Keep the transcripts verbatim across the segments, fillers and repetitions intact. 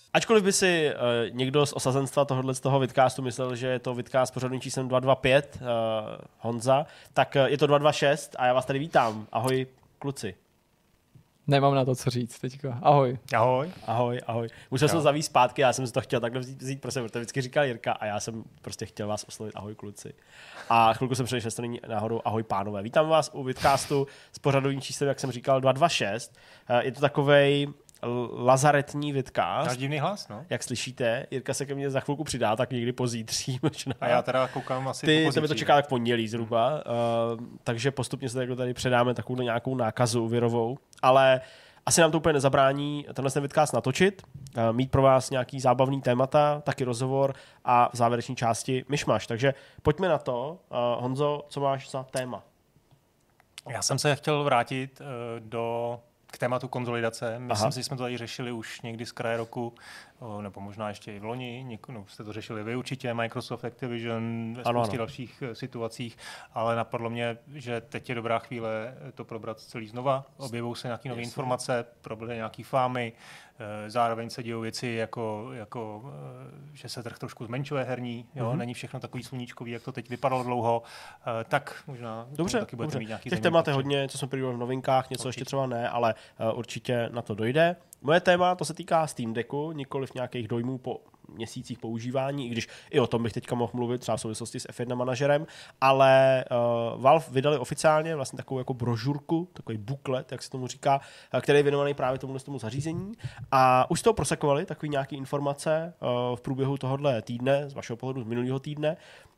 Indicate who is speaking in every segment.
Speaker 1: Ačkoliv by si uh, někdo z osazenstva tohohle z toho vidcastu myslel, že je to vidcast s pořadovým číslem dva dva pět uh, Honza, tak uh, je to dva dva šest a já vás tady vítám. Ahoj, kluci.
Speaker 2: Nemám na to, co říct teďka. Ahoj.
Speaker 3: Ahoj.
Speaker 1: Ahoj, ahoj. Musel jsem zavíst zpátky, já jsem si to chtěl takhle vzít, vzít prostě, protože vždycky říkal Jirka a já jsem prostě chtěl vás oslovit ahoj, kluci. A chvilku jsem přešel, že to není náhodou ahoj, pánové. Vítám vás u vidcastu s pořadovým číslem, jak jsem říkal, dva dva šest. Uh, je to takovej lazaretní vidcast.
Speaker 3: Máš divný hlas, no.
Speaker 1: Jak slyšíte, Jirka se ke mně za chvilku přidá, tak někdy pozítří možná.
Speaker 3: A já teda koukám asi
Speaker 1: Ty,
Speaker 3: po pozítří.
Speaker 1: Tebe to čeká tak pondělí zhruba, hmm. uh, takže postupně se takhle tady předáme takovou nějakou nákazu virovou, ale asi nám to úplně nezabrání tenhle ten vidcast natočit, uh, mít pro vás nějaký zábavný témata, taky rozhovor a v závěrečné části myšmaš. Takže pojďme na to. Uh, Honzo, co máš za téma?
Speaker 3: Já jsem se chtěl vrátit uh, do... k tématu konzolidace. Myslím Aha. si, že jsme to tady řešili už někdy z kraje roku, nebo možná ještě i v loni. Něk- no, jste to řešili vy určitě, Microsoft, Activision, ve spoustě dalších situacích, ale napadlo mě, že teď je dobrá chvíle to probrat celý znova. Objevou se nějaké nové informace, proběhly nějaké fámy, zároveň se dějou věci, jako, jako že se trh trošku zmenšuje herní, jo? Mm-hmm. Není všechno takový sluníčkový, jak to teď vypadalo dlouho, tak možná
Speaker 1: dobře,
Speaker 3: taky budete
Speaker 1: dobře.
Speaker 3: mít nějaký
Speaker 1: těch témat je hodně, co jsme první v novinkách, něco určitě. Ještě třeba ne, ale uh, určitě na to dojde. Moje téma, to se týká Steam Decku, nikoliv nějakých dojmů po měsících používání, i když i o tom bych teďka mohl mluvit, třeba v souvislosti s F jedna manažerem, ale uh, Valve vydali oficiálně vlastně takovou jako brožurku, takový booklet, jak se tomu říká, který je věnovaný právě tomu, tomu zařízení a už z toho prosekovali takový nějaký informace uh, v průběhu tohohle týdne, z vašeho pohledu z minulého týdne.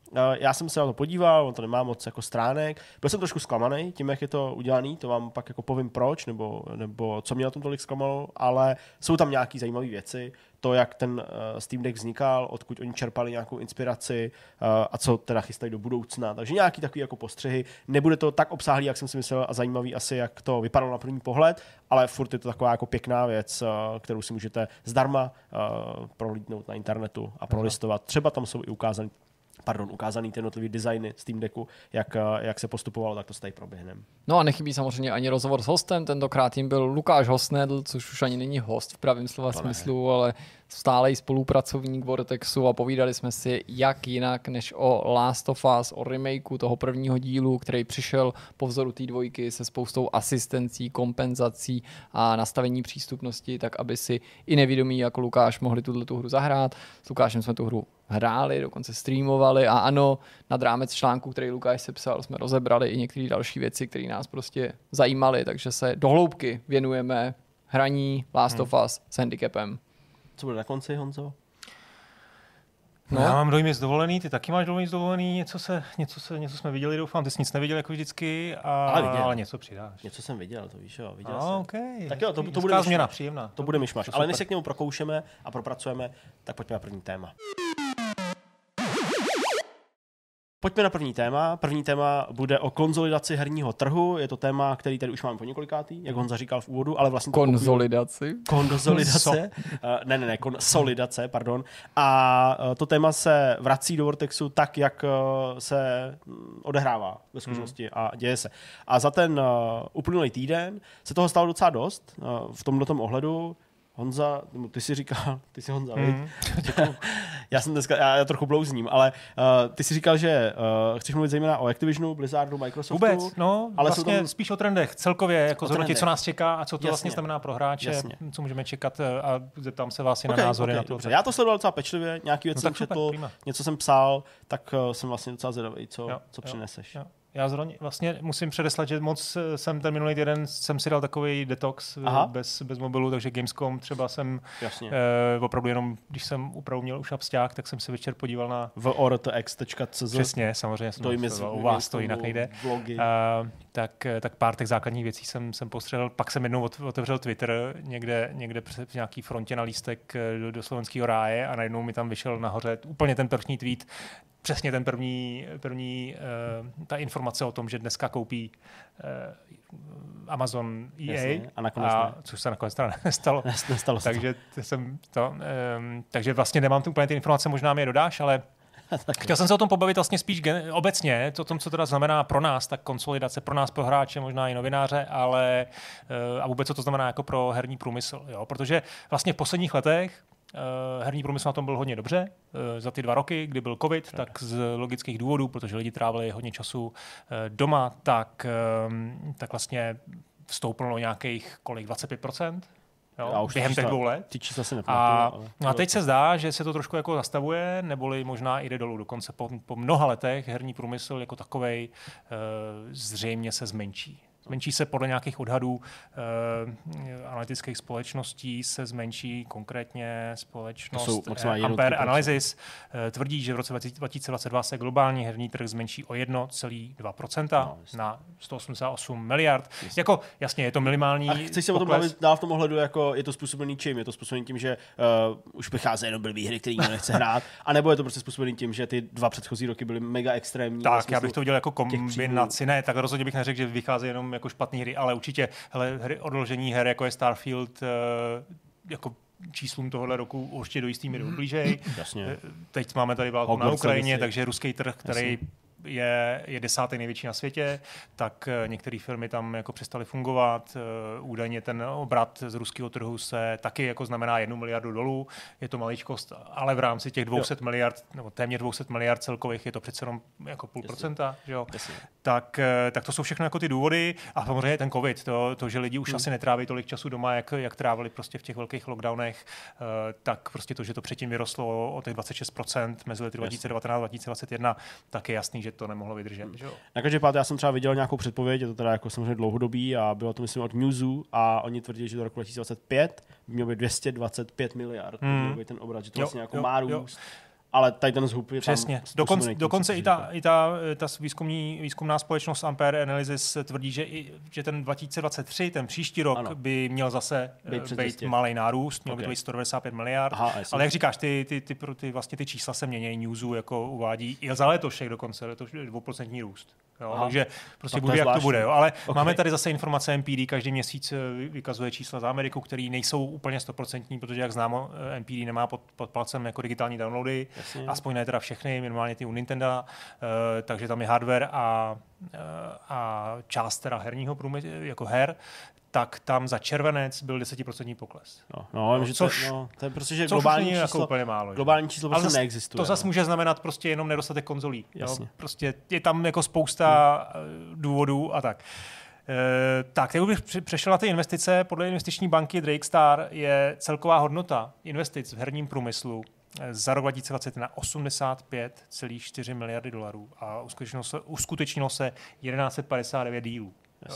Speaker 1: Já jsem se na to podíval, on to nemá moc jako stránek. Byl jsem trošku zklamaný tím, jak je to udělaný, to vám pak jako povím proč, nebo, nebo co mě na tom tolik zklamalo, ale jsou tam nějaké zajímavé věci. To, jak ten uh, Steam Deck vznikal, odkud oni čerpali nějakou inspiraci uh, a co teda chystají do budoucna. Takže nějaký takový jako postřehy. Nebude to tak obsáhlý, jak jsem si myslel a zajímavý asi, jak to vypadalo na první pohled, ale furt je to taková jako pěkná věc, uh, kterou si můžete zdarma uh, prohlídnout na internetu a prolistovat. Třeba tam jsou i ukázané Pardon, ukázaný ty jednotlivý designy Steam Decku, jak, jak se postupovalo, tak to se tady proběhneme.
Speaker 2: No a nechybí samozřejmě ani rozhovor s hostem, tentokrát jim byl Lukáš Hosnedl, což už ani není host v pravém slova smyslu, ale stálej spolupracovník Vortexu a povídali jsme si jak jinak než o Last of Us, o remakeu toho prvního dílu, který přišel po vzoru té dvojky se spoustou asistencí, kompenzací a nastavení přístupnosti, tak aby si i nevědomí jako Lukáš mohli tuto hru zahrát. S Lukášem jsme tu hru hráli, dokonce streamovali a ano, nad rámec článku, který Lukáš sepsal, jsme rozebrali i některé další věci, které nás prostě zajímaly, takže se do hloubky věnujeme hraní Last hmm. of Us s handicapem.
Speaker 1: Co bude na konci, Honzo?
Speaker 3: No. Já mám dojmy z dovolený, ty taky máš dojmy z dovolený, něco, se, něco, se, něco jsme viděli, doufám, ty jsi nic neviděl jako vždycky, a, ale, ale něco přidáš.
Speaker 1: Něco jsem viděl, to víš, jo, viděl
Speaker 3: no,
Speaker 1: jsem.
Speaker 3: Okay.
Speaker 1: Tak jo, to, to bude
Speaker 3: změna, příjemná.
Speaker 1: To bude myšmaš, ale než se k němu prokoušeme a propracujeme, tak pojďme na první téma. Pojďme na první téma. První téma bude o konsolidaci herního trhu. Je to téma, který tady už máme po několikátý, jak Honza říkal v úvodu, ale vlastně...
Speaker 2: Konzolidaci.
Speaker 1: Konzolidace. So. Uh, ne, ne, ne, konsolidace, pardon. A uh, to téma se vrací do Vortexu tak, jak uh, se odehrává ve skutečnosti hmm. a děje se. A za ten uh, uplynulý týden se toho stalo docela dost uh, v tomto ohledu. Honza, ty jsi říkal, ty jsi Honza, mm. já jsem dneska, já, já trochu blouzním, ale uh, ty jsi říkal, že uh, chceš mluvit zejména o Activisionu, Blizzardu, Microsoftu.
Speaker 3: Vůbec, no, ale vlastně tam... spíš o trendech celkově, jako zhodnotit, co nás čeká a co to
Speaker 1: Jasně.
Speaker 3: vlastně znamená pro hráče, Jasně. co můžeme čekat a zeptám se vás i na
Speaker 1: okay,
Speaker 3: názory
Speaker 1: okay,
Speaker 3: na to.
Speaker 1: Dobře. Já to sledoval docela pečlivě, nějaký věci no, jsem četl, něco jsem psal, tak uh, jsem vlastně docela zvědavý, co, jo, co jo, přineseš. Jo.
Speaker 3: Já zrovna vlastně musím předeslat, že moc jsem ten minulý týden jsem si dal takový detox bez, bez mobilu, takže Gamescom třeba jsem eh, opravdu jenom, když jsem opravdu měl už absťák, tak jsem se večer podíval na
Speaker 1: v o r t x tečka c z.
Speaker 3: Přesně, samozřejmě, jsem to, u vás to jinak nejde.
Speaker 1: Vlogy.
Speaker 3: A, tak, tak pár těch základních věcí jsem, jsem postřelil, pak jsem jednou otevřel Twitter někde, někde v nějaký frontě na lístek do, do slovenského ráje a najednou mi tam vyšel nahoře úplně ten první tweet, přesně ten první, první uh, ta informace o tom, že dneska koupí uh, Amazon E A,
Speaker 1: Jasně, a nakonec
Speaker 3: a,
Speaker 1: ne.
Speaker 3: což se nakonec teda nestalo.
Speaker 1: nestalo
Speaker 3: takže jsem to, um, takže vlastně nemám tu úplně ty informace, možná mi je dodáš, ale chtěl jsem se o tom pobavit vlastně spíš gen- obecně, o tom, co teda znamená pro nás, tak konsolidace, pro nás, pro hráče, možná i novináře, ale uh, a vůbec co to znamená jako pro herní průmysl, jo? Protože vlastně v posledních letech herní průmysl na tom byl hodně dobře. Za ty dva roky, kdy byl covid, tak z logických důvodů, protože lidi trávili hodně času doma, tak, tak vlastně vstoupilo nějakých kolik, dvacet pět procent? Jo, během těch dvou let.
Speaker 1: Ty čísla se
Speaker 3: a, no a teď se zdá, že se to trošku jako zastavuje, neboli možná jde dolů. Dokonce po, po mnoha letech herní průmysl jako takovej e, zřejmě se zmenší. Zmenší se podle nějakých odhadů e, analytických společností, se zmenší konkrétně společnost Ampere Analysis. E, tvrdí, že v roce dva tisíce dvacet dva se globální herní trh zmenší o jedna celá dva procenta no, na sto osmdesát osm miliard. Jasně. Jako, jasně, je to minimální
Speaker 1: A chceš se o tom bavit dál v tom ohledu, jako je to způsobený čím? Je to způsobený tím, že uh, už vychází jenom blbý hry, který nikdo nechce hrát, anebo je to prostě způsobený tím, že ty dva předchozí roky byly mega extrémní?
Speaker 3: Tak, já bych to viděl jako kombinaci. Ne, tak rozhodně bych neřekl, že vychází jenom jako špatný hry, ale určitě hele, hry, odložení her, jako je Starfield, uh, jako číslům tohohle roku určitě do jistý míry odblížej.
Speaker 1: Jasně.
Speaker 3: Teď máme tady válku na Ukrajině, takže ruský trh, který Jasně. je, je desátý největší na světě, tak některé firmy tam jako přestaly fungovat. Údajně ten obrat z ruského trhu se taky jako znamená jednu miliardu dolů. Je to maličkost, ale v rámci těch dvě stě miliard, nebo téměř dvě stě miliard celkových je to přece jenom jako půl procenta. Že jo? Tak, tak to jsou všechno jako ty důvody. A samozřejmě ten covid, to, to že lidi už hmm. asi netráví tolik času doma, jak, jak trávili prostě v těch velkých lockdownech, tak prostě to, že to předtím vyrostlo o těch dvacet šest procent mezi lety dva tisíce devatenáct a dva tisíce dvacet jedna, tak je jasný, že to nemohlo vydržet. Hmm.
Speaker 1: Na každý pád já jsem třeba viděl nějakou předpověď, je to teda jako samozřejmě dlouhodobý a bylo to myslím od Newzoo a oni tvrdí, že do roku dva tisíce dvacet pět by mělo být dvě stě dvacet pět miliard, hmm. měl být ten obrat, že to jo, vlastně jako jo, má růst. Jo. Ale tady ten zhup je
Speaker 3: Přesně.
Speaker 1: tam
Speaker 3: Dokonce, dokonce i ta, i ta, ta výzkumní, výzkumná společnost Ampere Analysis tvrdí, že, i, že ten dva tisíce dvacet tři, ten příští rok, ano. by měl zase být, být malý nárůst, měl okay. by být sto devadesát pět miliard. Aha, ale jak říkáš, ty, ty, ty, ty, vlastně ty čísla se mění, Newzoo jako uvádí i za letošek dokonce, letošek dvouprocentní růst. Jo, takže prostě bude, jak to bude. Jo. Ale okay. máme tady zase informace M P D, každý měsíc vykazuje čísla za Ameriku, které nejsou úplně stoprocentní, protože jak známo, M P D nemá pod, pod palcem jako digitální downloady, Jasně. aspoň ne teda všechny, minimálně ty u Nintendo, uh, takže tam je hardware a, uh, a část teda herního průmyslu, jako her, tak tam za červenec byl desetiprocentní pokles.
Speaker 1: No, no, no že což, to, no, to je prostě, že globální číslo, jako úplně málo, globální číslo
Speaker 3: prostě
Speaker 1: zas, neexistuje.
Speaker 3: To zase no. může znamenat prostě jenom nedostatek konzolí. Jo? Prostě je tam jako spousta hmm. důvodů a tak. E, tak, teď bych přešel na ty investice. Podle investiční banky Drakestar je celková hodnota investic v herním průmyslu za rok dva tisíce dvacet na osmdesát pět celá čtyři miliardy dolarů a uskutečnilo se, uskutečnilo se tisíc sto padesát devět dílů.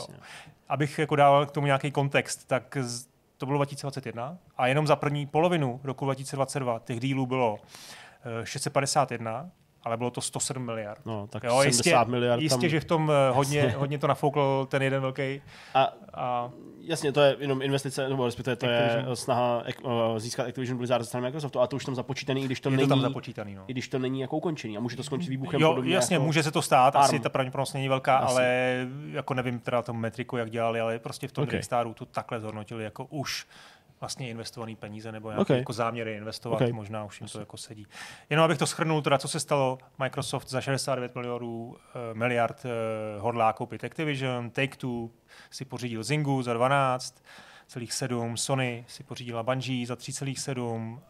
Speaker 3: Abych jako dával k tomu nějaký kontext, tak z, to bylo dva tisíce dvacet jedna a jenom za první polovinu roku dva tisíce dvacet dva těch dílů bylo šest set padesát jedna, ale bylo to sto sedm miliard.
Speaker 1: No, tak
Speaker 3: jo,
Speaker 1: sedmdesát
Speaker 3: jistě,
Speaker 1: miliard.
Speaker 3: Jistě,
Speaker 1: tam...
Speaker 3: že v tom hodně, hodně to nafoukl ten jeden velký.
Speaker 1: A, a jasně, to je jenom investice, nebo respektive to Activision. Je snaha získat Activision Blizzard ze strany Microsoftu, a to už tam započítaný, i když to
Speaker 3: je
Speaker 1: není,
Speaker 3: to tam započítaný, no.
Speaker 1: i když to není jako ukončený. A může to skončit výbuchem
Speaker 3: jo,
Speaker 1: podobně.
Speaker 3: Jasně,
Speaker 1: jako
Speaker 3: může se to stát,
Speaker 1: Arm.
Speaker 3: Asi ta pravděpodobnost není velká,
Speaker 1: Asi.
Speaker 3: ale jako nevím teda tomu metriku, jak dělali, ale prostě v tom
Speaker 1: okay.
Speaker 3: Drakestaru to takhle zhodnotili jako už vlastně investovaný peníze nebo nějaké
Speaker 1: okay.
Speaker 3: jako záměry investovat,
Speaker 1: okay.
Speaker 3: možná už jim to jako sedí. Jenom abych to shrnul, teda co se stalo, Microsoft za šedesát devět milionů, uh, miliard uh, hodlá koupit Activision, Take-Two si pořídil Zyngu za dvanáct celá sedm, Sony si pořídila Bungie za tři celá sedm. Uh,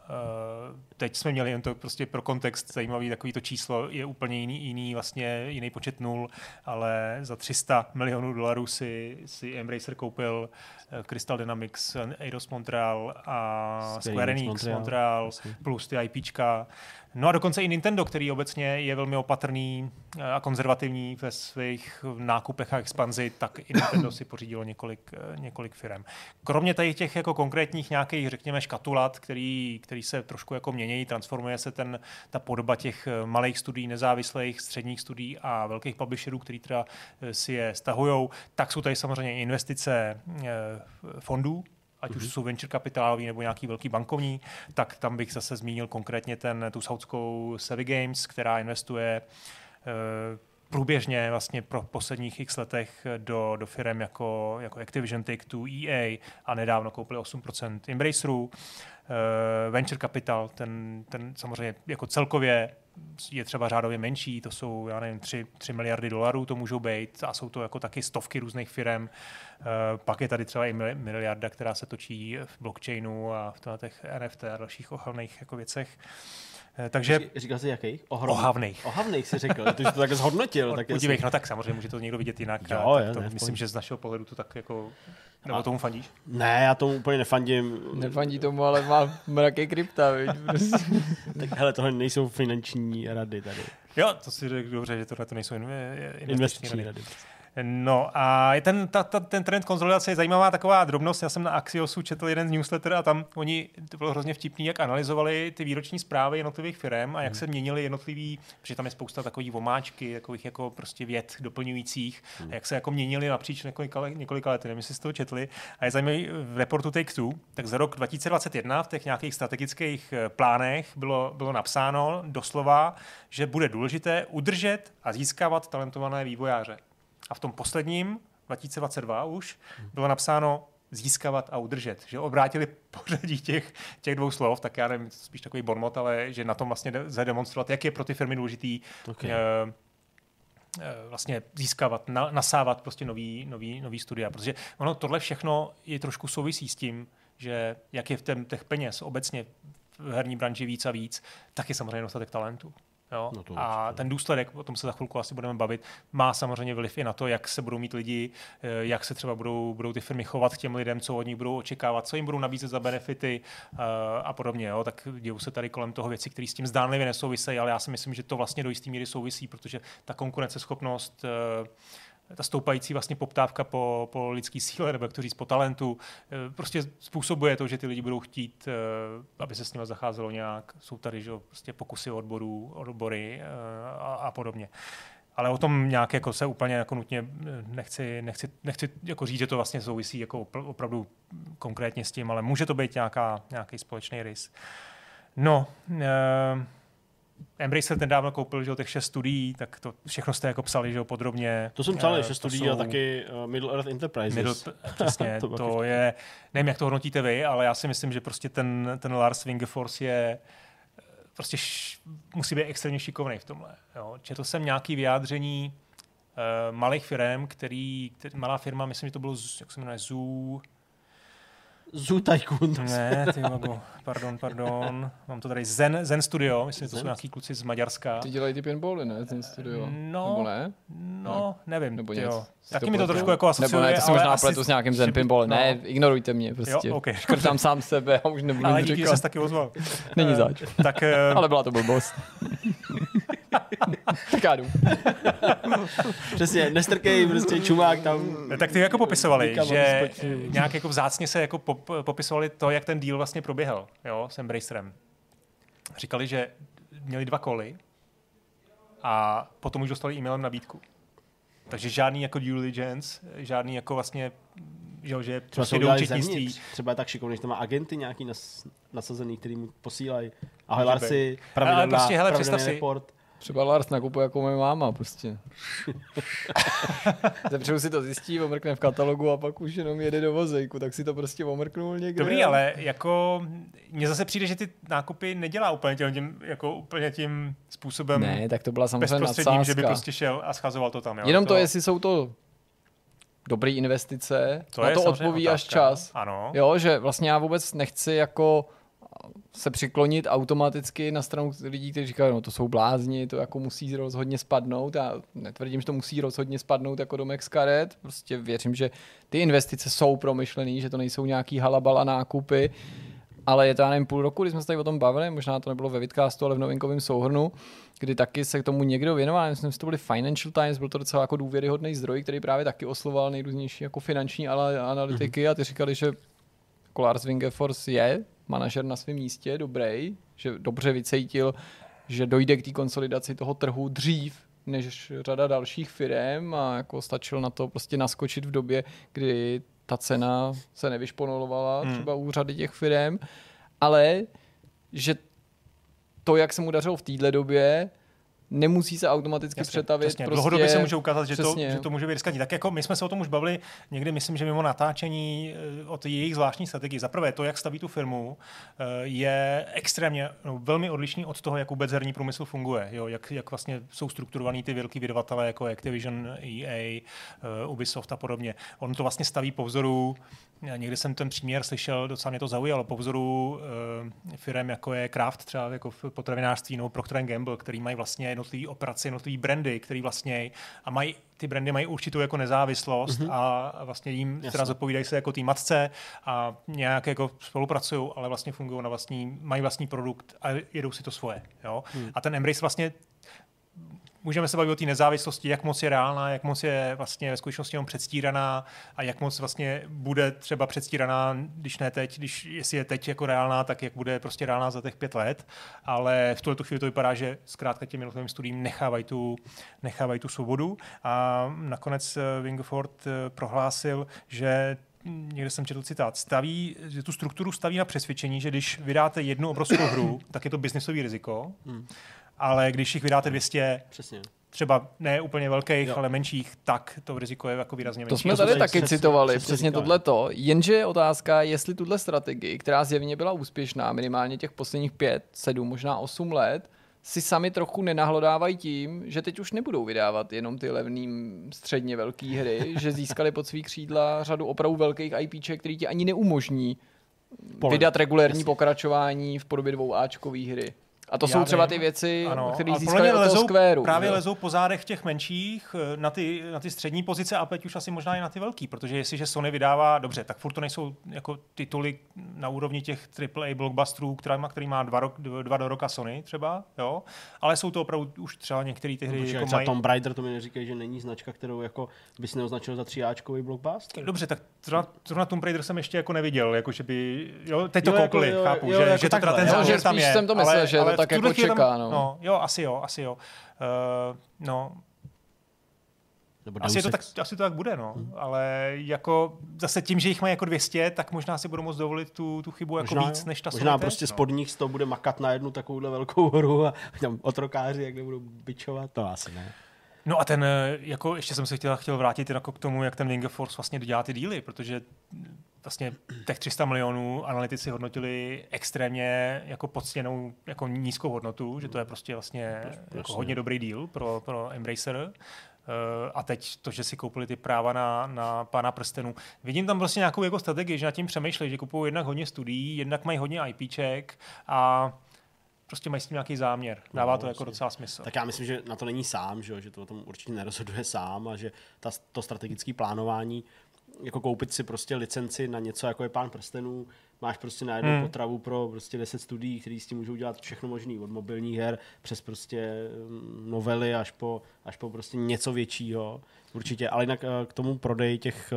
Speaker 3: teď jsme měli jen to prostě pro kontext zajímavý, takový to číslo je úplně jiný, jiný vlastně jiný počet nul, ale za tři sta milionů dolarů si, si Embracer koupil uh, Crystal Dynamics, Eidos Montreal a Square Enix Montreal, Montreal plus ty IPčka. No a dokonce i Nintendo, který obecně je velmi opatrný a konzervativní ve svých nákupech a expanzi, tak i Nintendo si pořídilo několik, několik firem. Kromě tady těch jako konkrétních nějakých, řekněme, škatulat, který, který se trošku jako mění, transformuje se ten, ta podoba těch malých studií, nezávislých, středních studií a velkých publisherů, který teda si je stahujou, tak jsou tady samozřejmě investice fondů, ať už jsou venture kapitálový nebo nějaký velký bankovní, tak tam bych zase zmínil konkrétně ten, tu saudskou Savvy Games, která investuje uh, průběžně vlastně pro posledních x letech do, do firem jako, jako Activision, Take-Two, E A a nedávno koupili osm procent Embraceru. Uh, venture Capital, ten, ten samozřejmě jako celkově je třeba řádově menší, to jsou, já nevím, tři miliardy dolarů to můžou být a jsou to jako taky stovky různých firem. Pak je tady třeba i miliarda, která se točí v blockchainu a v těch N F T a dalších ohavných jako věcech. Takže...
Speaker 1: Říkal jsi jakých?
Speaker 3: Ohromný. Ohavných.
Speaker 1: Ohavných si řekl, ty jsi to tak zhodnotil. Tak
Speaker 3: podívej, no tak samozřejmě může to někdo vidět jinak.
Speaker 1: Jo,
Speaker 3: tak to, ne, myslím, že z našeho pohledu to tak jako... Nebo
Speaker 1: a...
Speaker 3: tomu fandíš?
Speaker 1: Ne, já tomu úplně nefandím.
Speaker 2: Nefandí tomu, ale má mraky krypta, viď?
Speaker 1: Tak hele, tohle nejsou finanční rady tady.
Speaker 3: Jo, to si řekl dobře, že tohle to nejsou investiční,
Speaker 1: investiční
Speaker 3: rady.
Speaker 1: rady.
Speaker 3: No a ten, ta, ta, ten trend konsolidace je zajímavá taková drobnost. Já jsem na Axiosu četl jeden z newsletter a tam oni, to bylo hrozně vtipný, jak analyzovali ty výroční zprávy jednotlivých firm a jak hmm. se měnily jednotlivý, protože tam je spousta takových omáčky, takových jako prostě věd doplňujících, hmm. a jak se jako měnily napříč několika, několika lety, nevím, jestli jste to četli. A je zajímavý v reportu Take-Two, tak za rok dva tisíce dvacet jedna v těch nějakých strategických plánech bylo, bylo napsáno doslova, že bude důležité udržet a získávat talentované vývojáře. A v tom posledním, dva tisíce dvacet dva už, bylo napsáno získávat a udržet. Že obrátili pořadí těch, těch dvou slov, tak já nevím, spíš takový bonmot, ale že na tom vlastně zademonstrovat, jak je pro ty firmy důležitý okay. uh, uh, vlastně získávat, na, nasávat prostě nový, nový, nový studia. Protože ono tohle všechno je trošku souvisí s tím, že jak je v tém, těch peněz obecně v herní branži víc a víc, tak je samozřejmě dostatek talentu. Jo? No a ten důsledek, o tom se za chvilku asi budeme bavit, má samozřejmě vliv i na to, jak se budou mít lidi, jak se třeba budou, budou ty firmy chovat k těm lidem, co od nich budou očekávat, co jim budou nabízet za benefity uh, a podobně. Jo? Tak dějou se tady kolem toho věci, které s tím zdánlivě nesouvisejí, ale já si myslím, že to vlastně do jisté míry souvisí, protože ta konkurenceschopnost, uh, ta stoupající vlastně poptávka po, po lidský síle, nebo jak to říct, po talentu, prostě způsobuje to, že ty lidi budou chtít, aby se s nimi zacházelo nějak. Jsou tady že, prostě pokusy o odborů, odbory a, a podobně. Ale o tom nějak jako se úplně jako nutně nechci, nechci, nechci jako říct, že to vlastně souvisí jako opravdu konkrétně s tím, ale může to být nějaká, nějaký společný rys. No, e- Embracer ten dávno koupil, že těch šest studií, tak to všechno jste jako psali, že podrobně.
Speaker 1: To jsem psal, šest studií a taky uh, Middle Earth Enterprises.
Speaker 3: Middle, přesně, to, to je, nevím, jak to hodnotíte vy, ale já si myslím, že prostě ten, ten Lars Wingefors je prostě š, musí být extrémně šikovnej v tomhle. Jo. Četl jsem nějaké vyjádření uh, malých firm, který, který, malá firma, myslím, že to bylo, jak se jmenuje, Zoo,
Speaker 1: Zoo Tycoon.
Speaker 3: Ne, ty logo. Pardon, pardon. Mám to tady Zen, Zen Studio, myslím, že to jsou nějaký kluci z Maďarska.
Speaker 2: Ty dělají ty pinbally, ne? Zen Studio.
Speaker 3: No,
Speaker 2: nebo ne?
Speaker 3: No, nevím.
Speaker 2: Nebo
Speaker 3: jo. Taky mi to trošku jako asociuje.
Speaker 2: Nebo ne, to si možná pletu s nějakým Zen pinball. No. Ne, ignorujte mě prostě.
Speaker 3: Jo, okay.
Speaker 2: Škrtám sám sebe a už nebudu
Speaker 3: ale
Speaker 2: říkat.
Speaker 3: díky, že jsi taky ozval.
Speaker 2: Není zač.
Speaker 3: Tak,
Speaker 2: ale byla to blbost. Tak já jdu.
Speaker 1: Přesně, nestrkej, prostě čumák tam.
Speaker 3: Tak ty jako popisovali, že nějak jako vzácně se jako pop, popisovali to, jak ten deal vlastně proběhl, jo, s Embracerem. Říkali, že měli dva koly a potom už dostali e-mailem nabídku. Takže žádný jako due diligence, žádný jako vlastně, že, že prostě do účetnictví.
Speaker 1: Třeba je tak šikovný, že to má agenty nějaký nas, nasazený, který mu posílají. Ahoj Larsi, pravidelná,
Speaker 3: prostě, hele,
Speaker 1: pravidelný report.
Speaker 2: Třeba Lars nakupuje jako moje máma, prostě. Zepřeju si to zjistí, omrkne v katalogu a pak už jenom jede do vozejku, tak si to prostě omrknul někde.
Speaker 3: Dobrý, ale jako mně zase přijde, že ty nákupy nedělá úplně tím, jako úplně tím způsobem.
Speaker 2: Ne, tak to byla samozřejmě nadsázka.
Speaker 3: Že by prostě šel a schazoval to tam. Jo?
Speaker 2: Jenom
Speaker 3: to,
Speaker 2: to, jestli jsou to dobré investice,
Speaker 3: to
Speaker 2: na
Speaker 3: je
Speaker 2: to odpoví
Speaker 3: otázka.
Speaker 2: až čas.
Speaker 3: Ano.
Speaker 2: Jo, že vlastně já vůbec nechci jako se přiklonit automaticky na stranu lidí, kteří říkají, no to jsou blázni, to jako musí rozhodně spadnout. Já netvrdím, že to musí rozhodně spadnout jako domek z karet. Prostě věřím, že ty investice jsou promyšlený, že to nejsou nějaký halabala nákupy, ale je to, já nevím, půl roku, kdy jsme se tady o tom bavili, možná to nebylo ve vidcastu, ale v novinkovém souhrnu, kdy taky se k tomu někdo věnoval, myslím, že to byly Financial Times, byl to docela jako důvěryhodný zdroj, který právě taky oslovoval nejrůznější jako finanční analytiky mm-hmm. a ty říkali, že Lars Wingefors je manažer na svém místě, dobrý, že dobře vycítil, že dojde k té konsolidaci toho trhu dřív než řada dalších firem a jako stačil na to prostě naskočit v době, kdy ta cena se nevyšponolovala hmm. třeba u řady těch firem, ale že to, jak se mu dařilo v téhle době, nemusí se automaticky
Speaker 3: Jasně,
Speaker 2: přetavit.
Speaker 3: Přesně.
Speaker 2: Prostě...
Speaker 3: Dlouhodobě se může ukázat, že to,
Speaker 2: Přesně.
Speaker 3: že to může být riskantní. Tak jako my jsme se o tom už bavili někdy, myslím, že mimo natáčení o té jejich zvláštní strategii. Za prvé to, jak staví tu firmu, je extrémně, no, velmi odlišný od toho, jak vůbec herní průmysl funguje. Jo, jak, jak vlastně jsou strukturovaný ty velký vydavatelé jako Activision, E A, Ubisoft a podobně. On to vlastně staví po vzoru, někdy jsem ten příměr slyšel, docela mě to zaujalo, po vzoru uh, firem jako je Kraft, třeba jako v potravinářství, nebo Procter and Gamble, který mají vlastně jednotlivý operace, jednotlivý brandy, který vlastně a mají ty brandy mají určitou jako nezávislost mm-hmm. a vlastně jim teda zodpovídají se jako té matce a nějak jako spolupracují, ale vlastně fungují na vlastní, mají vlastní produkt a jedou si to svoje. Jo? Mm. A ten Embrace vlastně můžeme se bavit o té nezávislosti, jak moc je reálná, jak moc je vlastně ve skutečnosti jenom předstíraná a jak moc vlastně bude třeba předstíraná, když ne teď, když jestli je teď jako reálná, tak jak bude prostě reálná za těch pět let, ale v tuhle chvíli to vypadá, že zkrátka těm jednotlivým studiím nechávají tu, nechávají tu svobodu a nakonec Wingford prohlásil, že někde jsem četl citát, staví, že tu strukturu staví na přesvědčení, že když vydáte jednu obrovskou hru, tak je to biznisový riziko, hmm. ale když jich vydáte dvě stě, přesně. třeba ne úplně velkých, jo. ale menších, tak to riziko je jako výrazně menší.
Speaker 2: To jsme tady to taky přesně, citovali, přesně, přesně tohleto. Jenže je otázka, jestli tuhle strategii, která zjevně byla úspěšná minimálně těch posledních pět, sedm, možná osm let, si sami trochu nenahlodávají tím, že teď už nebudou vydávat jenom ty levný středně velký hry, že získali pod svý křídla řadu opravdu velkých IPček, který ti ani neumožní Pole. vydat regulérní Jasně. pokračování v podobě dvou áčkový hry. A to Já jsou třeba vím. ty věci, které získali od toho Squareu.
Speaker 3: Právě
Speaker 2: jo?
Speaker 3: lezou po zádech těch menších na ty, na ty střední pozice a teď už asi možná i na ty velký, protože jestliže Sony vydává, dobře, tak furt to nejsou jako tituly na úrovni těch triple A blockbusterů, který má, který má dva, rok, dva do roka Sony třeba, jo, ale jsou to opravdu už třeba některé ty hry.
Speaker 1: No, jako mají... Tomb Raider, to mi neříkají, že není značka, kterou jako bys neoznačil za tříáčkový blockbuster.
Speaker 3: Dobře, tak zrovna Tomb Raider jsem ještě jako neviděl, jako že by, jo, teď to jo, koukli, jako, chápu, jo, že, jako že to teda ten záměr tam je.
Speaker 2: Jsem to myslel, ale, že ale tak jako čeká,
Speaker 3: tam, no. no. Jo, asi jo, asi jo. Uh, no. Asi, to tak, asi to tak bude, no. Hmm. Ale jako zase tím, že jich mají jako dvě stě, tak možná si budou moct dovolit tu, tu chybu jako možná, víc, než ta
Speaker 1: Možná prostě no. spodních sto bude makat na jednu takovouhle velkou hru a tam otrokáři, jak nebudou bičovat, to asi ne.
Speaker 3: No a ten, jako ještě jsem se chtěl, chtěl vrátit jako k tomu, jak ten Wing of Force vlastně dělá ty díly, protože vlastně těch tři sta milionů analytici hodnotili extrémně jako podstěnou, jako nízkou hodnotu, že to je prostě vlastně jako hodně dobrý deal pro, pro Embracer. Uh, a teď to, že si koupili ty práva na, na Pána prstenů. Vidím tam prostě nějakou jako strategii, že nad tím přemýšlejí, že kupují jednak hodně studií, jednak mají hodně IPček a prostě mají s tím nějaký záměr. Dává no, to jako docela smysl.
Speaker 1: Tak já myslím, že na to není sám, že, že to o tom určitě nerozhoduje sám a že ta, to strategické plánování, jako koupit si prostě licenci na něco, jako je Pán prstenů, máš prostě na jednu hmm. potravu pro prostě deset studií, který s tím můžou dělat všechno možný, od mobilních her přes prostě novely až po, až po prostě něco většího. Určitě, ale jinak k tomu prodeji těch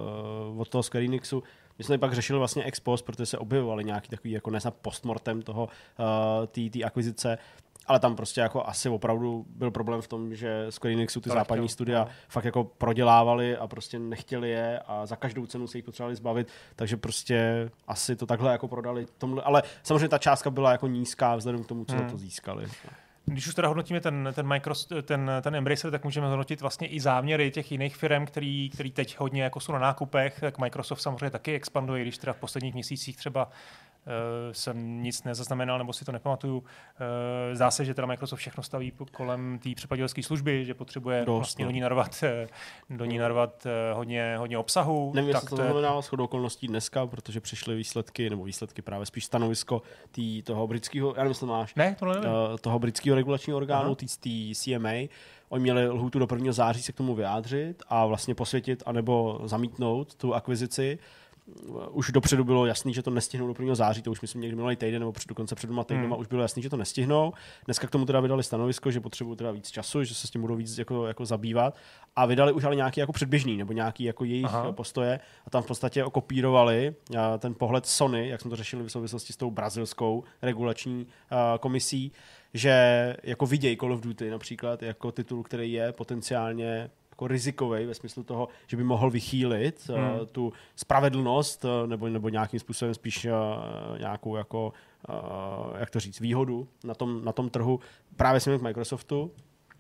Speaker 1: od toho Square Enixu my jsme pak řešili vlastně ex post, protože se objevovaly nějaký takový jako ne postmortem toho té uh, akvizice, ale tam prostě jako asi opravdu byl problém v tom, že Square Enixu ty to západní nechtěl. studia no. fakt jako prodělávali a prostě nechtěli je a za každou cenu se jich potřebovali zbavit, takže prostě asi to takhle jako prodali tomhle, ale samozřejmě ta částka byla jako nízká vzhledem k tomu, co hmm. za to získali.
Speaker 3: Když už teda hodnotíme ten, ten, Microsoft, ten, ten Embracer, tak můžeme hodnotit vlastně i záměry těch jiných firm, který, který teď hodně jako jsou na nákupech, tak Microsoft samozřejmě taky expanduje, když teda v posledních měsících třeba Uh, jsem nic nezaznamenal, nebo si to nepamatuju. Uh, zdá se, že teda Microsoft všechno staví kolem té přepadatelské služby, že potřebuje Dost, vlastně no. do ní narvat, do ní narvat uh, hodně, hodně obsahu.
Speaker 1: Nevím, jestli to znamenalo shodou okolností dneska, protože přišly výsledky, nebo výsledky právě spíš stanovisko tý, toho britského, já nevím, jestli máš,
Speaker 3: ne, tohle nevím.
Speaker 1: Uh, toho britského regulačního orgánu, té C M A. Oni měli lhůtu do prvního září se k tomu vyjádřit a vlastně posvětit anebo zamítnout tu akvizici. Už dopředu bylo jasný, že to nestihnou do prvního září, to už myslím někdy minulý týden nebo před, dokonce před dvěma týdnama hmm. už bylo jasný, že to nestihnou. Dneska k tomu teda vydali stanovisko, že potřebují teda víc času, že se s tím budou víc jako, jako zabývat a vydali už ale nějaký jako předběžný nebo nějaký jako jejich Aha. postoje a tam v podstatě okopírovali ten pohled Sony, jak jsme to řešili v souvislosti s tou brazilskou regulační uh, komisí, že jako vidějí Call of Duty například jako titul, který je potenciálně jako rizikový ve smyslu toho, že by mohl vychýlit
Speaker 3: hmm.
Speaker 1: uh, tu spravedlnost uh, nebo, nebo nějakým způsobem spíš uh, nějakou jako, uh, jak to říct, výhodu na tom, na tom trhu právě směrem k Microsoftu.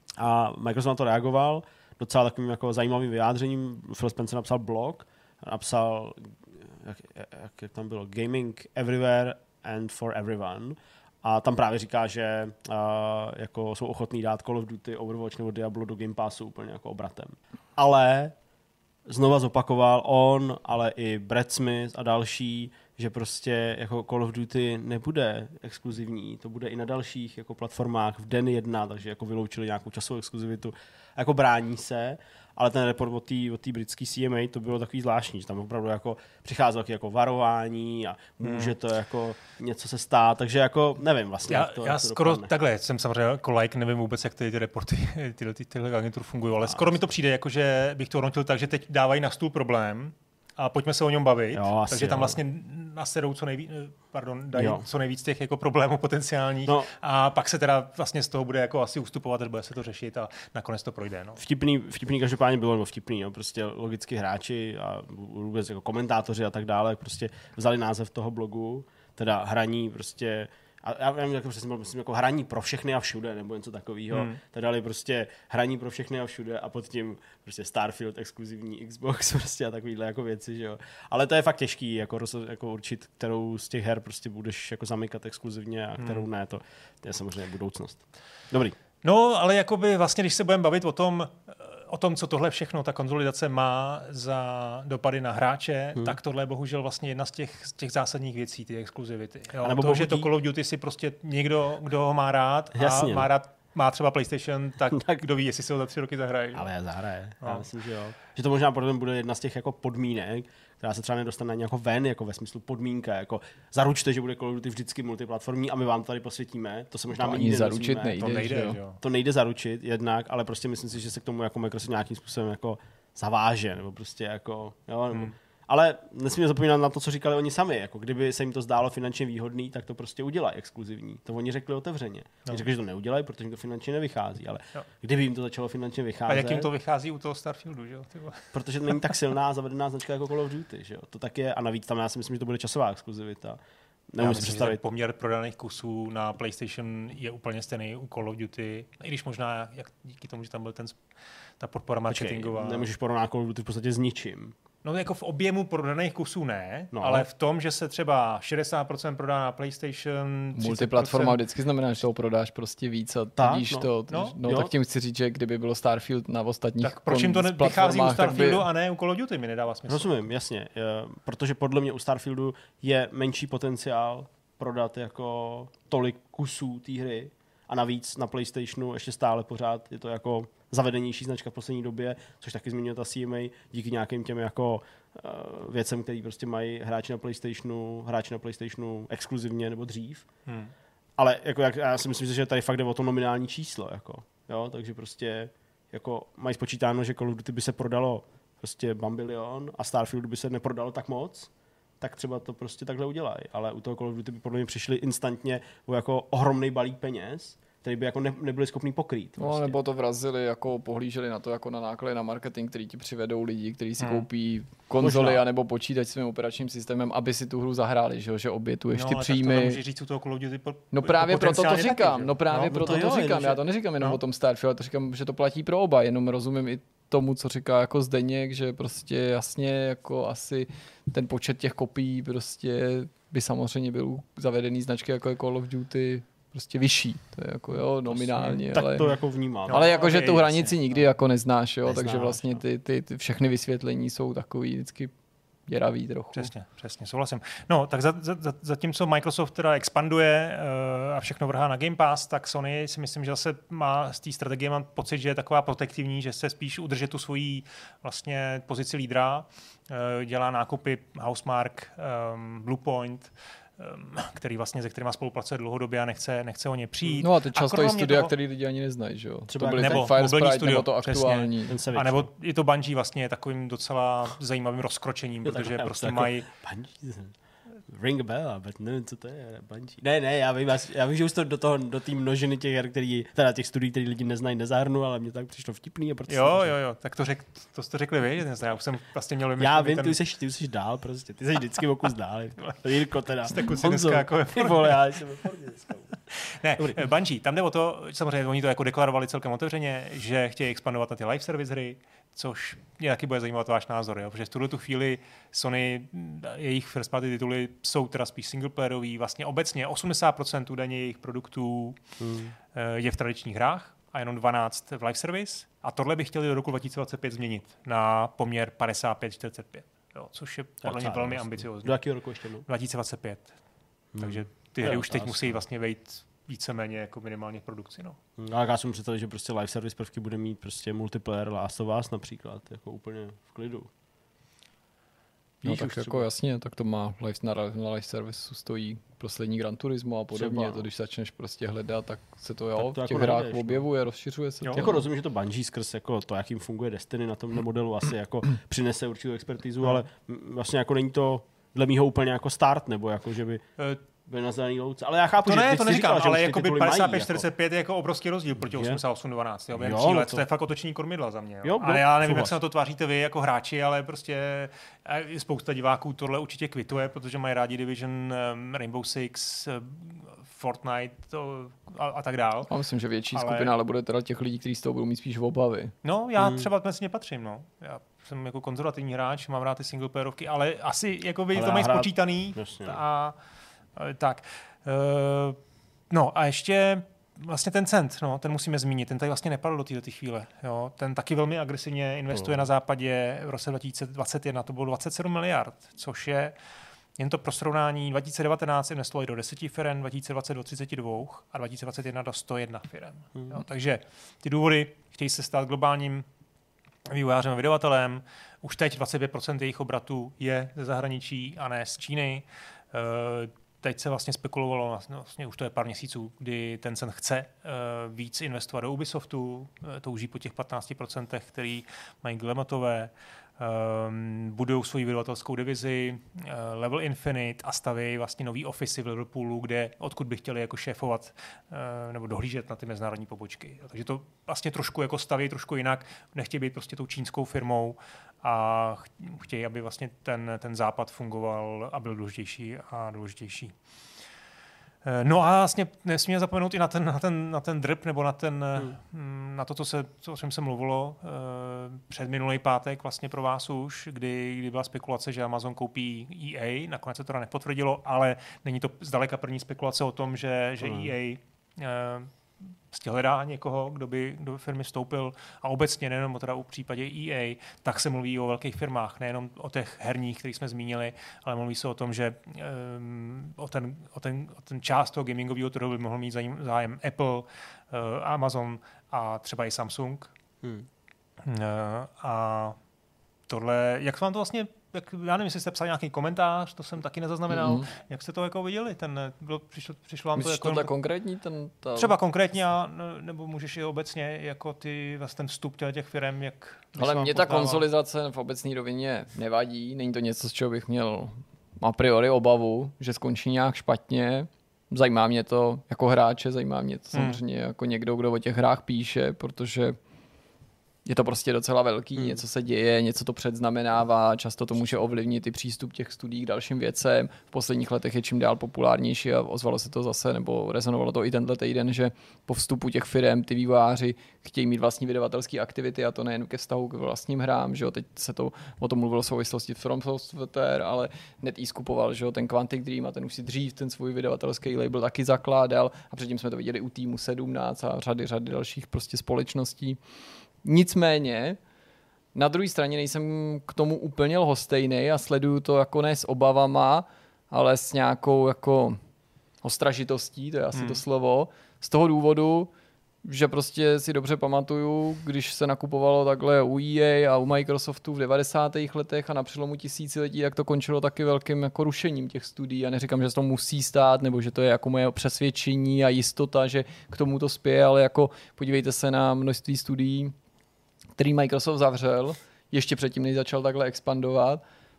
Speaker 1: A Microsoft na to reagoval docela takovým jako zajímavým vyjádřením. Phil Spencer napsal blog, napsal, jak, jak, jak tam bylo, Gaming Everywhere and for Everyone. A tam právě říká, že uh, jako jsou ochotní dát Call of Duty, Overwatch nebo Diablo do Game Passu úplně jako obratem. Ale znova zopakoval on, ale i Brad Smith a další, že prostě jako Call of Duty nebude exkluzivní, to bude i na dalších jako platformách v den jedna, takže jako vyloučili nějakou časovou exkluzivitu. Jako brání se, ale ten report od té od té britské C M A to bylo takový zvláštní, že tam opravdu jako přicházelo jako varování a může to jako něco se stát, takže jako nevím vlastně.
Speaker 3: Já,
Speaker 1: jak to,
Speaker 3: já
Speaker 1: jak to
Speaker 3: skoro
Speaker 1: dopadne.
Speaker 3: takhle, jsem samozřejmě jako like, nevím vůbec, jak ty, ty reporty tyhle, ty, tyhle agentur fungují, ale skoro mi to přijde, jako že bych to hodnotil tak, že teď dávají na stůl problém a pojďme se o něm bavit,
Speaker 1: jo,
Speaker 3: takže tam
Speaker 1: jo.
Speaker 3: vlastně nasedou co nejvíc, pardon, dají
Speaker 1: jo.
Speaker 3: co nejvíc těch jako problémů potenciálních
Speaker 1: no.
Speaker 3: a pak se teda vlastně z toho bude jako asi ustupovat, až bude se to řešit a nakonec to projde. No.
Speaker 1: Vtipný, vtipný každopádně bylo, nebo vtipný, jo, prostě logicky hráči a vůbec jako komentátoři a tak dále, prostě vzali název toho blogu, teda hraní prostě, a já vím, jako přesně myslím, jako hraní pro všechny a všude, nebo něco takového. Hmm. Tady dali prostě hraní pro všechny a všude a pod tím prostě Starfield, exkluzivní Xbox prostě a takovýhle jako věci, že jo. Ale to je fakt těžký, jako, roz, jako určit, kterou z těch her prostě budeš jako zamykat exkluzivně a kterou hmm. ne, to, to je samozřejmě budoucnost. Dobrý.
Speaker 3: No, ale jakoby vlastně, když se budeme bavit o tom, o tom, co tohle všechno, ta konsolidace má za dopady na hráče, hmm. tak tohle je bohužel vlastně jedna z těch, z těch zásadních věcí, ty exkluzivity. Jo, to, bohudí... že to Call of Duty si prostě někdo, kdo ho má rád a Jasně. má rád má třeba PlayStation, tak, tak kdo ví, jestli si ho za tři roky zahraje.
Speaker 1: Ale já zahraje. No. Já myslím, že jo. Že to možná potom bude jedna z těch jako podmínek, která se třeba nedostane ani jako ven, jako ve smyslu podmínka, jako zaručte, že bude Call of Duty vždycky multiplatformní a my vám to tady posvětíme. To se možná
Speaker 2: to ani zaručit nejde.
Speaker 3: To nejde, jo.
Speaker 1: To nejde zaručit jednak, ale prostě myslím si, že se k tomu jako Microsoft nějakým způsobem jako zaváže, nebo prostě jako, jo, nebo, hmm. ale nesmíme zapomínat na to, co říkali oni sami, jako kdyby se jim to zdálo finančně výhodný, tak to prostě udělají exkluzivní. To oni řekli otevřeně. No. Řekli, že to neudělají, protože jim to finančně nevychází, ale no. kdyby jim to začalo finančně vycházet.
Speaker 3: A jak jim to vychází u toho Starfieldu, že jo?
Speaker 1: Protože to není tak silná zavedená značka jako Call of Duty, že jo? To tak je a navíc tam já si myslím, že to bude časová exkluzivita.
Speaker 3: Nemůžu si představit. Poměr prodaných kusů na PlayStation je úplně stejný u Call of Duty, i když možná jak díky tomu, že tam byl ten ta podpora marketingová.
Speaker 1: Počkej, nemůžeš porovnat Call of Duty v podstatě s ničím.
Speaker 3: No jako v objemu prodaných kusů ne, no. ale v tom, že se třeba šedesát procent prodá na PlayStation,
Speaker 2: multiplatforma vždycky znamená, že toho prodáš prostě víc a tudíž
Speaker 1: no.
Speaker 2: to,
Speaker 3: no,
Speaker 2: no tak tím chci říct, že kdyby bylo Starfield na ostatních
Speaker 3: tak proč jim to vychází u Starfieldu
Speaker 2: by...
Speaker 3: a ne u Call of Duty, mi nedává smysl.
Speaker 1: Rozumím, jasně, protože podle mě u Starfieldu je menší potenciál prodat jako tolik kusů té hry a navíc na PlayStationu ještě stále pořád je to jako zavedenější značka v poslední době, což taky zmiňuje ta C M A díky nějakým těm jako uh, věcem, který prostě mají hráči na PlayStationu, hráči na PlayStationu exkluzivně nebo dřív. Hmm. Ale jako jak, já si myslím, že tady fakt jde o to nominální číslo, jako, jo, takže prostě jako mají spočítáno, že Call of Duty by se prodalo prostě bambilion a Starfield by se neprodalo tak moc, tak třeba to prostě takhle udělají. Ale u toho Call of Duty by podle mě přišli instantně o jako ohromný balík peněz, který by jako ne, nebyli schopni pokrýt.
Speaker 2: No,
Speaker 1: prostě.
Speaker 2: nebo to vrazili, jako pohlíželi na to jako na náklady na marketing, který ti přivedou lidi, kteří si hmm. koupí konzoli a nebo počítač svým operačním systémem, aby si tu hru zahráli, že, že obětuješ
Speaker 3: no,
Speaker 2: ty příjmy.
Speaker 3: Tak to můžeš říct u toho Call of Duty po,
Speaker 2: no právě proto to říkám,
Speaker 3: taky,
Speaker 2: no právě
Speaker 1: no,
Speaker 2: proto
Speaker 1: to,
Speaker 2: to,
Speaker 1: jo,
Speaker 2: to říkám,
Speaker 1: jenom,
Speaker 2: já to neříkám jenom
Speaker 1: no.
Speaker 2: o tom Starfield, to říkám, že to platí pro oba, jenom rozumím i tomu, co říká jako Zdeněk, že prostě jasně jako asi ten počet těch kopií prostě by samozřejmě byl u zavedený značky jako je Call of Duty prostě vyšší, to je jako jo, nominálně.
Speaker 1: Tak
Speaker 2: ale,
Speaker 1: to jako vnímám.
Speaker 2: Ale jako, že tu hranici
Speaker 3: jasně,
Speaker 2: nikdy no. jako neznáš, jo,
Speaker 1: neznáš,
Speaker 2: takže vlastně
Speaker 1: no.
Speaker 2: ty, ty, ty všechny vysvětlení jsou takový vždycky děravý trochu.
Speaker 3: Přesně, přesně, souhlasím. No, tak za, za, za, zatímco Microsoft teda expanduje uh, a všechno vrhá na Game Pass, tak Sony si myslím, že zase má z té strategie mám pocit, že je taková protektivní, že se spíš udrží tu svoji vlastně pozici lídra, uh, dělá nákupy Housemarque, um, Bluepoint, který vlastně, se kterýma spolupracuje dlouhodobě a nechce, nechce o ně přijít.
Speaker 2: No a to často i studia,
Speaker 3: toho...
Speaker 2: který lidi ani neznají, že jo?
Speaker 1: Třeba
Speaker 2: to byly
Speaker 3: nebo
Speaker 2: Fire Sprite,
Speaker 3: studio,
Speaker 2: nebo to aktuální.
Speaker 3: A nebo i to Bungie vlastně je takovým docela zajímavým rozkročením,
Speaker 1: je
Speaker 3: protože
Speaker 1: tak,
Speaker 3: prostě
Speaker 1: jako
Speaker 3: mají...
Speaker 1: Ring a bell, but nevím, co to je, Bungie. Ne, ne, já vím, já, já vím, že už to do toho, do té množiny těch her, který, teda těch studií, který lidi neznají, nezahrnu, ale mě tak přišlo vtipný. A proto
Speaker 3: jo, jo, jo, tak to, řek, to jste řekli vy, já už jsem vlastně měl vymyslet.
Speaker 1: Já vím,
Speaker 3: ten...
Speaker 1: ty jsi, ty jsi dál prostě, ty jsi vždycky o kus dál. Jirko teda.
Speaker 3: Jste kuci dneska jako ve
Speaker 1: formě. Vole, já jsem ve formě dneska.
Speaker 3: Ne, Bungie, tam jde o to, samozřejmě oni to jako deklarovali celkem otevřeně, že chtějí expandovat na ty live service hry, což mě taky bude zajímat váš názor, jo? Protože v tuhle tu chvíli Sony, jejich first party tituly jsou teda spíš singleplayerový, vlastně obecně osmdesát procent údajně jejich produktů hmm. je v tradičních hrách a jenom dvanáct v live service a tohle by chtěli do roku dva tisíce dvacet pět změnit na poměr padesát pět čtyřicet pět, jo? Což je podle mě velmi ambiciozní.
Speaker 1: Do jakého roku ještě?
Speaker 3: dva tisíce dvacet pět, hmm. takže ty hry už teď musí vlastně vejít víceméně jako minimálně v produkci. No.
Speaker 1: A já jsem představil, že prostě live service prvky bude mít prostě multiplayer Last of Us například, jako úplně v klidu.
Speaker 2: No tak jako třeba. Jasně, tak to má live, na, na live service stojí poslední Gran Turismo a podobně, třeba. To když začneš prostě hledat, tak se to, jo, to v těch jako hrách nejdeš, objevuje, no. Rozšiřuje se
Speaker 1: jo,
Speaker 2: to.
Speaker 1: Jako rozumím, že to Bungie skrz jako to, jak jim funguje Destiny na tomhle modelu asi jako přinese určitou expertizu, no. Ale vlastně jako není to dle mýho úplně jako start, nebo jako že by... Byl na zelený louce. Ale já chápu,
Speaker 3: to
Speaker 1: že
Speaker 3: ne, to neříkám,
Speaker 1: říkal,
Speaker 3: ale jako by padesát pět
Speaker 1: mají,
Speaker 3: čtyřicet pět jako. Je jako obrovský rozdíl proti osmdesát osm dvanáct. Jo, během
Speaker 1: jo,
Speaker 3: tří let,
Speaker 1: to...
Speaker 3: to je fakt otočení kormidla za mě. Jo.
Speaker 1: Jo,
Speaker 3: a já nevím, jak se na to tváříte vy jako hráči, ale prostě spousta diváků tohle určitě kvituje, protože mají rádi Division, Rainbow Six, Fortnite to, a, a tak dál.
Speaker 2: Já myslím, že větší ale... skupina, ale bude teda těch lidí, kteří z toho budou mít spíš obavy.
Speaker 3: No, já hmm. třeba mezi ně patřím, no. Já jsem jako konzervativní hráč, mám rád ty singleplayerovky, ale asi jako by to mají hrát... spočítaný. Jasně. A tak. Uh, no a ještě vlastně ten cent, no, ten musíme zmínit, ten tady vlastně nepadl do této chvíle. Jo. Ten taky velmi agresivně investuje no. na západě. V roce dva tisíce dvacet jedna to bylo dvacet sedm miliard, což je jen to pro srovnání. dva tisíce devatenáct investovali do deseti firem, dva tisíce dvacet do třicet dva a dva tisíce dvacet jedna do sto jedna firem. Hmm. Jo. Takže ty důvody, chtějí se stát globálním vývojářem a vydavatelem. Už teď dvacet pět procent jejich obratů je ze zahraničí a ne z Číny. Uh, Teď se vlastně spekulovalo, vlastně už to je pár měsíců, kdy Tencent chce uh, víc investovat do Ubisoftu, uh, touží po těch patnáct procent, který mají Guillemotové, um, budují svoji vydavatelskou divizi, uh, Level Infinite a staví vlastně nový ofisy v Liverpoolu, kde odkud by chtěli jako šéfovat uh, nebo dohlížet na ty mezinárodní pobočky. Takže to vlastně trošku jako staví trošku jinak, nechtějí být prostě tou čínskou firmou a chtějí, aby vlastně ten, ten západ fungoval a byl důležitější a důležitější. No a vlastně nesmíme zapomenout i na ten, na ten, na ten drp, nebo na, ten, hmm. na to, co se, o čem se mluvilo před minulý pátek vlastně pro vás už, kdy, kdy byla spekulace, že Amazon koupí E A, nakonec se to teda nepotvrdilo, ale není to zdaleka první spekulace o tom, že, že hmm. E A prostě hledá někoho, kdo by do firmy vstoupil a obecně nejenom teda u případě E A, tak se mluví o velkých firmách, nejenom o těch herních, které jsme zmínili, ale mluví se o tom, že um, o, ten, o, ten, o ten část toho gamingového trhu by mohl mít zájem Apple, uh, Amazon a třeba i Samsung. Hmm. Uh, a tohle, jak vám to vlastně, jak, já nevím, jestli jste psali nějaký komentář, to jsem taky nezaznamenal. Mm-hmm. Jak jste to jako viděli? Ten, bylo, přišlo, přišlo vám
Speaker 2: Myslíš
Speaker 3: to jako...
Speaker 2: konkrétní? Ten, ta...
Speaker 3: Třeba konkrétně, a, nebo můžeš i obecně, jako ty, vlastně ten vstup těch firem, jak...
Speaker 2: Ale mě ta konsolidace v obecné rovině nevadí, není to něco, z čeho bych měl a priori obavu, že skončí nějak špatně. Zajímá mě to jako hráče, zajímá mě to hmm. samozřejmě jako někdo, kdo o těch hrách píše, protože je to prostě docela velký, hmm. něco se děje, něco to předznamenává, často to může ovlivnit i přístup těch studií k dalším věcem. V posledních letech je čím dál populárnější a ozvalo se to zase, nebo rezonovalo to i tenhle týden, že po vstupu těch firem ty vývojáři chtějí mít vlastní vydavatelské aktivity a to nejen ke vztahu k vlastním hrám, že jo, teď se to o tom mluvilo v souvislosti s From Software, ale NetEase kupoval, že jo, ten Quantic Dream a ten už si dřív ten svůj vydavatelský label taky zakládal a předtím jsme to viděli u týmu sedmnáct a řady, řady dalších prostě společností. Nicméně, na druhé straně nejsem k tomu úplně lhostejnej a sleduju to jako ne s obavama, ale s nějakou jako ostražitostí, to je asi hmm. to slovo, z toho důvodu, že prostě si dobře pamatuju, když se nakupovalo takhle u E A a u Microsoftu v devadesátých letech a na přelomu tisíciletí, tak to končilo taky velkým jako rušením těch studií. Já neříkám, že se to musí stát, nebo že to je jako moje přesvědčení a jistota, že k tomu to spěje, ale jako podívejte se na množství studií, který Microsoft zavřel, ještě předtím, než začal takhle expandovat,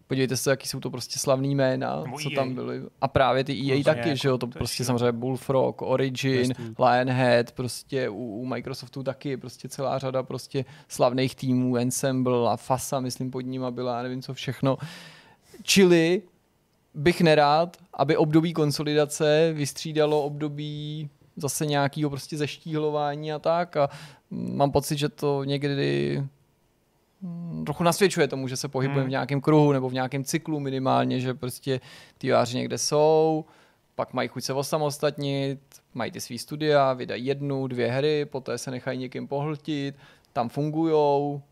Speaker 2: podívejte se, jaký jsou to prostě slavný jména,
Speaker 3: Nebo
Speaker 2: co
Speaker 3: E A.
Speaker 2: tam byly. A právě ty E A taky,
Speaker 3: jako,
Speaker 2: že jo, to,
Speaker 3: to
Speaker 2: prostě
Speaker 3: ještě...
Speaker 2: samozřejmě Bullfrog, Origin,
Speaker 1: Destiny.
Speaker 2: Lionhead, prostě u, u Microsoftu taky prostě celá řada prostě slavných týmů, Ensemble a Fasa, myslím, pod nima byla, já nevím co všechno. Čili bych nerád, aby období konsolidace vystřídalo období zase nějakého prostě zeštíhlování a tak a mám pocit, že to někdy trochu nasvědčuje tomu, že se pohybujeme
Speaker 3: hmm.
Speaker 2: v nějakém kruhu nebo v nějakém cyklu minimálně, že prostě ty vývojáři někde jsou, pak mají chuť se osamostatnit, mají ty svý studia, vydají jednu, dvě hry, poté se nechají někým pohltit, tam fungujou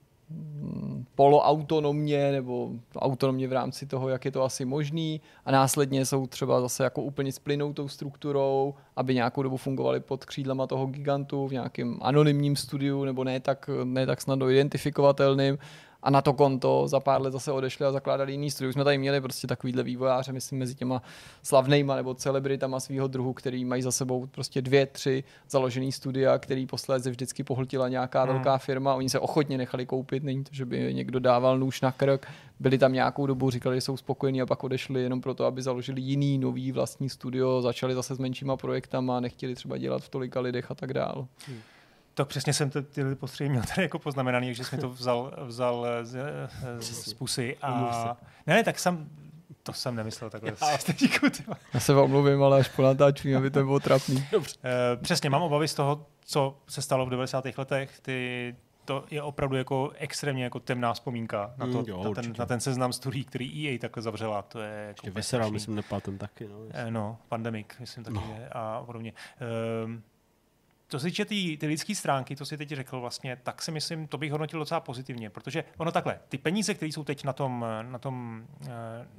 Speaker 2: poloautonomně nebo autonomně v rámci toho, jak je to asi možný a následně jsou třeba zase jako úplně splynou tou strukturou, aby nějakou dobu fungovali pod křídlama toho gigantu v nějakém anonymním studiu nebo ne tak, ne tak snadno identifikovatelným a na to konto za pár let zase odešli a zakládali jiný studium. Jsme tady měli prostě takovýhle vývojáře, myslím, mezi těma slavnejma nebo celebritama svýho druhu, který mají za sebou prostě dvě, tři založený studia, který posléze vždycky pohltila nějaká hmm. velká firma. Oni se ochotně nechali koupit, není to, že by někdo dával nůž na krk. Byli tam nějakou dobu, říkali, že jsou spokojení a pak odešli jenom proto, aby založili jiný nový vlastní studio, začali zase s menšíma projektama, nechtěli třeba dělat v tolika lidech a tak dál. Hmm.
Speaker 3: To přesně jsem ty, ty postřehy měl tady jako poznamenaný, že jsi mi to vzal, vzal z, z, z pusy a... Ne, ne, tak jsem... To jsem nemyslel takhle. Já,
Speaker 2: Já se vám mluvím, ale až po natáčení, aby to bylo trapný.
Speaker 3: Dobře. E, přesně, mám obavy z toho, co se stalo v devadesátých letech. Ty, to je opravdu jako extrémně jako temná vzpomínka na, to, mm, jo, na, ten, na ten seznam studií, který E A takhle zavřela. To je jako
Speaker 1: vyseral, myslím, Neplaten taky. No,
Speaker 3: e, no Pandemic, myslím taky, no. Je, a podobně. E, Co se týče ty, ty lidské stránky, to si teď řekl vlastně, tak si myslím, to bych hodnotil docela pozitivně, protože ono takhle, ty peníze, které jsou teď na tom, na tom uh,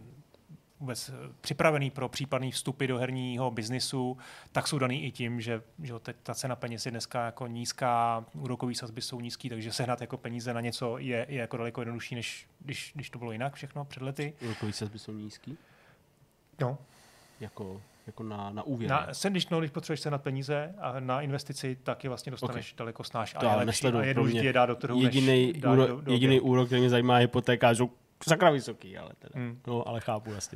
Speaker 3: vůbec připravený pro případný vstupy do herního biznisu, tak jsou daný i tím, že, že teď ta cena peněz je dneska jako nízká, úrokové sazby jsou nízký, takže sehnat jako peníze na něco je, je jako daleko jednodušší, než když, když to bylo jinak všechno před lety.
Speaker 1: Úrokové sazby jsou nízký?
Speaker 3: No.
Speaker 1: Jako... jako na, na úvěr.
Speaker 3: Na, sem, když, no, když potřebuješ sehnat peníze a na investici, tak je vlastně dostaneš okay. daleko snáš a
Speaker 1: to
Speaker 3: je lepší a je důležitě dát do trhu,
Speaker 1: jedinej
Speaker 3: než
Speaker 1: úro,
Speaker 3: do, do
Speaker 1: jediný úrok, který mě zajímá, je hypotéka, že sakra vysoký, ale teda. Hmm. No, ale chápu jasně.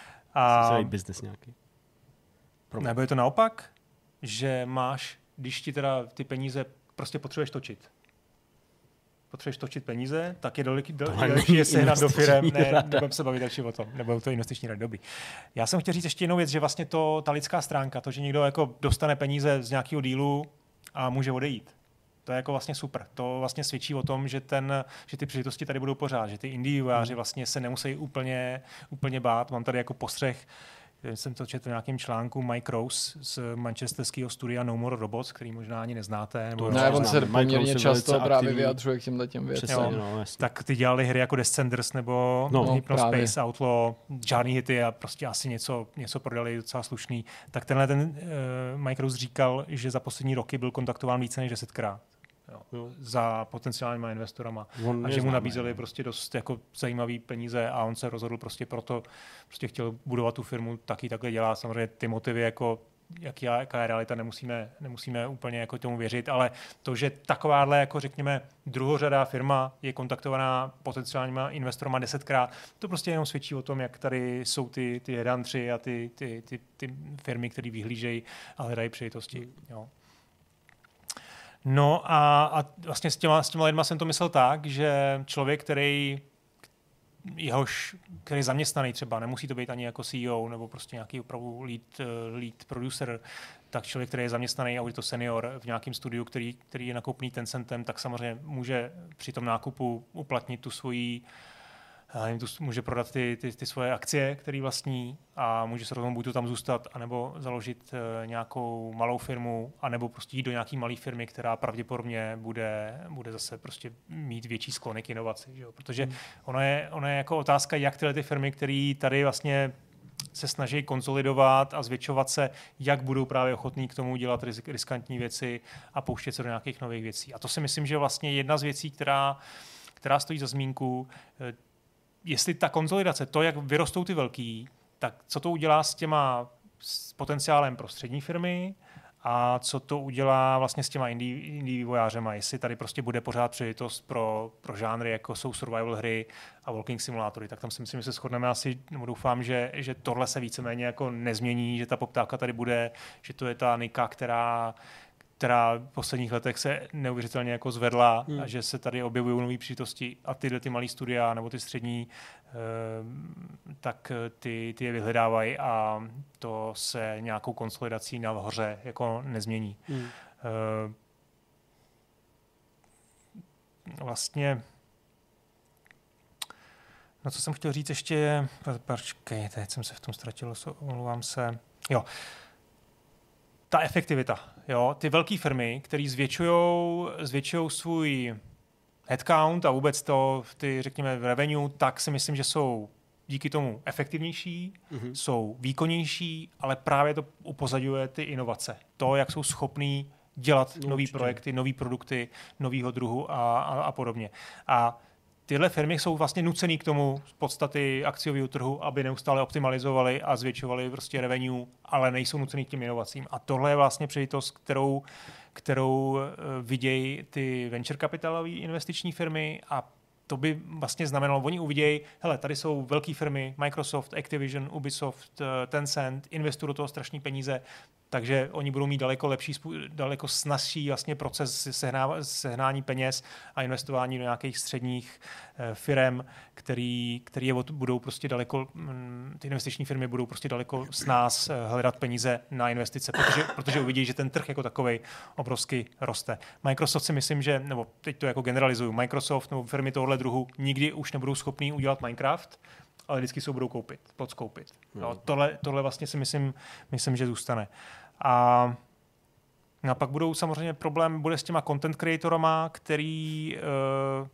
Speaker 1: A celý business nějaký.
Speaker 3: Problém. Nebo je to naopak, že máš, když ti teda ty peníze prostě potřebuješ točit. Potřebuješ točit peníze, tak je daleký, daleký je sehnat do firem. Ne, nebudeme se bavit další o tom, nebo to investiční rady. Dobrý. Já jsem chtěl říct ještě jednou věc, že vlastně to, ta lidská stránka, to, že někdo jako dostane peníze z nějakého dílu a může odejít, to je jako vlastně super. To vlastně svědčí o tom, že, ten, že ty příležitosti tady budou pořád, že ty indie vývojáři vlastně se nemusí úplně, úplně bát. Mám tady jako postřeh, jsem to četl v nějakém článku, Mike Rose z manchesterského studia No More Robots, který možná ani neznáte. Nebo
Speaker 2: ne, on se poměrně často právě vyjadřuje k těmhle těm věcem.
Speaker 1: No,
Speaker 3: tak ty dělali hry jako Descenders nebo
Speaker 1: no,
Speaker 3: Hypnospace Outlaw, žádný hity a prostě asi něco, něco prodali docela slušný. Tak tenhle ten uh, Mike Rose říkal, že za poslední roky byl kontaktován více než desetkrát. Jo, jo. Za potenciálníma investorama. On a že mu nabízeli ne. prostě dost jako zajímavý peníze a on se rozhodl prostě proto, prostě chtěl budovat tu firmu, taky takhle dělá. Samozřejmě ty motivy, jako jak já, jaká je realita, nemusíme, nemusíme úplně jako tomu věřit, ale to, že takováhle, jako řekněme, druhořadá firma je kontaktovaná potenciálníma investorama desetkrát, to prostě jenom svědčí o tom, jak tady jsou ty, ty headhuntři a ty, ty, ty, ty firmy, které vyhlížejí a hledají příležitosti. Jo. No a, a vlastně s těma, s těma lidma jsem to myslel tak, že člověk, který jehož, který je zaměstnaný třeba, nemusí to být ani jako C E O nebo prostě nějaký opravdu lead, lead producer, tak člověk, který je zaměstnaný a je to senior v nějakém studiu, který, který je nakoupený Tencentem, tak samozřejmě může při tom nákupu uplatnit tu svoji tu může prodat ty, ty, ty svoje akcie, které vlastní a může se rozhodnout buď to tam zůstat, anebo založit uh, nějakou malou firmu, anebo prostě jít do nějaké malé firmy, která pravděpodobně bude, bude zase prostě mít větší sklony k inovaci. Že jo? Protože hmm. ono, je, ono je jako otázka, jak tyhle ty firmy, které tady vlastně se snaží konsolidovat a zvětšovat se, jak budou právě ochotní k tomu dělat riskantní věci a pouštět se do nějakých nových věcí. A to si myslím, že vlastně jedna z věcí, která, která stojí za zmínku, jestli ta konsolidace, to, jak vyrostou ty velký, tak co to udělá s těma s potenciálem pro střední firmy a co to udělá vlastně s těma indie, indie vývojářema, jestli tady prostě bude pořád příležitost pro, pro žánry, jako jsou survival hry a walking simulátory, tak tam si myslím, že se shodneme asi, nebo doufám, že, že tohle se víceméně jako nezmění, že ta poptávka tady bude, že to je ta Nika, která která v posledních letech se neuvěřitelně jako zvedla hmm. a že se tady objevují nové příležitosti a tyhle ty malé studia nebo ty střední, tak ty, ty je vyhledávají a to se nějakou konsolidací nahoře jako nezmění. Hmm. Vlastně no co jsem chtěl říct ještě je, počkej, teď jsem se v tom ztratil, omlouvám se. Jo, ta efektivita. Jo? Ty velké firmy, které zvětšují svůj headcount a vůbec to, ty, řekněme, revenue, tak si myslím, že jsou díky tomu efektivnější, mm-hmm. jsou výkonnější, ale právě to upozadňuje ty inovace. To, jak jsou schopní dělat no, nové projekty, nové produkty, nového druhu a, a, a podobně. A tyhle firmy jsou vlastně nucený k tomu z podstaty akciového trhu, aby neustále optimalizovali a zvětšovali prostě revenue, ale nejsou nucený k těm inovacím. A tohle je vlastně příležitost, kterou, kterou vidějí ty venture kapitalové investiční firmy a to by vlastně znamenalo, oni uvidějí, hele, tady jsou velké firmy, Microsoft, Activision, Ubisoft, Tencent, investují do toho strašný peníze, takže oni budou mít daleko lepší, daleko snazší vlastně proces sehnání peněz a investování do nějakých středních firem, který, který je budou prostě daleko, ty investiční firmy budou prostě daleko s nás hledat peníze na investice, protože, protože uvidí, že ten trh jako takovej obrovsky roste. Microsoft si myslím, že, nebo teď to jako generalizuju, Microsoft nebo firmy tohohle druhu nikdy už nebudou schopní udělat Minecraft, ale vždycky se ho budou koupit, podskoupit. No, tohle, tohle vlastně si myslím, myslím, že zůstane. A, a pak budou samozřejmě problém bude s těma content creatorama, který, uh,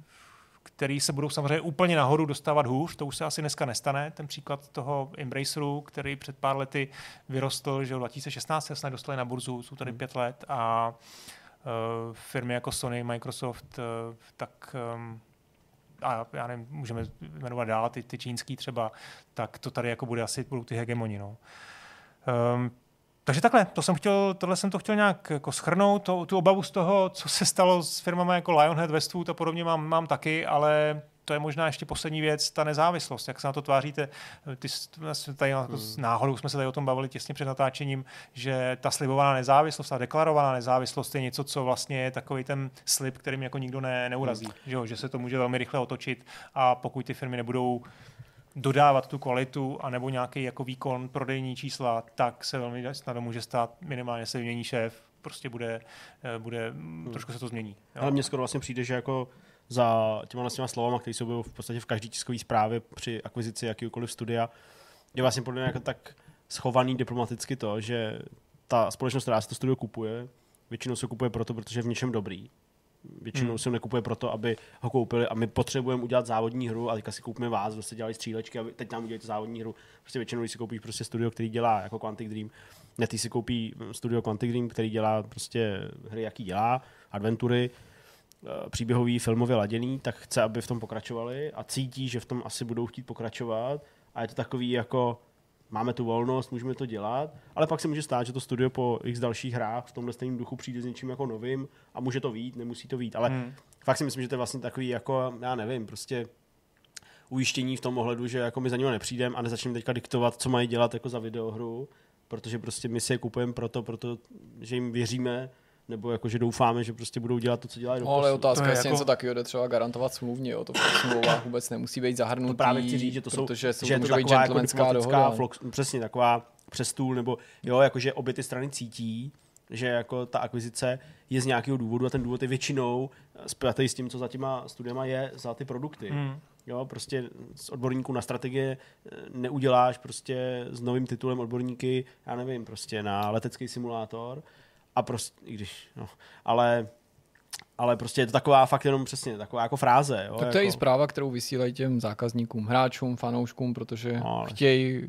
Speaker 3: který se budou samozřejmě úplně nahoru dostávat hůř. To už se asi dneska nestane. Ten příklad toho Embraceru, který před pár lety vyrostl, že v dva tisíce šestnáct se snad dostali na burzu, jsou tady pět let a uh, firmy jako Sony, Microsoft, uh, tak um, a já nevím, můžeme jmenovat dál, ty, ty čínský třeba, tak to tady jako bude asi, budou ty hegemoni. No. Um, takže takhle, to jsem chtěl, tohle jsem to chtěl nějak jako shrnout, to, tu obavu z toho, co se stalo s firmami jako Lionhead, Westwood a podobně mám, mám taky, ale to je možná ještě poslední věc, ta nezávislost, jak se na to tváříte. Ty, tady jako hmm. náhodou jsme se tady o tom bavili těsně před natáčením, že ta slibovaná nezávislost, ta deklarovaná nezávislost je něco, co vlastně je takový ten slib, kterým jako nikdo ne, neurazí. Hmm. Že, jo, že se to může velmi rychle otočit a pokud ty firmy nebudou dodávat tu kvalitu anebo nějaký jako výkon, prodejní čísla, tak se velmi snadno může stát, minimálně se vymění šéf, prostě bude, bude hmm. trošku se to změní. Jo.
Speaker 1: Ale mně skoro vlastně přijde, že jako za těma, těma slovama, které jsou v podstatě v každé tiskové zprávě při akvizici jakýkoliv studia, je vlastně podle mě jako tak schovaný diplomaticky to, že ta společnost, která si to studio kupuje, většinou se kupuje proto, protože je v něčem dobrý. Většinou hmm. se nekupuje proto, aby ho koupili a my potřebujeme udělat závodní hru a teďka si koupíme vás, kdo jste dělali střílečky a teď nám uděláte závodní hru. Prostě většinou, když si koupíš prostě studio, který dělá jako Quantic Dream, ne, ty si koupí studio Quantic Dream, který dělá prostě hry, jaký dělá, adventury, příběhový, filmově laděný, tak chce, aby v tom pokračovali a cítí, že v tom asi budou chtít pokračovat a je to takový jako máme tu volnost, můžeme to dělat, ale pak se může stát, že to studio po x dalších hrách v tomhle stejném duchu přijde s něčím jako novým a může to vít, nemusí to vít, ale hmm. fakt si myslím, že to je vlastně takový jako, já nevím, prostě ujištění v tom ohledu, že jako my za nimi nepřijdeme a nezačneme teďka diktovat, co mají dělat jako za videohru, protože prostě my si je kupujeme proto, proto, že jim věříme, nebo jako, že doufáme, že prostě budou dělat to, co dělají.
Speaker 2: No, ale otázka je, jestli jako něco takového jde třeba garantovat smluvně, jo. To v smlouvách vůbec nemusí být zahrnutý,
Speaker 1: to právě chci říct, že to jsou,
Speaker 2: protože jsou
Speaker 1: že
Speaker 2: to
Speaker 1: to taková
Speaker 2: gentlemanská dohoda.
Speaker 1: Flox, přesně taková přes stůl, nebo jo, jakože obě ty strany cítí, že jako ta akvizice je z nějakého důvodu a ten důvod je většinou spjatý s tím, co za těma studiema je za ty produkty. Hmm. Jo, prostě z odborníků na strategie neuděláš prostě s novým titulem odborníky, já nevím, prostě na letecký simulátor. A prostě, i když, no, ale, ale prostě je to taková fakt jenom přesně, taková jako fráze. Jo,
Speaker 2: tak to
Speaker 1: jako...
Speaker 2: je i zpráva, kterou vysílají těm zákazníkům, hráčům, fanouškům, protože no, ale... chtějí,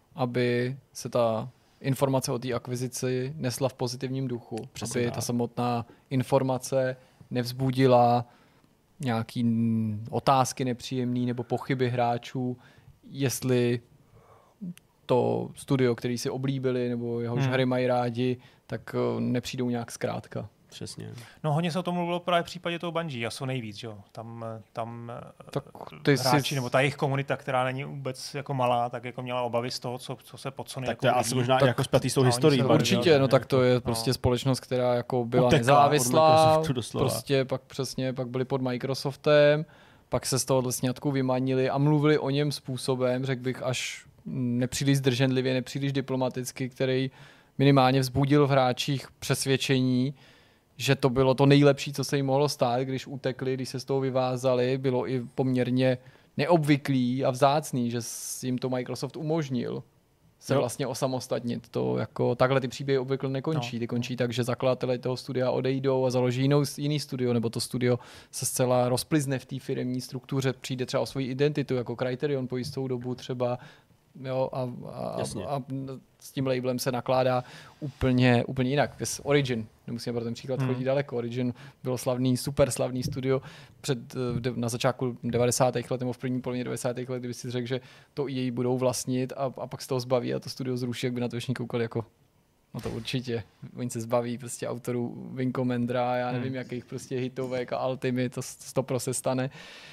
Speaker 2: aby se ta informace o té akvizici nesla v pozitivním duchu. Přesně aby tak. Ta samotná informace nevzbudila nějaký otázky nepříjemný nebo pochyby hráčů, jestli to studio, který si oblíbili, nebo jehož hmm. hry mají rádi, tak nepřijdou nějak zkrátka.
Speaker 1: Přesně.
Speaker 3: No hodně se o tom mluvilo právě v případě toho Bungie, a jsou nejvíc, že jo. Tam, tam
Speaker 2: tak ty
Speaker 3: hráči,
Speaker 2: si...
Speaker 3: nebo ta jejich komunita, která není vůbec jako malá, tak jako měla obavy z toho, co, co se pod Sony
Speaker 1: tak
Speaker 3: jako
Speaker 1: to je asi možná
Speaker 2: tak,
Speaker 1: jako spjatý s tou historií.
Speaker 2: Určitě, dělat, no tak to je prostě no. společnost, která jako byla Utekla nezávislá, prostě pak přesně, pak byli pod Microsoftem, pak se z toho sňatku vymanili a mluvili o něm způsobem, řekl bych, až nepříliš zdrženlivě, nepříliš diplomaticky, který minimálně vzbudil v hráčích přesvědčení, že to bylo to nejlepší, co se jim mohlo stát, když utekli, když se z toho vyvázali, bylo i poměrně neobvyklý a vzácný, že jim to Microsoft umožnil se jo. vlastně osamostatnit. To jako, takhle ty příběhy obvykle nekončí. No. Ty končí tak, že zakladatelé toho studia odejdou a založí jinou, jiný studio, nebo to studio se zcela rozplizne v té firemní struktuře, přijde třeba o svoji identitu, jako Criterion po jistou dobu třeba, jo, a, a, a, a s tím labelem se nakládá úplně, úplně jinak. Origin, nemusíme pro ten příklad chodit hmm. daleko. Origin bylo slavný, super slavný studio před, na začátku devadesátých let nebo v první polovině devadesátých let, kdyby si řekl, že to i jej budou vlastnit a, a pak se toho zbaví a to studio zruší, jak by na to všichni koukali jako no to určitě. Oni se zbaví prostě autorů Wing Commandera, já nevím, hmm. jakých prostě hitovek a Ultimate, to, to prostě se stane.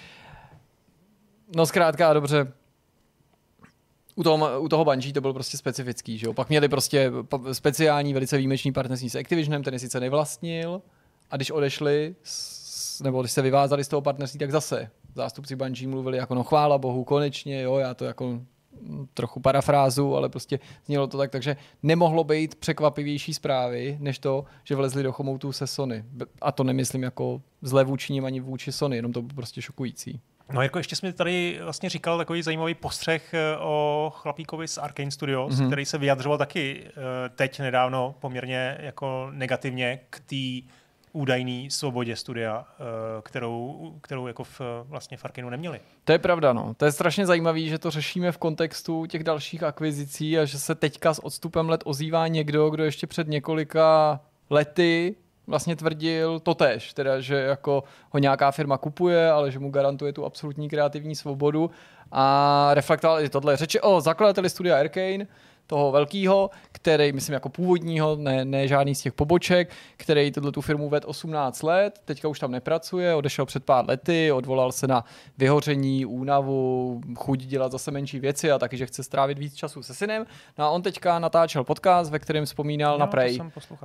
Speaker 2: No zkrátka dobře, U toho, u toho Bungie to bylo prostě specifický, že jo? Pak měli prostě speciální, velice výjimečný partnerství s Activisionem, ten je sice nevlastnil, a když odešli, s, nebo když se vyvázali z toho partnerství, tak zase zástupci Bungie mluvili jako no chvála bohu, konečně, jo, já to jako trochu parafrázu, ale prostě znělo to tak, takže nemohlo být překvapivější zprávy, než to, že vlezli do chomoutu se Sony. A to nemyslím jako zlé vůči nim ani vůči Sony, jenom to bylo prostě šokující.
Speaker 3: No Jirko, ještě jsi mi tady vlastně říkal takový zajímavý postřeh o chlapíkovi z Arkane Studios, mm-hmm. který se vyjadřoval taky teď nedávno poměrně jako negativně k té údajné svobodě studia, kterou, kterou jako v, vlastně v Arkaneu neměli.
Speaker 2: To je pravda, no. To je strašně zajímavý, že to řešíme v kontextu těch dalších akvizicí a že se teďka s odstupem let ozývá někdo, kdo ještě před několika lety vlastně tvrdil totéž, teda, že jako ho nějaká firma kupuje, ale že mu garantuje tu absolutní kreativní svobodu a reflektoval i tohle řeči o zakladateli studia Arkane, toho velkýho, který, myslím, jako původního, ne, ne žádný z těch poboček, který tuhle tu firmu vedl osmnáct let, teďka už tam nepracuje, odešel před pár lety, odvolal se na vyhoření, únavu, chuť dělat zase menší věci a taky, že chce strávit víc času se synem. No a on teďka natáčel podcast, ve kterém vzpomínal no, na Prey. Uh,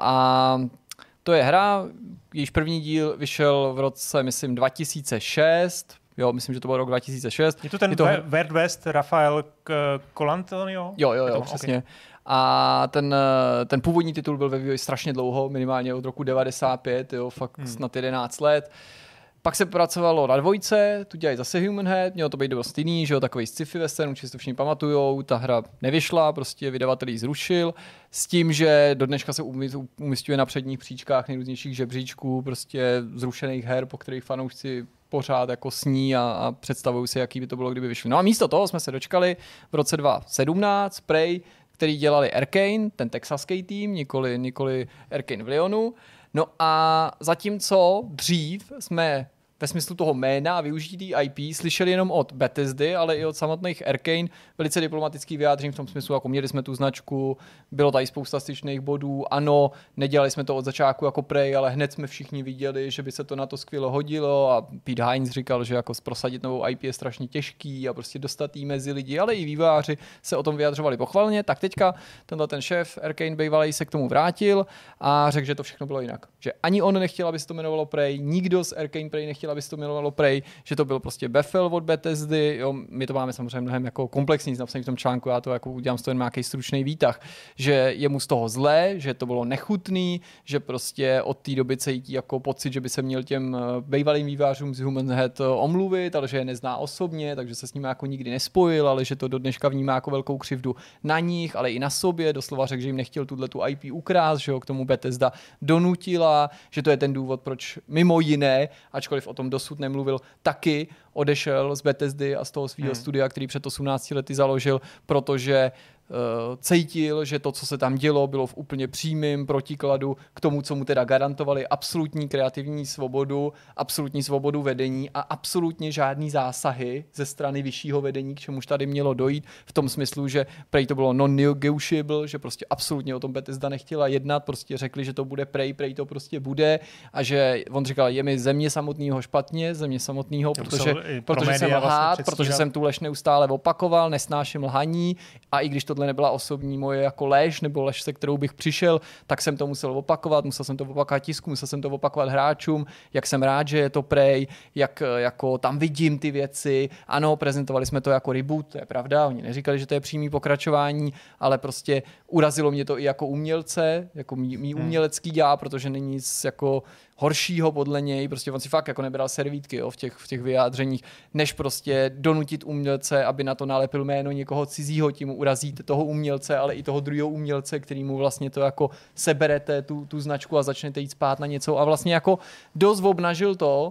Speaker 2: a to je hra, jejíž první díl vyšel v roce, myslím, dva tisíce šest. Jo, myslím, že to byl rok dva tisíce šest.
Speaker 3: Je to ten je to... Wild West Rafael Colantonio?
Speaker 2: Jo, jo, jo, to, přesně. Okay. A ten, ten původní titul byl ve vývoji strašně dlouho, minimálně od roku devadesát pět, jo, fakt hmm. snad jedenáct let. Pak se pracovalo na dvojce, tu dělají zase Human Head, mělo to být dost jiný, že jo, takový sci-fi western, určitě to všichni pamatujou, ta hra nevyšla, prostě vydavatel ji zrušil, s tím, že do dneška se umístuje na předních příčkách nejrůznějších žebříčků, prostě zrušených her, po kterých fanoušci pořád jako sní a, a představují si, jaký by to bylo, kdyby vyšli. No a místo toho jsme se dočkali v roce dva tisíce sedmnáct Prey, který dělali Arkane, ten texaský tým, nikoli, nikoli Arkane v Lyonu. No a zatímco dřív jsme ve smyslu toho jména a využití I P slyšeli jenom od Bethesdy, ale i od samotných Arkane velice diplomatický vyjádření v tom smyslu, jako měli jsme tu značku, bylo tady spousta styčných bodů, ano, nedělali jsme to od začátku jako Prey, ale hned jsme všichni viděli, že by se to na to skvěle hodilo a Pete Hines říkal, že jako prosadit novou I P je strašně těžký a prostě dostat jí mezi lidi, ale i vývojáři se o tom vyjadřovali pochvalně, tak teďka tenhle ten šéf Arkane bývalý se k tomu vrátil a řekl, že to všechno bylo jinak. Že ani on nechtěl, aby se to jmenovalo Prey, nikdo z Arkane Prey nechtěl, aby se to jmenovalo Prey, že to byl prostě Bethel od Bethesdy, jo, my to máme samozřejmě mnohem jako komplexní napsaný v tom článku, já to jako udělám z toho jen nějaký stručný výtah, že je mu z toho zlé, že to bylo nechutný, že prostě od té doby cítí jako pocit, že by se měl těm bývalým vývojářům z Human Head omluvit, ale že je nezná osobně, takže se s ním jako nikdy nespojil, ale že to do dneška vnímá jako velkou křivdu na nich, ale i na sobě, doslova řekl, že jim nechtěl tuhle tu I P ukrást, že ho k tomu Bethesda donutila, že to je ten důvod, proč mimo jiné, ačkoliv o tom dosud nemluvil, taky odešel z Bethesdy a z toho svého hmm. studia, který před osmnácti lety založil, protože cítil, že to, co se tam dělo, bylo v úplně přímém protikladu k tomu, co mu teda garantovali absolutní kreativní svobodu, absolutní svobodu vedení a absolutně žádný zásahy ze strany vyššího vedení, k čemuž tady mělo dojít, v tom smyslu, že prej to bylo non-negotiable, že prostě absolutně o tom Bethesda nechtěla jednat, prostě řekli, že to bude prej, prej to prostě bude a že on říkal, je mi země samotného špatně, země samotného, protože, protože jsem lhát, vlastně protože jsem tu lež neustále opakoval, nesnáším lhaní a i když tohle nebyla osobní moje jako lež nebo lež, se kterou bych přišel, tak jsem to musel opakovat, musel jsem to opakovat tisku, musel jsem to opakovat hráčům, jak jsem rád, že je to prej, jak jako tam vidím ty věci. Ano, prezentovali jsme to jako reboot, to je pravda, oni neříkali, že to je přímý pokračování, ale prostě urazilo mě to i jako umělce, jako mý, mý umělecký já, protože není nic jako horšího podle něj, prostě on si fakt jako nebral servítky, jo, v těch, v těch vyjádřeních, než prostě donutit umělce, aby na to nalepil jméno někoho cizího, tím urazíte toho umělce, ale i toho druhého umělce, kterýmu vlastně to jako seberete tu, tu značku a začnete jít spát na něco a vlastně jako dost obnažil to,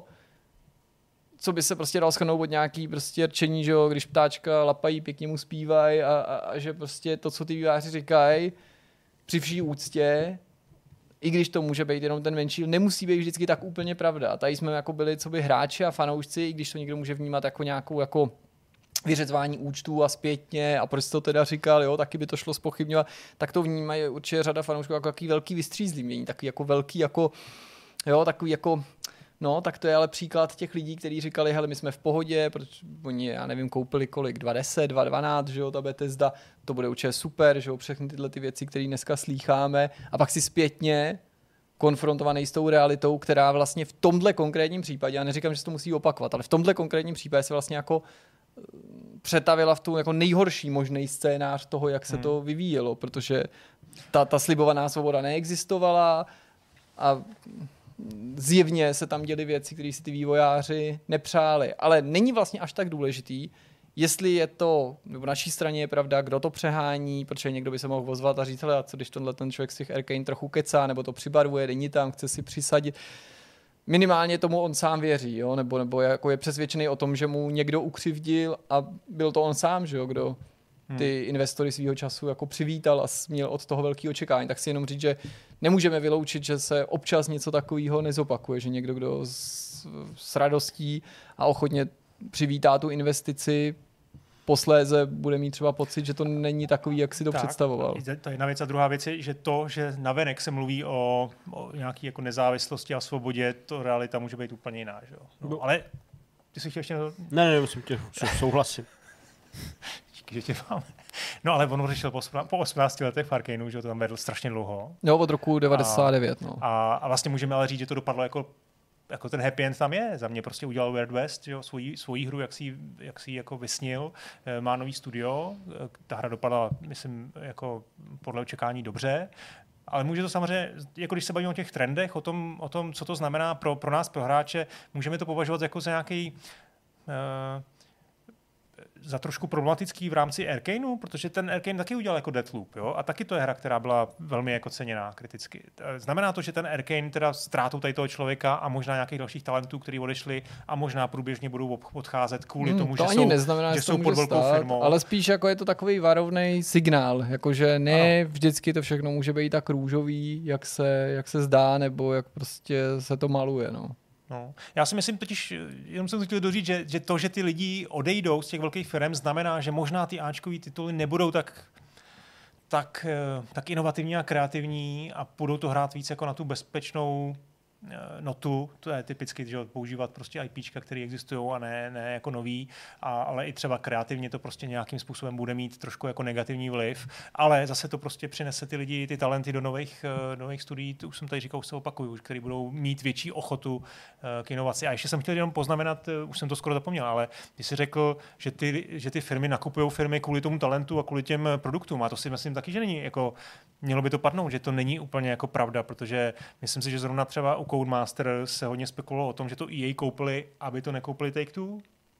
Speaker 2: co by se prostě dal shrnout od nějaký prostě rčení, že jo, když ptáčka lapají, pěkně mu zpívají a, a, a že prostě to, co ty výváři říkají, při vší úctě, i když to může být jenom ten menší, nemusí být vždycky tak úplně pravda. Tady jsme jako byli co by hráči a fanoušci, i když to někdo může vnímat jako nějakou jako vyřezování účtů a zpětně a proč to teda říkal, jo, taky by to šlo zpochybňovat, tak to vnímají určitě řada fanoušků jako takový velký vystřízlivění, takový jako velký jako, jo, takový jako no, tak to je ale příklad těch lidí, kteří říkali, hele, my jsme v pohodě, protože oni, já nevím, koupili kolik, dva deset, dva dvanáct, že jo, ta Bethesda, to bude určitě super, že jo, všechny tyhle ty věci, které dneska slýcháme a pak si zpětně konfrontovaný s tou realitou, která vlastně v tomhle konkrétním případě, já neříkám, že se to musí opakovat, ale v tomhle konkrétním případě se vlastně jako přetavila v tu jako nejhorší možný scénář toho, jak se hmm. to vyvíjelo, protože ta, ta slibovaná svoboda neexistovala a zjevně se tam děly věci, které si ty vývojáři nepřáli. Ale není vlastně až tak důležitý, jestli je to, nebo naší straně je pravda, kdo to přehání, protože někdo by se mohl ozvat a říct, hele, a co když tenhle ten člověk z těch Arkane trochu kecá, nebo to přibarvuje, není tam, chce si přisadit. Minimálně tomu on sám věří, jo? Nebo, nebo jako je přesvědčený o tom, že mu někdo ukřivdil a byl to on sám, že jo? Kdo ty investory svýho času jako přivítal a měl od toho velký očekávání. Tak si jenom říct, že nemůžeme vyloučit, že se občas něco takového nezopakuje, že někdo, kdo s, s radostí a ochotně přivítá tu investici, posléze bude mít třeba pocit, že to není takový, jak si to tak představoval.
Speaker 3: To je jedna věc. A druhá věc je, že to, že navenek se mluví o, o nějaké jako nezávislosti a svobodě, to realita může být úplně jiná. Že? No, ale ty jsi chtěl ještě...
Speaker 1: Ne, ne, musím tě souhlasit.
Speaker 3: Že tě máme. No ale on řešil po, po osmnácti letech v Arkaneu, že to tam vedl strašně dlouho.
Speaker 2: No, od roku devadesát devět.
Speaker 3: A,
Speaker 2: no.
Speaker 3: a, a vlastně můžeme ale říct, že to dopadlo jako, jako ten happy end tam je. Za mě prostě udělal Wild West, že jo, svoji, svoji hru, jak si, jak si jako vysnil. Má nový studio. Ta hra dopadla, myslím, jako podle očekání dobře. Ale může to samozřejmě, jako když se bavíme o těch trendech, o tom, o tom co to znamená pro, pro nás, pro hráče, můžeme to považovat jako za nějaký... Uh, za trošku problematický v rámci Arkaneu, protože ten Arkane taky udělal jako Deathloop, jo? A taky to je hra, která byla velmi jako ceněná kriticky. Znamená to, že ten Arkane teda ztrátou tady toho člověka a možná nějakých dalších talentů, kteří odešli a možná průběžně budou odcházet kvůli
Speaker 2: hmm,
Speaker 3: tomu,
Speaker 2: to
Speaker 3: že
Speaker 2: ani
Speaker 3: jsou,
Speaker 2: neznamená,
Speaker 3: že jsou pod velkou
Speaker 2: stát,
Speaker 3: firmou.
Speaker 2: Ale spíš jako je to takový varovný signál, jakože ne ano. Vždycky to všechno může být tak růžový, jak se, jak se zdá, nebo jak prostě se to maluje, no.
Speaker 3: No. Já si myslím totiž, jenom jsem chtěl doříct, že, že to, že ty lidi odejdou z těch velkých firm, znamená, že možná ty áčkový tituly nebudou tak, tak, tak inovativní a kreativní a budou to hrát víc jako na tu bezpečnou notu, to je typicky, že používat prostě IPčka, které existují a ne, ne jako nový, a, ale i třeba kreativně to prostě nějakým způsobem bude mít trošku jako negativní vliv, ale zase to prostě přinese ty lidi, ty talenty do nových, uh, nových studií, to už jsem tady říkal, už se opakuju, který budou mít větší ochotu uh, k inovaci. A ještě jsem chtěl jenom poznamenat, uh, už jsem to skoro zapomněl, ale ty jsi řekl, že ty, že ty firmy nakupují firmy kvůli tomu talentu a kvůli těm produktům, a to si myslím taky, že není jako, mělo by to padnout, že to není úplně jako pravda, protože myslím si, že zrovna třeba u Codemaster se hodně spekulovalo o tom, že to E A koupili, aby to nekoupili Take-Two.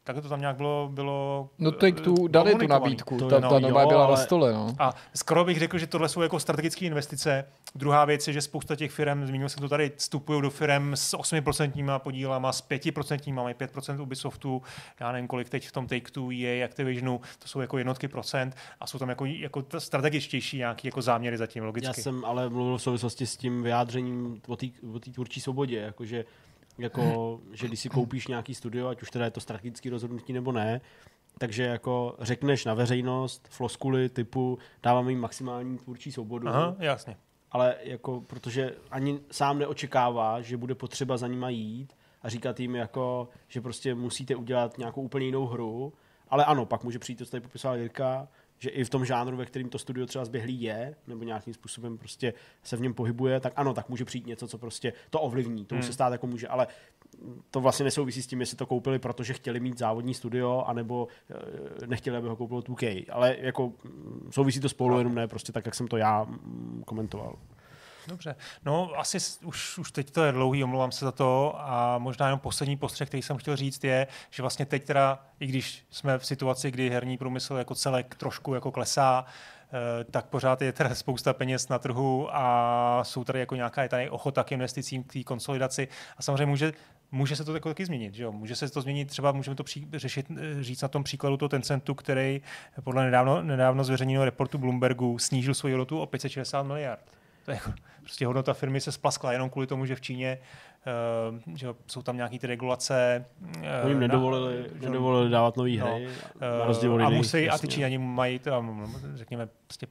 Speaker 3: tak to tam nějak bylo... bylo
Speaker 2: no Take-Two dali tu nabídku, ta, ta nová no, byla jo, na stole. No.
Speaker 3: A skoro bych řekl, že tohle jsou jako strategické investice. Druhá věc je, že spousta těch firm, zmínil jsem to tady, vstupují do firm s osmi procenty podílama, s pět procent, mají pět procent Ubisoftu, já nevím, kolik teď v tom Take-Two je, Activisionu, to jsou jako jednotky procent a jsou tam jako, jako strategičtější nějaký jako záměry zatím, logicky.
Speaker 1: Já jsem ale mluvil v souvislosti s tím vyjádřením o té tvůrčí svobodě, jakože jako, že když si koupíš nějaký studio, ať už teda je to strategické rozhodnutí nebo ne, takže jako řekneš na veřejnost floskuly typu dáváme jim maximální tvůrčí svobodu.
Speaker 3: Aha, jasně.
Speaker 1: Ale jako, protože ani sám neočekává, že bude potřeba za nima jít a říkat jim jako, že prostě musíte udělat nějakou úplně jinou hru, ale ano, pak může přijít, to co tady popisoval Jirka, že i v tom žánru, ve kterém to studio třeba zběhlý je, nebo nějakým způsobem prostě se v něm pohybuje, tak ano, tak může přijít něco, co prostě to ovlivní. To hmm. se stát jako může, ale to vlastně nesouvisí s tím, jestli to koupili, protože chtěli mít závodní studio, anebo nechtěli, aby ho koupilo two K. Ale jako souvisí to spolu, jenom ne prostě tak, jak jsem to já komentoval.
Speaker 3: Dobře. No asi už, už teď to je dlouhý, omlouvám se za to a možná jenom poslední postřeh, který jsem chtěl říct je, že vlastně teď teda, i když jsme v situaci, kdy herní průmysl jako celek trošku jako klesá, tak pořád je teda spousta peněz na trhu a jsou tady jako nějaká je tady ochota k investicím, k té konsolidaci a samozřejmě může Může se to jako taky změnit, že jo? Může se to změnit, třeba můžeme to pří, řešit, říct na tom příkladu toho Tencentu, který podle nedávno, nedávno zveřejněného reportu Bloombergu snížil svoji hodnotu o pět set šedesát miliard. To je jako, prostě hodnota firmy se splaskla jenom kvůli tomu, že v Číně uh, že jsou tam nějaký ty regulace. Uh,
Speaker 1: Oni jim nedovolili, na, nedovolili dávat nový hry.
Speaker 3: No, uh, a musí, a ty Číňani mají, teda, řekněme, prostě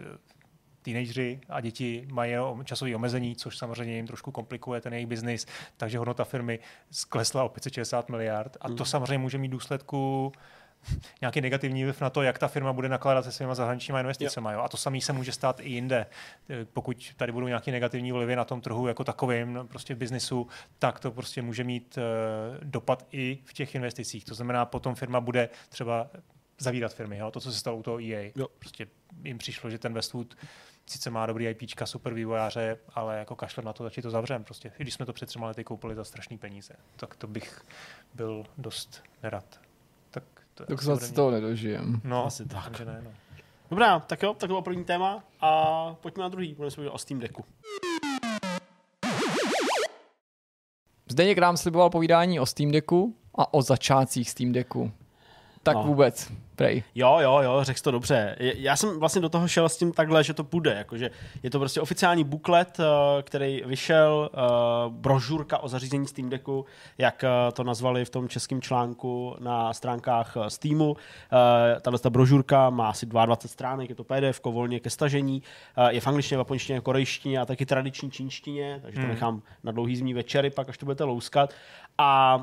Speaker 3: teenageři a děti mají časové omezení, což samozřejmě jim trošku komplikuje ten jejich biznis, takže hodnota firmy sklesla o pět set šedesát miliard a to samozřejmě může mít důsledku nějaký negativní vliv na to, jak ta firma bude nakládat se svýma zahraničníma investicemi. Jo. A to samé se může stát i jinde. Pokud tady budou nějaké negativní vlivy na tom trhu jako takovým, prostě v biznisu, tak to prostě může mít uh, dopad i v těch investicích. To znamená, potom firma bude třeba zavírat firmy. Jo. To, co se stalo u toho E A. Jo. Prostě jim přišlo, že ten Westwood sice má dobrý IPčka, super vývojáře, ale jako kašlem na to, začít to zavřem. Prostě. I když jsme to před třema lety koupili za strašný peníze, tak to bych byl dost nerad. Tak to
Speaker 2: tak se toho nedožijem.
Speaker 3: No,
Speaker 1: asi tak.
Speaker 3: Ne, no.
Speaker 1: Dobrá, tak jo, tak to bylo první téma a pojďme na druhý, budeme se mluvit o Steam Decku.
Speaker 2: Zdeněk nám sliboval povídání o Steam Decku a o začátcích Steam Decku. Tak no. Vůbec, prej.
Speaker 1: Jo, jo, jo, řekl jsi to dobře. Já jsem vlastně do toho šel s tím takhle, že to půjde, jakože je to prostě oficiální buklet, který vyšel, brožurka o zařízení Steam Decku, jak to nazvali v tom českém článku na stránkách Steamu. Tahle ta brožurka má asi dvacet dva stránek, je to P D F, volně ke stažení, je v angličtině, v japonštině, korejštině a taky tradiční čínštině, takže to hmm. nechám na dlouhý zimní večery, pak až to budete louskat. A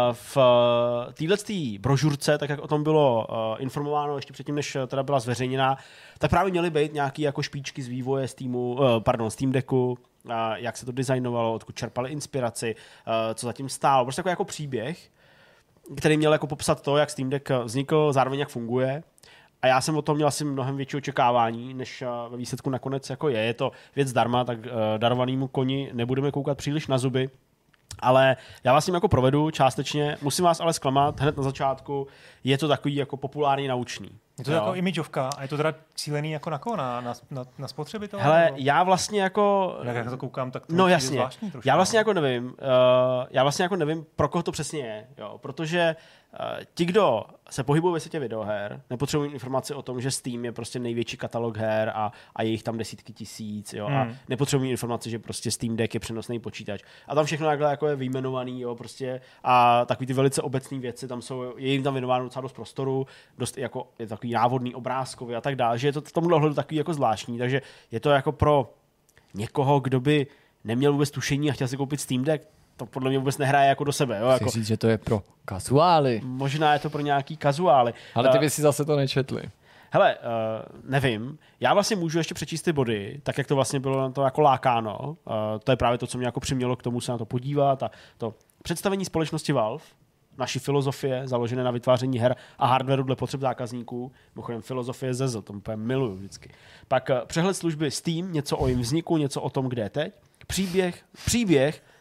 Speaker 1: v této brožurce, tak jak o tom bylo informováno ještě předtím, než teda byla zveřejněná, tak právě měly být nějaké jako špičky z vývoje Steamu, pardon, Steam Decku, jak se to designovalo, odkud čerpali inspiraci, co zatím stálo. Prostě jako, jako příběh, který měl jako popsat to, jak Steam Deck vznikl, zároveň jak funguje. A já jsem o tom měl asi mnohem větší očekávání, než ve výsledku nakonec jako je. Je to věc zdarma, tak darovanému koni nebudeme koukat příliš na zuby. Ale já vás tím jako provedu částečně, musím vás ale zklamat hned na začátku, je to takový jako populární naučný.
Speaker 3: Je to jo. Jako imageovka a je to teda cílený jako na koho? Na, na, na spotřebitele?
Speaker 1: Hele, nebo? já vlastně jako...
Speaker 3: Jak já to koukám, tak to
Speaker 1: no jasně,
Speaker 3: zvláštní trošku.
Speaker 1: Já vlastně jako nevím, uh, já vlastně jako nevím, pro koho to přesně je, jo, protože uh, ti, kdo se pohybují ve světě videoher, nepotřebují informace o tom, že Steam je prostě největší katalog her a, a je jich tam desítky tisíc, jo, hmm. a nepotřebují informace, že prostě Steam Deck je přenosný počítač. A tam všechno takhle jako je vyjmenovaný, jo, prostě a takový ty velice obecné věci, tam jsou, je jim tam věnováno docela dost prostoru, dost jako je takový návodný obrázkový a tak dále, že je to v tomhle ohledu takový jako zvláštní, takže je to jako pro někoho, kdo by neměl vůbec tušení a chtěl si koupit Steam Deck, to podle mě vůbec nehraje jako do sebe. Jo?
Speaker 2: Chci
Speaker 1: jako,
Speaker 2: říct, že to je pro kazuály.
Speaker 1: Možná je to pro nějaký kazuály.
Speaker 2: Ale ty by si zase to nečetli.
Speaker 1: Hele, uh, nevím. Já vlastně můžu ještě přečíst ty body, tak jak to vlastně bylo na to jako lákáno. Uh, to je právě to, co mě jako přimělo k tomu se na to podívat. A to představení společnosti Valve, naší filozofie, založené na vytváření her a hardwareu dle potřeb zákazníků. Mimochodem filozofie Z Z, to úplně miluju vždycky. Pak uh, přehled služby Steam, něco o jejím vzniku, něco o tom, kde je teď. Příběh, příběh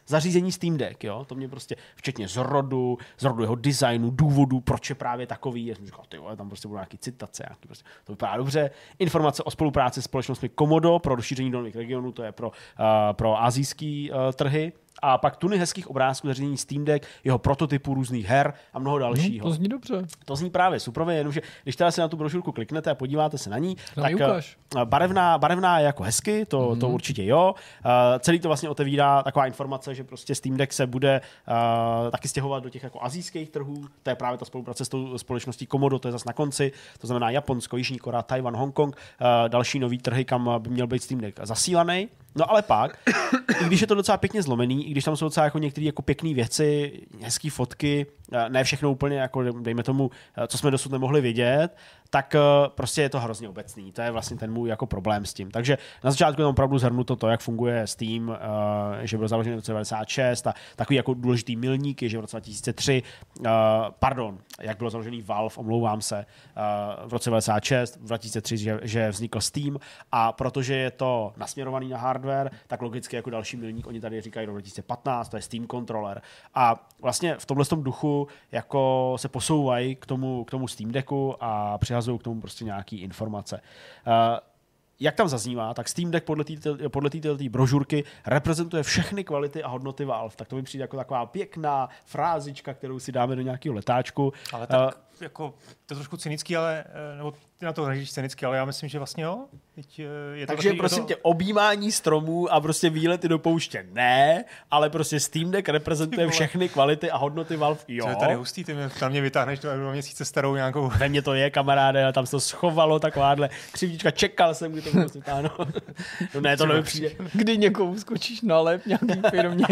Speaker 1: zařízení Steam Deck, jo? To mě prostě, včetně zrodu, zrodu jeho designu, důvodu, proč je právě takový. Já jsem říkal, ty vole, tam prostě budou nějaký citace, nějaký prostě, to vypadá dobře. Informace o spolupráci s společnostmi Komodo pro rozšíření do nových regionů, to je pro, uh, pro asijský uh, trhy. A pak tuny hezkých obrázků zařízení Steam Deck, jeho prototypů různých her a mnoho dalšího.
Speaker 2: Hmm, to zní dobře.
Speaker 1: To zní právě super, jenomže když teda si na tu brožurku kliknete a podíváte se na ní,
Speaker 2: no,
Speaker 1: tak
Speaker 2: ukáž.
Speaker 1: barevná, barevná je jako hezky, to, mm. to určitě jo. Uh, celý to vlastně otevírá taková informace, že prostě Steam Deck se bude uh, taky stěhovat do těch jako asijských trhů. To je právě ta spolupráce s tou společností Komodo, to je zase na konci. To znamená Japonsko, Jižní Korea, Tajvan, Hongkong, uh, další nový trhy, kam by měl být Steam Deck zasílaný. No ale pak, i když je to docela pěkně zlomený, i když tam jsou docela jako některé jako pěkné věci, hezké fotky, ne všechno úplně, jako dejme tomu, co jsme dosud nemohli vědět, tak prostě je to hrozně obecný. To je vlastně ten můj jako problém s tím. Takže na začátku je tam opravdu zhrnuto to, jak funguje Steam, že byl založený v roce devadesát šest a takový jako důležitý milníky, že v roce dva tisíce tři, pardon, jak bylo založený Valve, omlouvám se, v roce devadesát šest, v dva tisíce tři, že, že vznikl Steam a protože je to nasměrovaný na hardware, tak logicky jako další milník, oni tady říkají do dva tisíce patnáct, to je Steam Controller. A vlastně v tomhle tom duchu jako se posouvají k tomu, k tomu Steam Decku a přihazují k tomu prostě nějaký informace. Uh, jak tam zaznívá, tak Steam Deck podle té podle brožurky reprezentuje všechny kvality a hodnoty Valve. Tak to mi přijde jako taková pěkná frázička, kterou si dáme do nějakého letáčku.
Speaker 3: Ale tak uh, jako, to je trošku cynický, ale, nebo ty na to hrajíš cynicky, ale já myslím, že vlastně jo. Teď je to
Speaker 1: takže
Speaker 3: takový,
Speaker 1: prosím
Speaker 3: to...
Speaker 1: tě, objímání stromů a prostě výlety do pouště ne, ale prostě Steam Deck reprezentuje všechny kvality a hodnoty Valve, jo.
Speaker 3: To je tady hustý, ty mě, tam mě vytáhneš dva měsíce starou nějakou...
Speaker 1: Ve mně to je, kamaráde, ale tam se to schovalo takováhle křivdička, čekal jsem, kdy to bylo vytáhno. No ne, to nepřijde.
Speaker 2: Kdy někomu skočíš na lep nějaký firmě.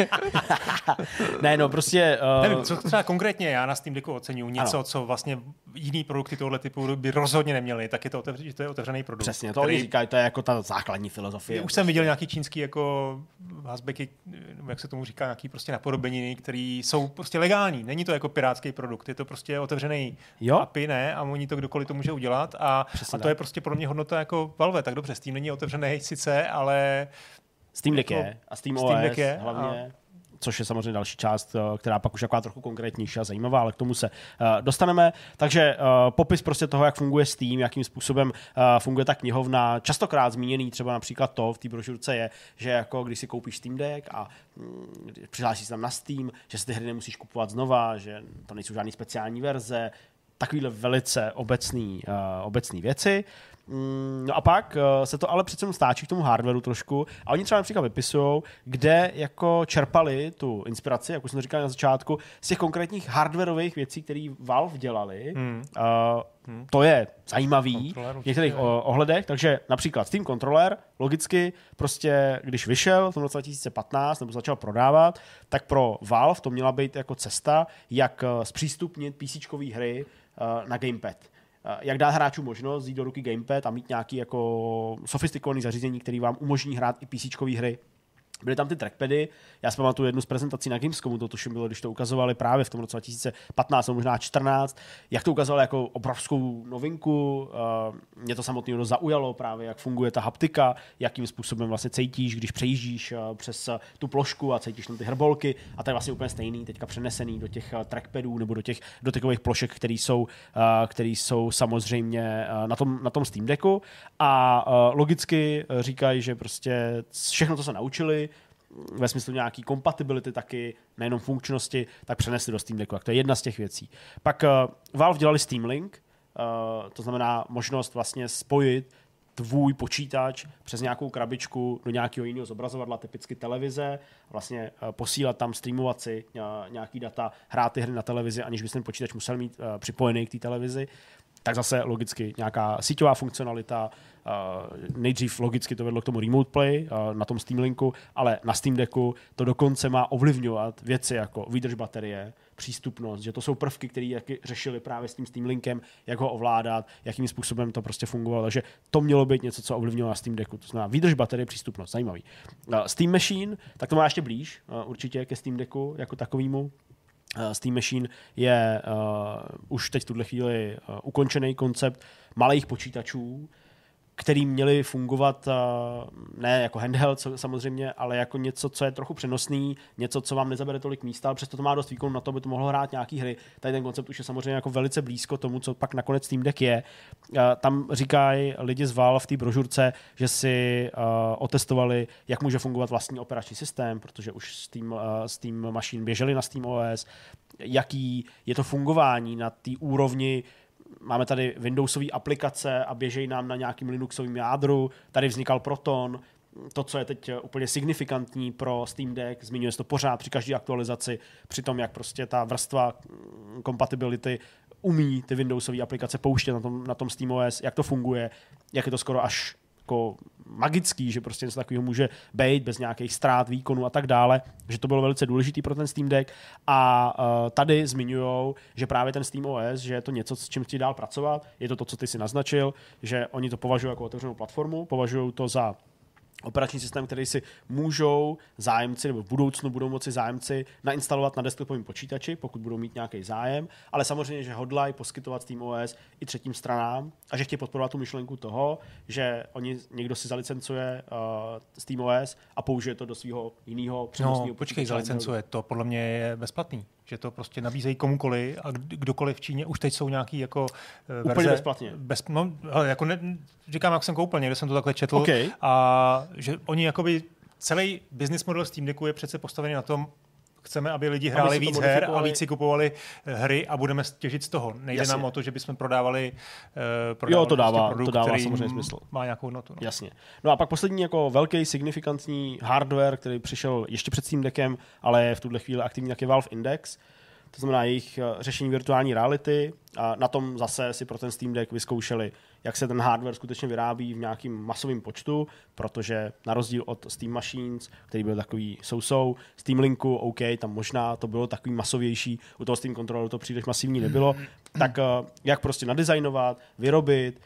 Speaker 1: Ne, no prostě... Uh...
Speaker 3: Nevím, co třeba konkrétně já na Steam Decku oceňuji, něco, ano. co vlastně jiný produkty tohoto typu by rozhodně neměly, tak je to, otevř- to je otevřený produkt.
Speaker 1: Přesně, to který... oni říkají, to je jako ta základní filozofie.
Speaker 3: Už
Speaker 1: prostě.
Speaker 3: jsem viděl nějaký čínský jako hashbacky, jak se tomu říká, nějaký prostě napodobeniny, které jsou prostě legální. Není to jako pirátský produkt, je to prostě otevřený jo? A P I, ne? A oni to kdokoliv to může udělat. A, a to je prostě pro mě hodnota jako Valve. Tak dobře, Steam není otevřený sice, ale...
Speaker 1: Steam Deck jako, je. A Steam,
Speaker 3: Steam
Speaker 1: O S
Speaker 3: Deck je,
Speaker 1: hlavně. A... což je samozřejmě další část, která pak už taková trochu konkrétnější a zajímavá, ale k tomu se uh, dostaneme. Takže uh, popis prostě toho, jak funguje Steam, jakým způsobem uh, funguje ta knihovna, častokrát zmíněný třeba například to v té brožurce je, že jako když si koupíš Steam Deck a mm, přihlásíš se tam na Steam, že si ty hry nemusíš kupovat znova, že to nejsou žádný speciální verze, takovýhle velice obecný, uh, obecný věci. Mm, no a pak uh, se to ale přece stáčí k tomu hardwareu trošku a oni třeba například vypisují, kde jako čerpali tu inspiraci, jak už jsem říkal na začátku, z těch konkrétních hardwareových věcí, které Valve dělali. Hmm. Uh, hmm. To je zajímavý v některých ohledech, takže například Steam Controller, logicky prostě, když vyšel v tom roce dva tisíce patnáct nebo začal prodávat, tak pro Valve to měla být jako cesta, jak zpřístupnit PCčkový hry uh, na gamepad. Jak dát hráčům možnost jít do ruky gamepad a mít nějaký jako sofistikovaný zařízení, který vám umožní hrát i PCčkový hry. Byly tam ty trackpady, já si pamatuju jednu z prezentací na Gamescomu, to tuším bylo, když to ukazovali právě v tom roce dva tisíce patnáct, možná čtrnáct, jak to ukazovali jako obrovskou novinku, mě to samotného zaujalo právě, jak funguje ta haptika, jakým způsobem vlastně cítíš, když přejíždíš přes tu plošku a cítíš tam ty hrbolky a to je vlastně úplně stejný, teďka přenesený do těch trackpadů nebo do těch dotykových plošek, které jsou, které jsou samozřejmě na tom, na tom Steam Decku a logicky říkají, že prostě všechno, co se naučili, ve smyslu nějaký kompatibility taky, nejenom funkčnosti, tak přenesli do Steam Decku. Tak to je jedna z těch věcí. Pak uh, Valve dělali Steam Link, uh, to znamená možnost vlastně spojit tvůj počítač přes nějakou krabičku do nějakého jiného zobrazovadla, typicky televize, vlastně uh, posílat tam, streamovat si uh, nějaký data, hrát ty hry na televizi, aniž bys ten počítač musel mít uh, připojený k té televizi. Tak zase logicky nějaká síťová funkcionalita, uh, nejdřív logicky to vedlo k tomu Remote Play uh, na tom Steam Linku, ale na Steam Decku to dokonce má ovlivňovat věci jako výdrž baterie, přístupnost, že to jsou prvky, které řešili právě s tím Steam Linkem, jak ho ovládat, jakým způsobem to prostě fungovalo, takže to mělo být něco, co ovlivňovalo na Steam Decku, to znamená výdrž baterie, přístupnost, zajímavý. Uh, Steam Machine, tak to má ještě blíž uh, určitě ke Steam Decku jako takovýmu. Steam Machine je uh, už teď v tuhle chvíli uh, ukončený koncept malých počítačů, který měly fungovat ne jako handheld samozřejmě, ale jako něco, co je trochu přenosný, něco, co vám nezabere tolik místa, ale přesto to má dost výkonu na to, aby to mohlo hrát nějaký hry. Tady ten koncept už je samozřejmě jako velice blízko tomu, co pak nakonec Steam Deck je. Tam říkají lidi z Valve v té brožurce, že si otestovali, jak může fungovat vlastní operační systém, protože už Steam, Steam Machine běžely na Steam O S, jaký je to fungování na té úrovni. Máme tady Windowsové aplikace a běžejí nám na nějakým Linuxovým jádru. Tady vznikal Proton. To, co je teď úplně signifikantní pro Steam Deck, zmiňuje se to pořád při každé aktualizaci, při tom, jak prostě ta vrstva kompatibility umí ty Windowsové aplikace pouštět na tom, na tom SteamOS, jak to funguje, jak je to skoro až jako magický, že prostě něco takového může být bez nějakých ztrát výkonu a tak dále, že to bylo velice důležitý pro ten Steam Deck a uh, tady zmiňujou, že právě ten SteamOS, že je to něco, s čím chtějí dál pracovat, je to to, co ty si naznačil, že oni to považují jako otevřenou platformu, považují to za operační systém, který si můžou zájemci, nebo v budoucnu budou moci zájemci nainstalovat na desktopovém počítači, pokud budou mít nějaký zájem, ale samozřejmě, že hodlají poskytovat SteamOS i třetím stranám a že chtějí podporovat tu myšlenku toho, že oni, někdo si zalicencuje uh, SteamOS a použije to do svého jiného přenosného
Speaker 3: No, počkej, zalicencuje, to podle mě je bezplatný. Že to prostě nabízejí komukoli a kdokoliv v Číně, už teď jsou nějaký jako verze.
Speaker 1: Úplně bezplatně.
Speaker 3: Bez, no, ale jako ne, říkám, jak jsem koupil, někde jsem to takhle četl.
Speaker 1: Okay.
Speaker 3: A že oni jakoby, celý business model Steam Decku je přece postavený na tom, chceme, aby lidi hráli víc her a víc si kupovali hry a budeme těžit z toho. Nejde Jasně. nám o to, že bychom prodávali, uh, prodávali
Speaker 1: jo, to dává,
Speaker 3: produkt,
Speaker 1: to dává
Speaker 3: který
Speaker 1: samozřejmě smysl.
Speaker 3: Má nějakou hodnotu. No.
Speaker 1: Jasně. No a pak poslední jako velký signifikantní hardware, který přišel ještě před Steam Deckem, ale je v tuhle chvíli aktivní, tak je Valve Index. To znamená jejich řešení virtuální reality a na tom zase si pro ten Steam Deck vyzkoušeli, jak se ten hardware skutečně vyrábí v nějakým masovém počtu, protože na rozdíl od Steam Machines, který byl takový so-so, Steam Linku, OK, tam možná to bylo takový masovější, u toho Steam Controlleru to příliš masivní nebylo, tak jak prostě nadizajnovat, vyrobit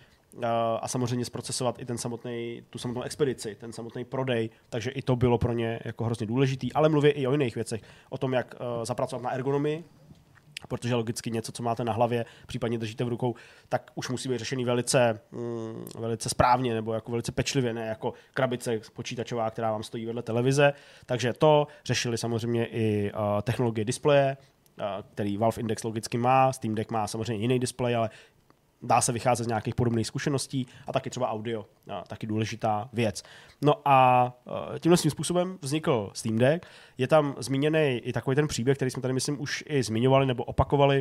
Speaker 1: a samozřejmě zprocesovat i ten samotný, tu samotnou expedici, ten samotný prodej, takže i to bylo pro ně jako hrozně důležitý, ale mluví i o jiných věcech, o tom, jak zapracovat na ergonomii, protože logicky něco, co máte na hlavě, případně držíte v rukou, tak už musí být řešený velice, mm, velice správně nebo jako velice pečlivě, ne jako krabice počítačová, která vám stojí vedle televize. Takže to řešili samozřejmě i uh, technologie displeje, uh, který Valve Index logicky má, Steam Deck má samozřejmě jiný displej, ale dá se vycházet z nějakých podobných zkušeností a taky třeba audio, a taky důležitá věc. No a tímhle tím způsobem vznikl Steam Deck. Je tam zmíněný i takový ten příběh, který jsme tady, myslím, už i zmiňovali nebo opakovali,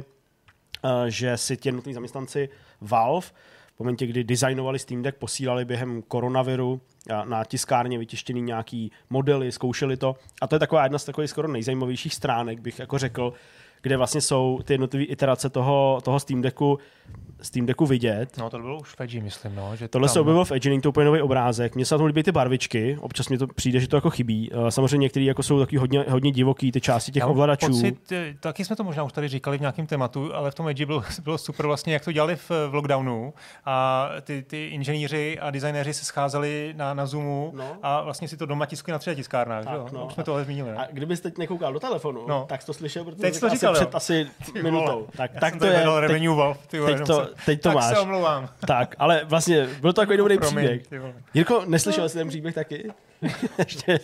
Speaker 1: že si ti jednotliví zaměstnanci Valve v momentě, kdy designovali Steam Deck, posílali během koronaviru na tiskárně vytištěný nějaký modely, zkoušeli to. A to je taková jedna z takových skoro nejzajímavějších stránek, bych jako řekl, kde vlastně jsou ty jednotlivé iterace toho, toho Steam Decku, Steam Decku vidět.
Speaker 3: No to bylo už v Edge, myslím. No, že
Speaker 1: Tohle
Speaker 3: tam...
Speaker 1: se objevilo v Edge, není to úplně nový obrázek. Mně se na tom líbí ty barvičky, občas mi to přijde, že to jako chybí. Samozřejmě některý jako jsou taky hodně, hodně divoký, ty části těch ovladačů.
Speaker 3: Pocit, taky jsme to možná už tady říkali v nějakém tématu, ale v tom Edge bylo, bylo super vlastně, jak to dělali v, v lockdownu a ty, ty inženýři a designéři se scházeli na, na Zoomu no. a vlastně si to doma tiskli na tři tiskárnách. Tak, jo? No. Už jsme to ale zmínili.
Speaker 1: A kdybyste teď nekoukal do telefonu, no. tak jsi to slyšel, protože
Speaker 3: teď to říkal,
Speaker 1: asi před asi minutou. Tak,
Speaker 3: Já
Speaker 1: tak
Speaker 3: jsem
Speaker 1: to je.
Speaker 3: Teď, Valve, ty vole,
Speaker 1: teď to, teď to
Speaker 3: tak
Speaker 1: máš.
Speaker 3: se omlouvám.
Speaker 1: Tak, ale vlastně byl to takový dobrý
Speaker 3: Promiň,
Speaker 1: příběh. Jirko, neslyšel jsi ten příběh taky?
Speaker 3: Ještě.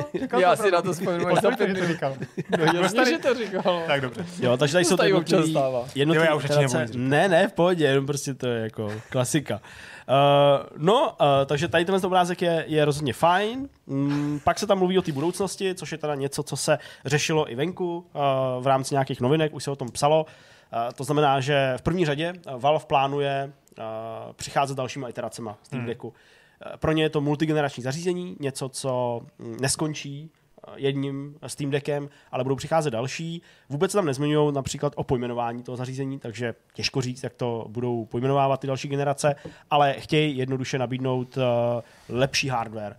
Speaker 2: Já si na to vzpomínám až za pět minut. No jasně, že to říkal.
Speaker 3: Tak dobře.
Speaker 1: Jo, takže tady jsou ty jednotlivý, jednotlivý
Speaker 3: jo,
Speaker 1: iterace. Ne, ne, v pohodě, jenom prostě to je jako klasika. Uh, no, uh, takže tady tenhle obrázek je, je rozhodně fajn. Mm, pak se tam mluví o té budoucnosti, což je teda něco, co se řešilo i venku uh, v rámci nějakých novinek, už se o tom psalo. Uh, to znamená, že v první řadě Valve plánuje uh, přicházet s dalšíma iteracema Steam Decku. Hmm. Pro ně je to multigenerační zařízení, něco, co neskončí jedním Steam Deckem, ale budou přicházet další. Vůbec se tam nezmiňují například o pojmenování toho zařízení, takže těžko říct, jak to budou pojmenovávat ty další generace, ale chtějí jednoduše nabídnout uh, lepší hardware,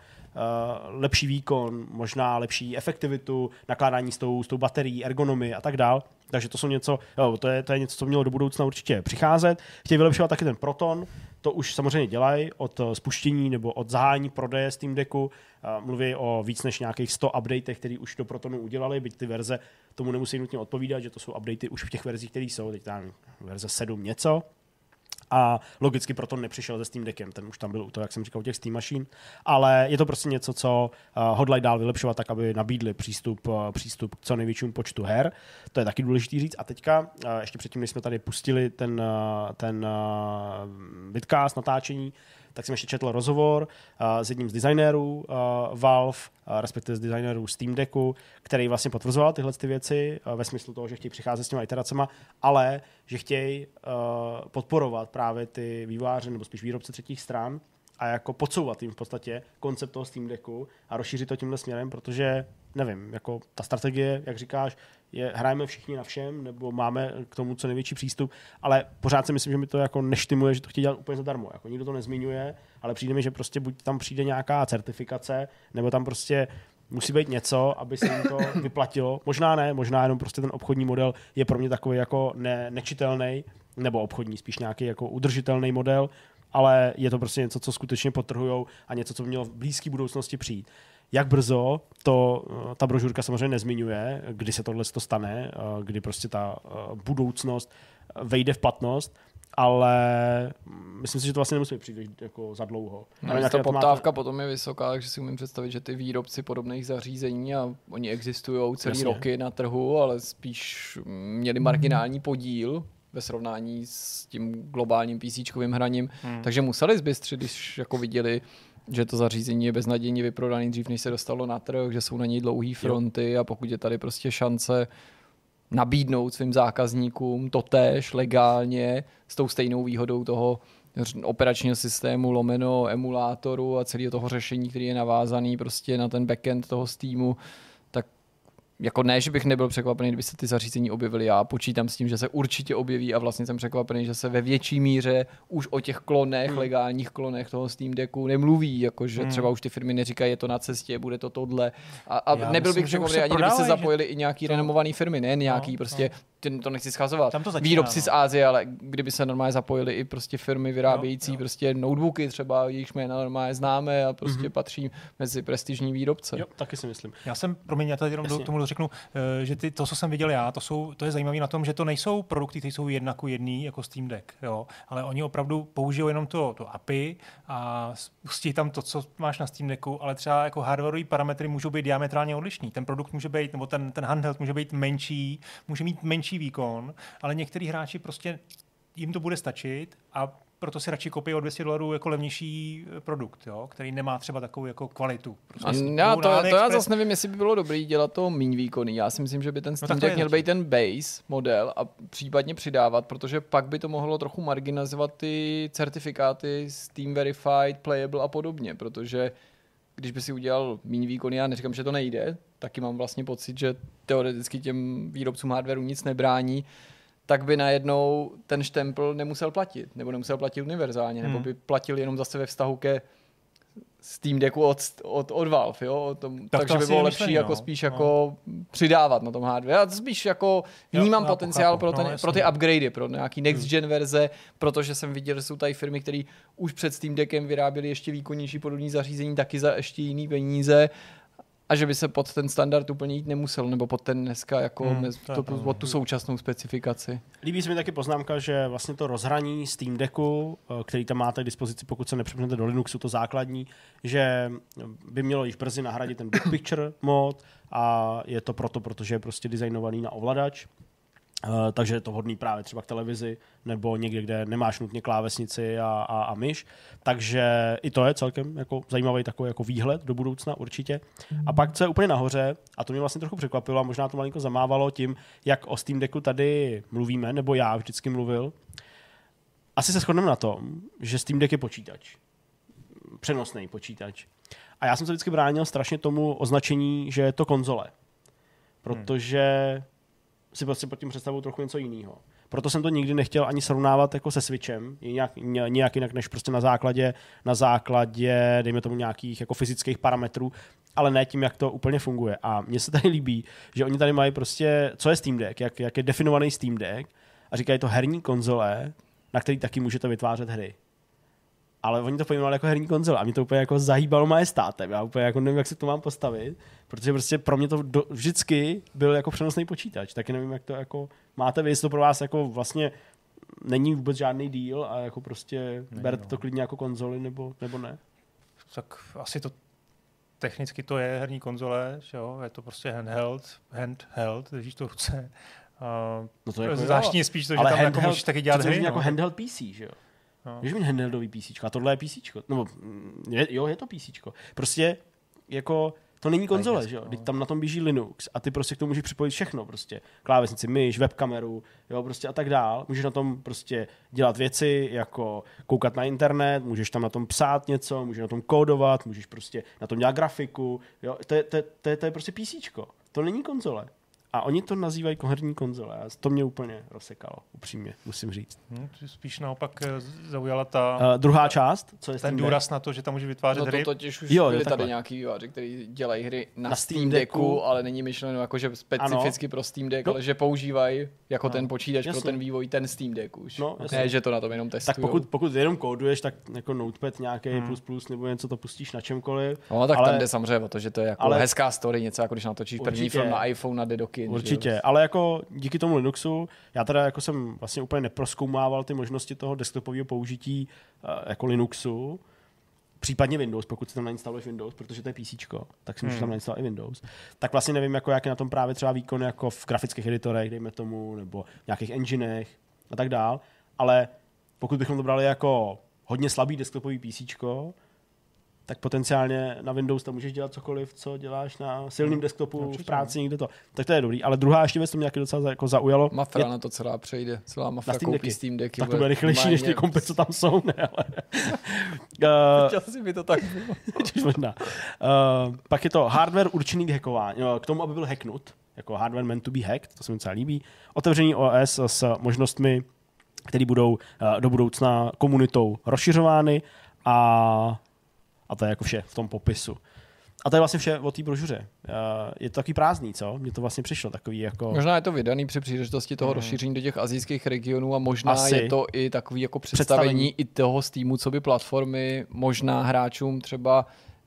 Speaker 1: uh, lepší výkon, možná lepší efektivitu, nakládání s tou, s tou baterií, ergonomii a tak dál. Takže to jsou něco, jo, to je, to je něco, co mělo do budoucna určitě přicházet. Chtějí vylepšovat taky ten Proton, to už samozřejmě dělají od spuštění nebo od zahájení prodeje Steam Decku. Mluví o víc než nějakých sto updatech, které už do Protonu udělali, byť ty verze tomu nemusí nutně odpovídat, že to jsou updaty už v těch verzích, které jsou, teď tam verze sedm něco. A logicky proto nepřišel se Steam Deckem, ten už tam byl u toho, jak jsem říkal, u těch Steam Machine, ale je to prostě něco, co uh, hodlají dál vylepšovat tak, aby nabídli přístup, uh, přístup k co největšímu počtu her. To je taky důležitý říct. A teďka, uh, ještě předtím, než jsme tady pustili ten, uh, ten uh, vidcast natáčení, tak jsem ještě četl rozhovor uh, s jedním z designérů uh, Valve, uh, respektive z designérů Steam Decku, který vlastně potvrzoval tyhle ty věci uh, ve smyslu toho, že chtějí přicházet s těma iteracema, ale že chtějí uh, podporovat právě ty vývojáře nebo spíš výrobce třetích stran a jako podsouvat jim v podstatě koncept toho Steam Decku a rozšířit to tímhle směrem, protože nevím, jako ta strategie, jak říkáš, je hrajeme všichni na všem, nebo máme k tomu co největší přístup, ale pořád si myslím, že mi to jako neštimuje, že to chtějí dělat úplně zadarmo. Jako nikdo to nezmiňuje, ale přijde mi, že prostě buď tam přijde nějaká certifikace, nebo tam prostě musí být něco, aby se jim to vyplatilo. Možná ne, možná jenom prostě ten obchodní model je pro mě takový jako ne, nečitelný, nebo obchodní, spíš nějaký jako udržitelný model, ale je to prostě něco, co skutečně podtrhujou a něco, co by mělo v blízké budoucnosti přijít. Jak brzo, to ta brožurka samozřejmě nezmiňuje, kdy se tohle stane, kdy prostě ta budoucnost vejde v platnost, ale myslím si, že to vlastně nemusí přijít jako za dlouho.
Speaker 2: No, ta poptávka potom je vysoká, takže si umím představit, že ty výrobci podobných zařízení, a oni existují celý Jasně. roky na trhu, ale spíš měli marginální podíl ve srovnání s tím globálním PCčkovým hraním, hmm. takže museli zbystřit, když jako viděli, že to zařízení je beznadějně vyprodaný dřív, než se dostalo na trh, že jsou na něj dlouhý fronty jo. a pokud je tady prostě šance nabídnout svým zákazníkům totéž legálně s tou stejnou výhodou toho operačního systému, lomeno, emulátoru a celého toho řešení, který je navázaný prostě na ten backend toho Steamu, tak jako ne, že bych nebyl překvapený, kdyby se ty zařízení objevily. Já počítám s tím, že se určitě objeví a vlastně jsem překvapený, že se ve větší míře už o těch klonech, hmm. legálních klonech toho Steam Decku nemluví, jakože hmm. třeba už ty firmy neříkají, je to na cestě, bude to tohle. A, a nebyl bych překvapený, ani kdyby se zapojili že... i nějaký to... renomovaný firmy, ne nějaký no, prostě, no. to nechci schazovat, výrobci no. z Ázie, ale kdyby se normálně zapojili i prostě firmy vyrábějící no, no. prostě notebooky třeba, jejichž jména normálně známe a prostě mm-hmm. patří mezi prestižní výrobce.
Speaker 1: Jo, taky si myslím.
Speaker 3: Já jsem, promiň, já tady jenom do tomu řeknu, že ty, to, co jsem viděl já, to, jsou, to je zajímavé na tom, že to nejsou produkty, které jsou jedna ku jedný jako Steam Deck, jo, ale oni opravdu použijou jenom to, to A P I a pustí tam to, co máš na Steam Decku, ale třeba jako hardwareové parametry můžou být diametrálně odlišný. Ten produkt může být, nebo ten, ten handheld může být menší, může mít menší výkon, ale některý hráči prostě jim to bude stačit a proto si radši koupí o dvě stě dolarů jako levnější produkt, jo, který nemá třeba takovou jako kvalitu. Prostě
Speaker 2: já, to, to já zase nevím, jestli by bylo dobré dělat to méně výkonný. Já si myslím, že by ten Steam no Deck měl být ten base model a případně přidávat, protože pak by to mohlo trochu marginalizovat ty certifikáty Steam Verified, Playable a podobně, protože když by si udělal méně výkonný, já neříkám, že to nejde, taky mám vlastně pocit, že teoreticky těm výrobcům hardwareu nic nebrání, tak by najednou ten štempl nemusel platit, nebo nemusel platit univerzálně, hmm. nebo by platil jenom zase ve vztahu ke Steam Decku od, od, od Valve, jo? Tom, tak takže by bylo lepší myšlení, jako no. spíš no. jako přidávat na tom hardware. Já spíš jako vnímám jo, potenciál pro, ten, no, pro ty upgradey, pro nějaký next gen hmm. verze, protože jsem viděl, že jsou tady firmy, které už před Steam Deckem vyráběly ještě výkonnější podobné zařízení, taky za ještě jiný peníze. A že by se pod ten standard úplně jít nemusel, nebo pod ten dneska jako hmm, mez, to, to, pod tu současnou specifikaci.
Speaker 1: Líbí se mi taky poznámka, že vlastně to rozhraní Steam Decku, který tam máte k dispozici, pokud se nepřepnete do Linuxu, to základní, že by mělo již brzy nahradit ten Big Picture mod a je to proto, protože je prostě designovaný na ovladač. Uh, takže je to vhodný právě třeba k televizi nebo někde, kde nemáš nutně klávesnici a, a, a myš. Takže i to je celkem jako zajímavý takový jako výhled do budoucna určitě. A pak, co je úplně nahoře, a to mě vlastně trochu překvapilo a možná to malinko zamávalo tím, jak o Steam Decku tady mluvíme, nebo já vždycky mluvil. Asi se shodneme na tom, že Steam Deck je počítač. Přenosný počítač. A já jsem se vždycky bránil strašně tomu označení, že je to konzole. Protože hmm. si prostě pod tím představuju trochu něco jiného. Proto jsem to nikdy nechtěl ani srovnávat jako se Switchem, nějak, nějak jinak než prostě na základě, na základě, dejme tomu nějakých jako fyzických parametrů, ale ne tím, jak to úplně funguje. A mně se tady líbí, že oni tady mají prostě, co je Steam Deck, jak, jak je definovaný Steam Deck a říkají to herní konzole, na který taky můžete vytvářet hry. Ale oni to pojmenovali jako herní konzole a mě to úplně jako zahýbalo majestátem. Já úplně jako nevím, jak se to mám postavit, protože prostě pro mě to do, vždycky byl jako přenosný počítač. Taky nevím, jak to jako máte vy, jestli to pro vás jako vlastně není vůbec žádný deal a jako prostě
Speaker 3: není,
Speaker 1: berte
Speaker 3: no.
Speaker 1: to klidně jako konzoli nebo, nebo ne?
Speaker 3: Tak asi to technicky to je herní konzole, že jo? Je to prostě handheld, handheld, držíš to v ruce. Uh,
Speaker 1: no to jako
Speaker 3: zvláštní spíš to, že
Speaker 1: ale
Speaker 3: tam
Speaker 1: handheld,
Speaker 3: jako můžeš taky dělat hry.
Speaker 1: To je
Speaker 3: no.
Speaker 1: jako handheld P C, že jo?
Speaker 3: No.
Speaker 1: Můžeš mít handheldový PCčko a tohle je PCčko. No, je, jo, je to PCčko. Prostě jako to není konzole, že jo? Teď tam na tom běží Linux a ty prostě k tomu můžeš připojit všechno prostě. Klávesnici, myš, webkameru, jo, prostě a tak dál. Můžeš na tom prostě dělat věci, jako koukat na internet, můžeš tam na tom psát něco, můžeš na tom kódovat, můžeš prostě na tom dělat grafiku, jo? To je, to je, to je, to je prostě PCčko. To není konzole. A oni to nazývají herní konzole. A to mě úplně rozsekalo, upřímně, musím říct.
Speaker 3: Hmm, spíš naopak zaujala ta...
Speaker 1: Uh, druhá část, co je
Speaker 3: ten důraz na to, že tam může vytvářet
Speaker 2: no
Speaker 3: hry.
Speaker 2: No to totiž už
Speaker 1: jo,
Speaker 2: byli
Speaker 1: jo,
Speaker 2: tady nějaký vývojáři, kteří dělají hry na,
Speaker 1: na
Speaker 2: Steam,
Speaker 1: Steam
Speaker 2: Decku,
Speaker 1: Decku,
Speaker 2: ale není myšleno jako, že specificky ano. pro Steam Deck, no. ale že používají jako no. ten počítač jasně. pro ten vývoj ten Steam Deck už. No, ne, že to na tom jenom testují.
Speaker 1: Tak pokud, pokud jenom kóduješ, tak jako Notepad nějaký hmm. plus plus nebo něco to pustíš na čemkoliv.
Speaker 2: No tak
Speaker 1: ale,
Speaker 2: tam jde samozřejmě o to, že to je jako ale, hezká story, něco jako když natočíš první film na iPhone na Dedokin.
Speaker 1: Určitě, ale jako díky tomu Linuxu, já teda jako jsem vlastně úplně neprozkoumával ty možnosti toho desktopového použití uh, jako Linuxu, případně Windows, pokud si tam nainstaluješ Windows, protože to je PCčko, tak si můžeš hmm. tam nainstalovat i Windows. Tak vlastně nevím, jako, jak je na tom právě třeba výkon jako v grafických editorech, dejme tomu, nebo v nějakých enginech a tak dál, ale pokud bychom to brali jako hodně slabý desktopový PCčko, tak potenciálně na Windows tam můžeš dělat cokoliv, co děláš na silným hmm. desktopu určitě, v práci někde to. Tak to je dobrý. Ale druhá ještě věc, to mě nějaký docela jako zaujalo.
Speaker 2: Mafra je... na to celá přejde. Celá Mafra
Speaker 1: Steam
Speaker 2: koupí Steam Decky.
Speaker 1: Tak to bude rychlejší, než ty kompy, co tam jsou. Ne, ale...
Speaker 2: uh, asi by to tak bylo.
Speaker 1: možná. Uh, pak je to hardware určený k hackování. K tomu, aby byl hacknut. Jako hardware meant to be hacked, to se mi docela líbí. Otevřený O S s možnostmi, které budou uh, do budoucna komunitou rozšiřovány a A to je jako vše v tom popisu. A to je vlastně vše o té brožuře. Je to takový prázdný, co? Mně to vlastně přišlo takový jako...
Speaker 2: Možná je to vydaný při příležitosti toho mm. rozšíření do těch asijských regionů a možná Asi. je to i takový jako představení, představení i toho Steamu, co by platformy, možná hráčům třeba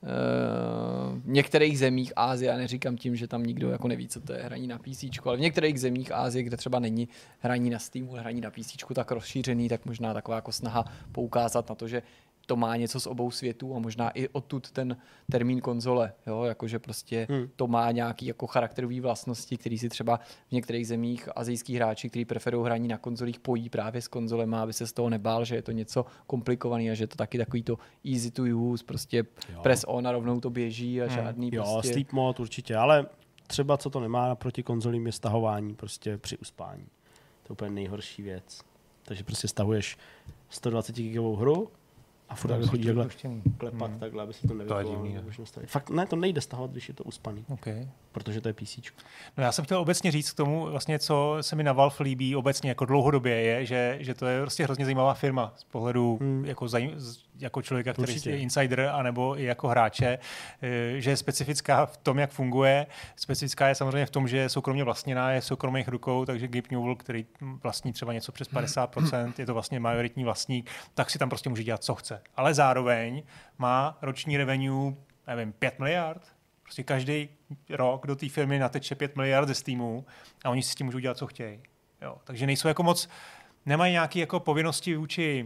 Speaker 2: v některých zemích Asie, já neříkám tím, že tam nikdo jako neví, co to je hraní na PCčku, ale v některých zemích Asie, kde třeba není hraní na Steamu, hraní na PCčku tak rozšířený, tak možná taková jako snaha poukázat na to, že to má něco z obou světů a možná i odtud ten termín konzole, jo, jakože prostě hmm. to má nějaký jako charakterový vlastnosti, který si třeba v některých zemích asijských hráči, kteří preferují hraní na konzolích, pojí právě s konzolema, aby se z toho nebál, že je to něco komplikovaný a že je to taky takový to easy to use, prostě jo. press on a rovnou to běží a žádný
Speaker 1: hmm.
Speaker 2: prostě...
Speaker 1: Jo, sleep mode určitě, ale třeba co to nemá proti konzolím je stahování prostě při uspání. To je úplně nejhorší věc. Takže prostě stahuješ sto dvacet gigovou hru a furt takhle chodí takhle klepat hmm. takhle, aby se to nevyplo. Fakt ne, to nejde stahovat, když je to uspaný.
Speaker 3: Okay.
Speaker 1: Protože to je PCčko.
Speaker 3: No já jsem chtěl obecně říct k tomu, vlastně, co se mi na Valve líbí obecně jako dlouhodobě je, že, že to je prostě hrozně zajímavá firma z pohledu hmm. jako, zajím, jako člověka, který Určitě. je insider, anebo i jako hráče, že je specifická v tom, jak funguje. Specifická je samozřejmě v tom, že je soukromně vlastněná, je v soukromých rukou, takže Gabe Newell, který vlastní třeba něco přes padesát procent, je to vlastně majoritní vlastník, tak si tam prostě může dělat, co chce. Ale zároveň má roční revenue, nevím, pět miliard. Prostě každý rok do té firmy nateče pět miliard ze Steamu a oni si s tím můžou dělat, co chtějí. Jo. Takže nejsou jako moc, nemají nějaké jako povinnosti vůči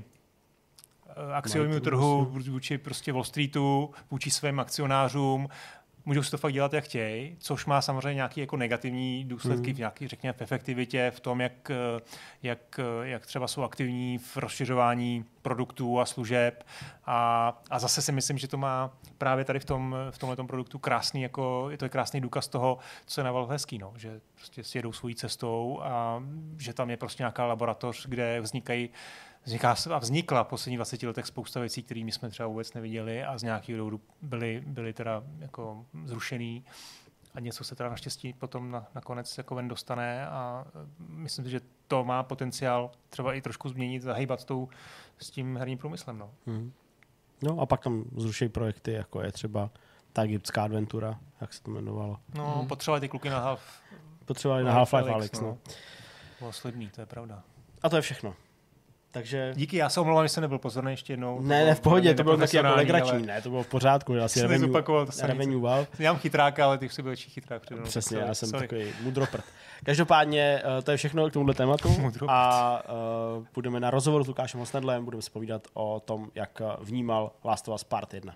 Speaker 3: akciovému trhu, vůči prostě Wall Streetu, vůči svým akcionářům. Můžou si to fakt dělat, jak chtějí, což má samozřejmě nějaké jako negativní důsledky mm. v nějaké, řekněme, v efektivitě, v tom, jak, jak, jak třeba jsou aktivní v rozšiřování produktů a služeb. A, a zase si myslím, že to má právě tady v tom v tomhletom produktu krásný, jako, je to je krásný důkaz toho, co je na Valve hezký, no, že prostě si jedou svojí cestou a že tam je prostě nějaká laboratoř, kde vznikají Vzniká, a vznikla v posledních dvaceti letech spousta věcí, které my jsme třeba vůbec neviděli a z nějakého důvodu byly, byly teda jako zrušený a něco se teda naštěstí potom na, nakonec jako ven dostane a myslím si, že to má potenciál třeba i trošku změnit, zahýbat s, tou, s tím herním průmyslem. No.
Speaker 1: Hmm. No a pak tam zrušejí projekty, jako je třeba ta egyptská adventura, jak se to jmenovalo.
Speaker 3: No, hmm. potřebovali ty kluky na Half...
Speaker 1: Potřebovali na Half-Life Alyx, no.
Speaker 3: Bylo slibný, to je pravda.
Speaker 1: A to je všechno. Takže...
Speaker 3: Díky, já se omlouvám, že jsem nebyl pozorný ještě jednou.
Speaker 1: Ne, ne, v pohodě, to bylo taky jako legrační,
Speaker 3: ale...
Speaker 1: ne, to bylo v pořádku, já si revenue, revenue wow.
Speaker 3: Já mám chytráka, ale ty jsi byl větší chytrák. Před
Speaker 1: Přesně, já jsem sorry. Takový mudroprt. Každopádně to je všechno k tomuhle tématu a uh, půjdeme na rozhovor s Lukášem Hosnedlem, budeme se povídat o tom, jak vnímal Last of Us Part jedna.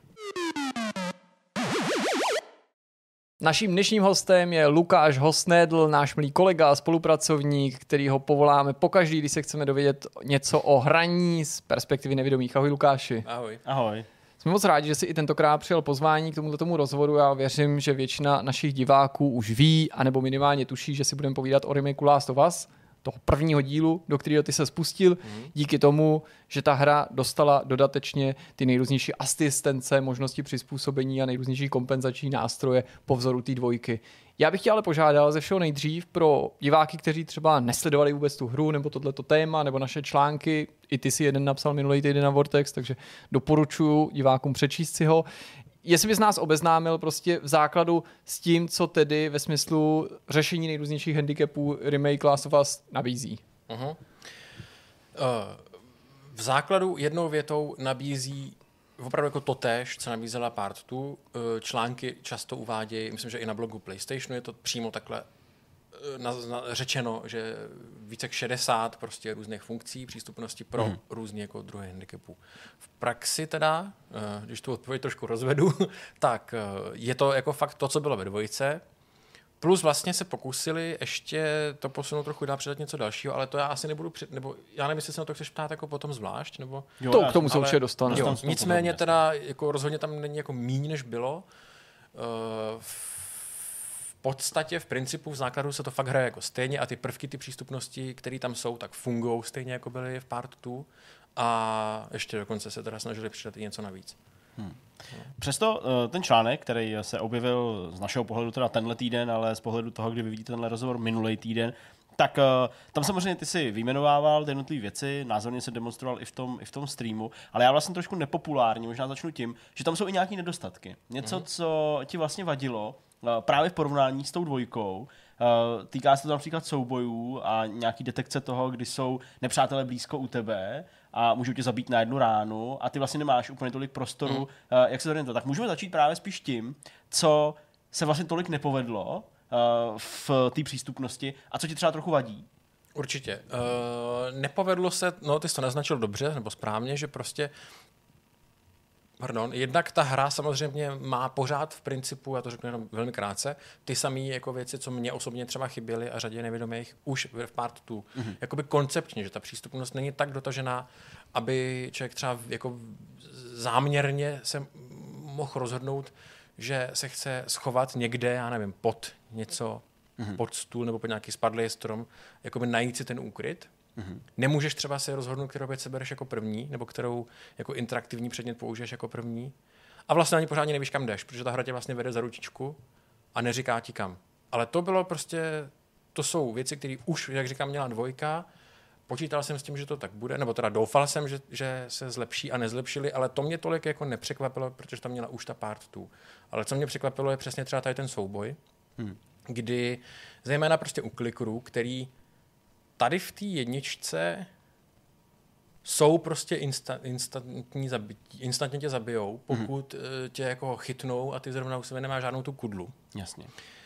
Speaker 2: Naším dnešním hostem je Lukáš Hosnedl, náš milý kolega a spolupracovník, který ho povoláme pokaždý, když se chceme dovědět něco o hraní z perspektivy nevědomých. Ahoj Lukáši.
Speaker 4: Ahoj.
Speaker 1: Ahoj.
Speaker 2: Jsme moc rádi, že jsi i tentokrát přijel pozvání k tomuto rozhovoru. Já věřím, že většina našich diváků už ví, anebo minimálně tuší, že si budeme povídat o remakeu Last of Us, toho prvního dílu, do kterého ty se spustil, mm. díky tomu, že ta hra dostala dodatečně ty nejrůznější asistence, možnosti přizpůsobení a nejrůznější kompenzační nástroje po vzoru té dvojky. Já bych tě ale požádal ze všeho nejdřív pro diváky, kteří třeba nesledovali vůbec tu hru, nebo tohleto téma, nebo naše články, i ty si jeden napsal minulý týden na Vortex, takže doporučuji divákům přečíst si ho. Jestli bys nás obeznámil prostě v základu s tím, co tedy ve smyslu řešení nejrůznějších handicapů remake Last of Us nabízí.
Speaker 4: Uh-huh. Uh, v základu jednou větou nabízí opravdu jako totéž, co nabízela Part dva. Uh, články často uvádějí, myslím, že i na blogu PlayStationu je to přímo takhle Na, na, řečeno, že více jak šedesát prostě různých funkcí přístupnosti pro mm. různé jako druhy handicapů. V praxi teda, když tu odpověď trošku rozvedu, tak je to jako fakt to, co bylo ve dvojce, plus vlastně se pokusili ještě to posunout trochu dál, přidat něco dalšího, ale to já asi nebudu, před, nebo já nevím, jestli se na to chceš ptát jako potom zvlášť, nebo...
Speaker 2: Jo, to, k tomu se určitě dostane.
Speaker 4: Jo, nicméně teda jako rozhodně tam není jako míň, než bylo. Uh, V podstatě, v principu, v základu se to fakt hraje jako stejně a ty prvky, ty přístupnosti, které tam jsou, tak fungují stejně, jako byly v Part dva a ještě dokonce se teda snažili přidat i něco navíc.
Speaker 1: Hmm. Přesto ten článek, který se objevil z našeho pohledu teda tenhle týden, ale z pohledu toho, kdy vy vidíte tenhle rozhovor minulý týden, tak tam samozřejmě ty si vyjmenovával ty jednotlivé věci, názorně se demonstroval i v tom, i v tom streamu, ale já vlastně trošku nepopulárně, možná začnu tím, že tam jsou i nějaké nedostatky. Něco, hmm. co ti vlastně vadilo, právě v porovnání s tou dvojkou. Týká se to například soubojů a nějaký detekce toho, kdy jsou nepřátelé blízko u tebe a můžou tě zabít na jednu ránu a ty vlastně nemáš úplně tolik prostoru, mm. jak se to orientovat. Tak můžeme začít právě spíš tím, co se vlastně tolik nepovedlo v té přístupnosti a co ti třeba trochu vadí.
Speaker 4: Určitě. Uh, nepovedlo se, no ty jsi to naznačil dobře, nebo správně, že prostě Pardon, jednak ta hra samozřejmě má pořád v principu, já to řeknu jenom velmi krátce, ty samé jako věci, co mě osobně třeba chyběly a řadě nevědomých už v Part dva. Mm-hmm. Jakoby koncepčně, že ta přístupnost není tak dotažená, aby člověk třeba jako záměrně se mohl rozhodnout, že se chce schovat někde, já nevím, pod něco, mm-hmm. pod stůl nebo pod nějaký spadlý strom, jakoby najít si ten úkryt. Mm-hmm. Nemůžeš třeba si rozhodnout, kterou věc sebereš jako první, nebo kterou jako interaktivní předmět použiješ jako první. A vlastně ani pořádně nevíš, kam jdeš, protože ta hra tě vlastně vede za ručičku a neříká ti kam. Ale to bylo prostě, to jsou věci, které už, jak říkám, měla dvojka. Počítal jsem s tím, že to tak bude, nebo teda doufal jsem, že, že se zlepší a nezlepšili, ale to mě tolik jako nepřekvapilo, protože tam měla už ta Part dva. Ale co mě překvapilo, je přesně třeba tady ten souboj, hmm. kdy zejména prostě u klikru, který tady v té jedničce jsou prostě insta, instantní zabití, instantně tě zabijou, pokud mm-hmm. tě jako chytnou a ty zrovna u sebe nemáš žádnou tu kudlu.
Speaker 1: Jasně.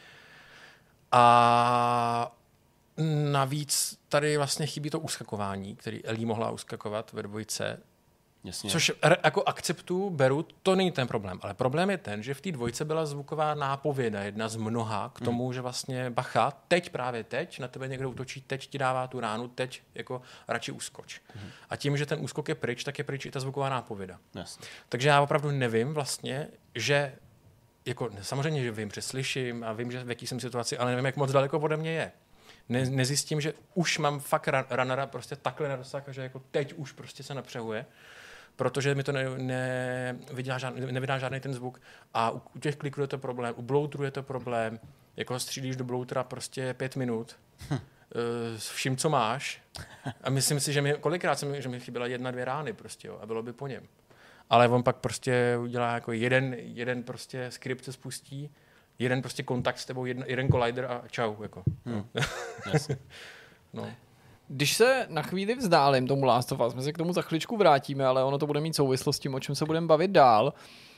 Speaker 4: A navíc tady vlastně chybí to uskakování, který Ellie mohla uskakovat ve dvojce.
Speaker 1: Jasně.
Speaker 4: Což jako akceptuju, beru, to není ten problém. Ale problém je ten, že v té dvojce byla zvuková nápověda, jedna z mnoha, k tomu, mm. že vlastně bacha, teď právě teď, na tebe někdo útočí, teď ti dává tu ránu, teď jako radši uskoč. Mm. A tím, že ten úskok je pryč, tak je pryč i ta zvuková nápověda.
Speaker 1: Jasně.
Speaker 4: Takže já opravdu nevím vlastně, že jako samozřejmě, že vím, že slyším a vím, že v jaký jsem situaci, ale nevím, jak moc daleko ode mě je. Ne, nezjistím, že už mám fakt runnera prostě takhle na dosah, že jako teď už prostě se napřehuje, protože mi to ne, ne, vydá žádný, nevydá žádný ten zvuk a u, u těch kliků je to problém, u bloateru je to problém, jako střílíš do bloatera prostě pět minut hm. s vším, co máš a myslím si, že mi, kolikrát jsem, že mi chyběla jedna, dvě rány prostě, jo, a bylo by po něm. Ale on pak prostě udělá jako jeden, jeden prostě skript se spustí, jeden prostě kontakt s tebou, jeden, jeden collider a čau, jako. Hmm.
Speaker 1: Jasně.
Speaker 4: No.
Speaker 2: Když se na chvíli vzdálím tomu Last of Us, my se k tomu za chviličku vrátíme, ale ono to bude mít souvislost s tím, o čem se budeme bavit dál.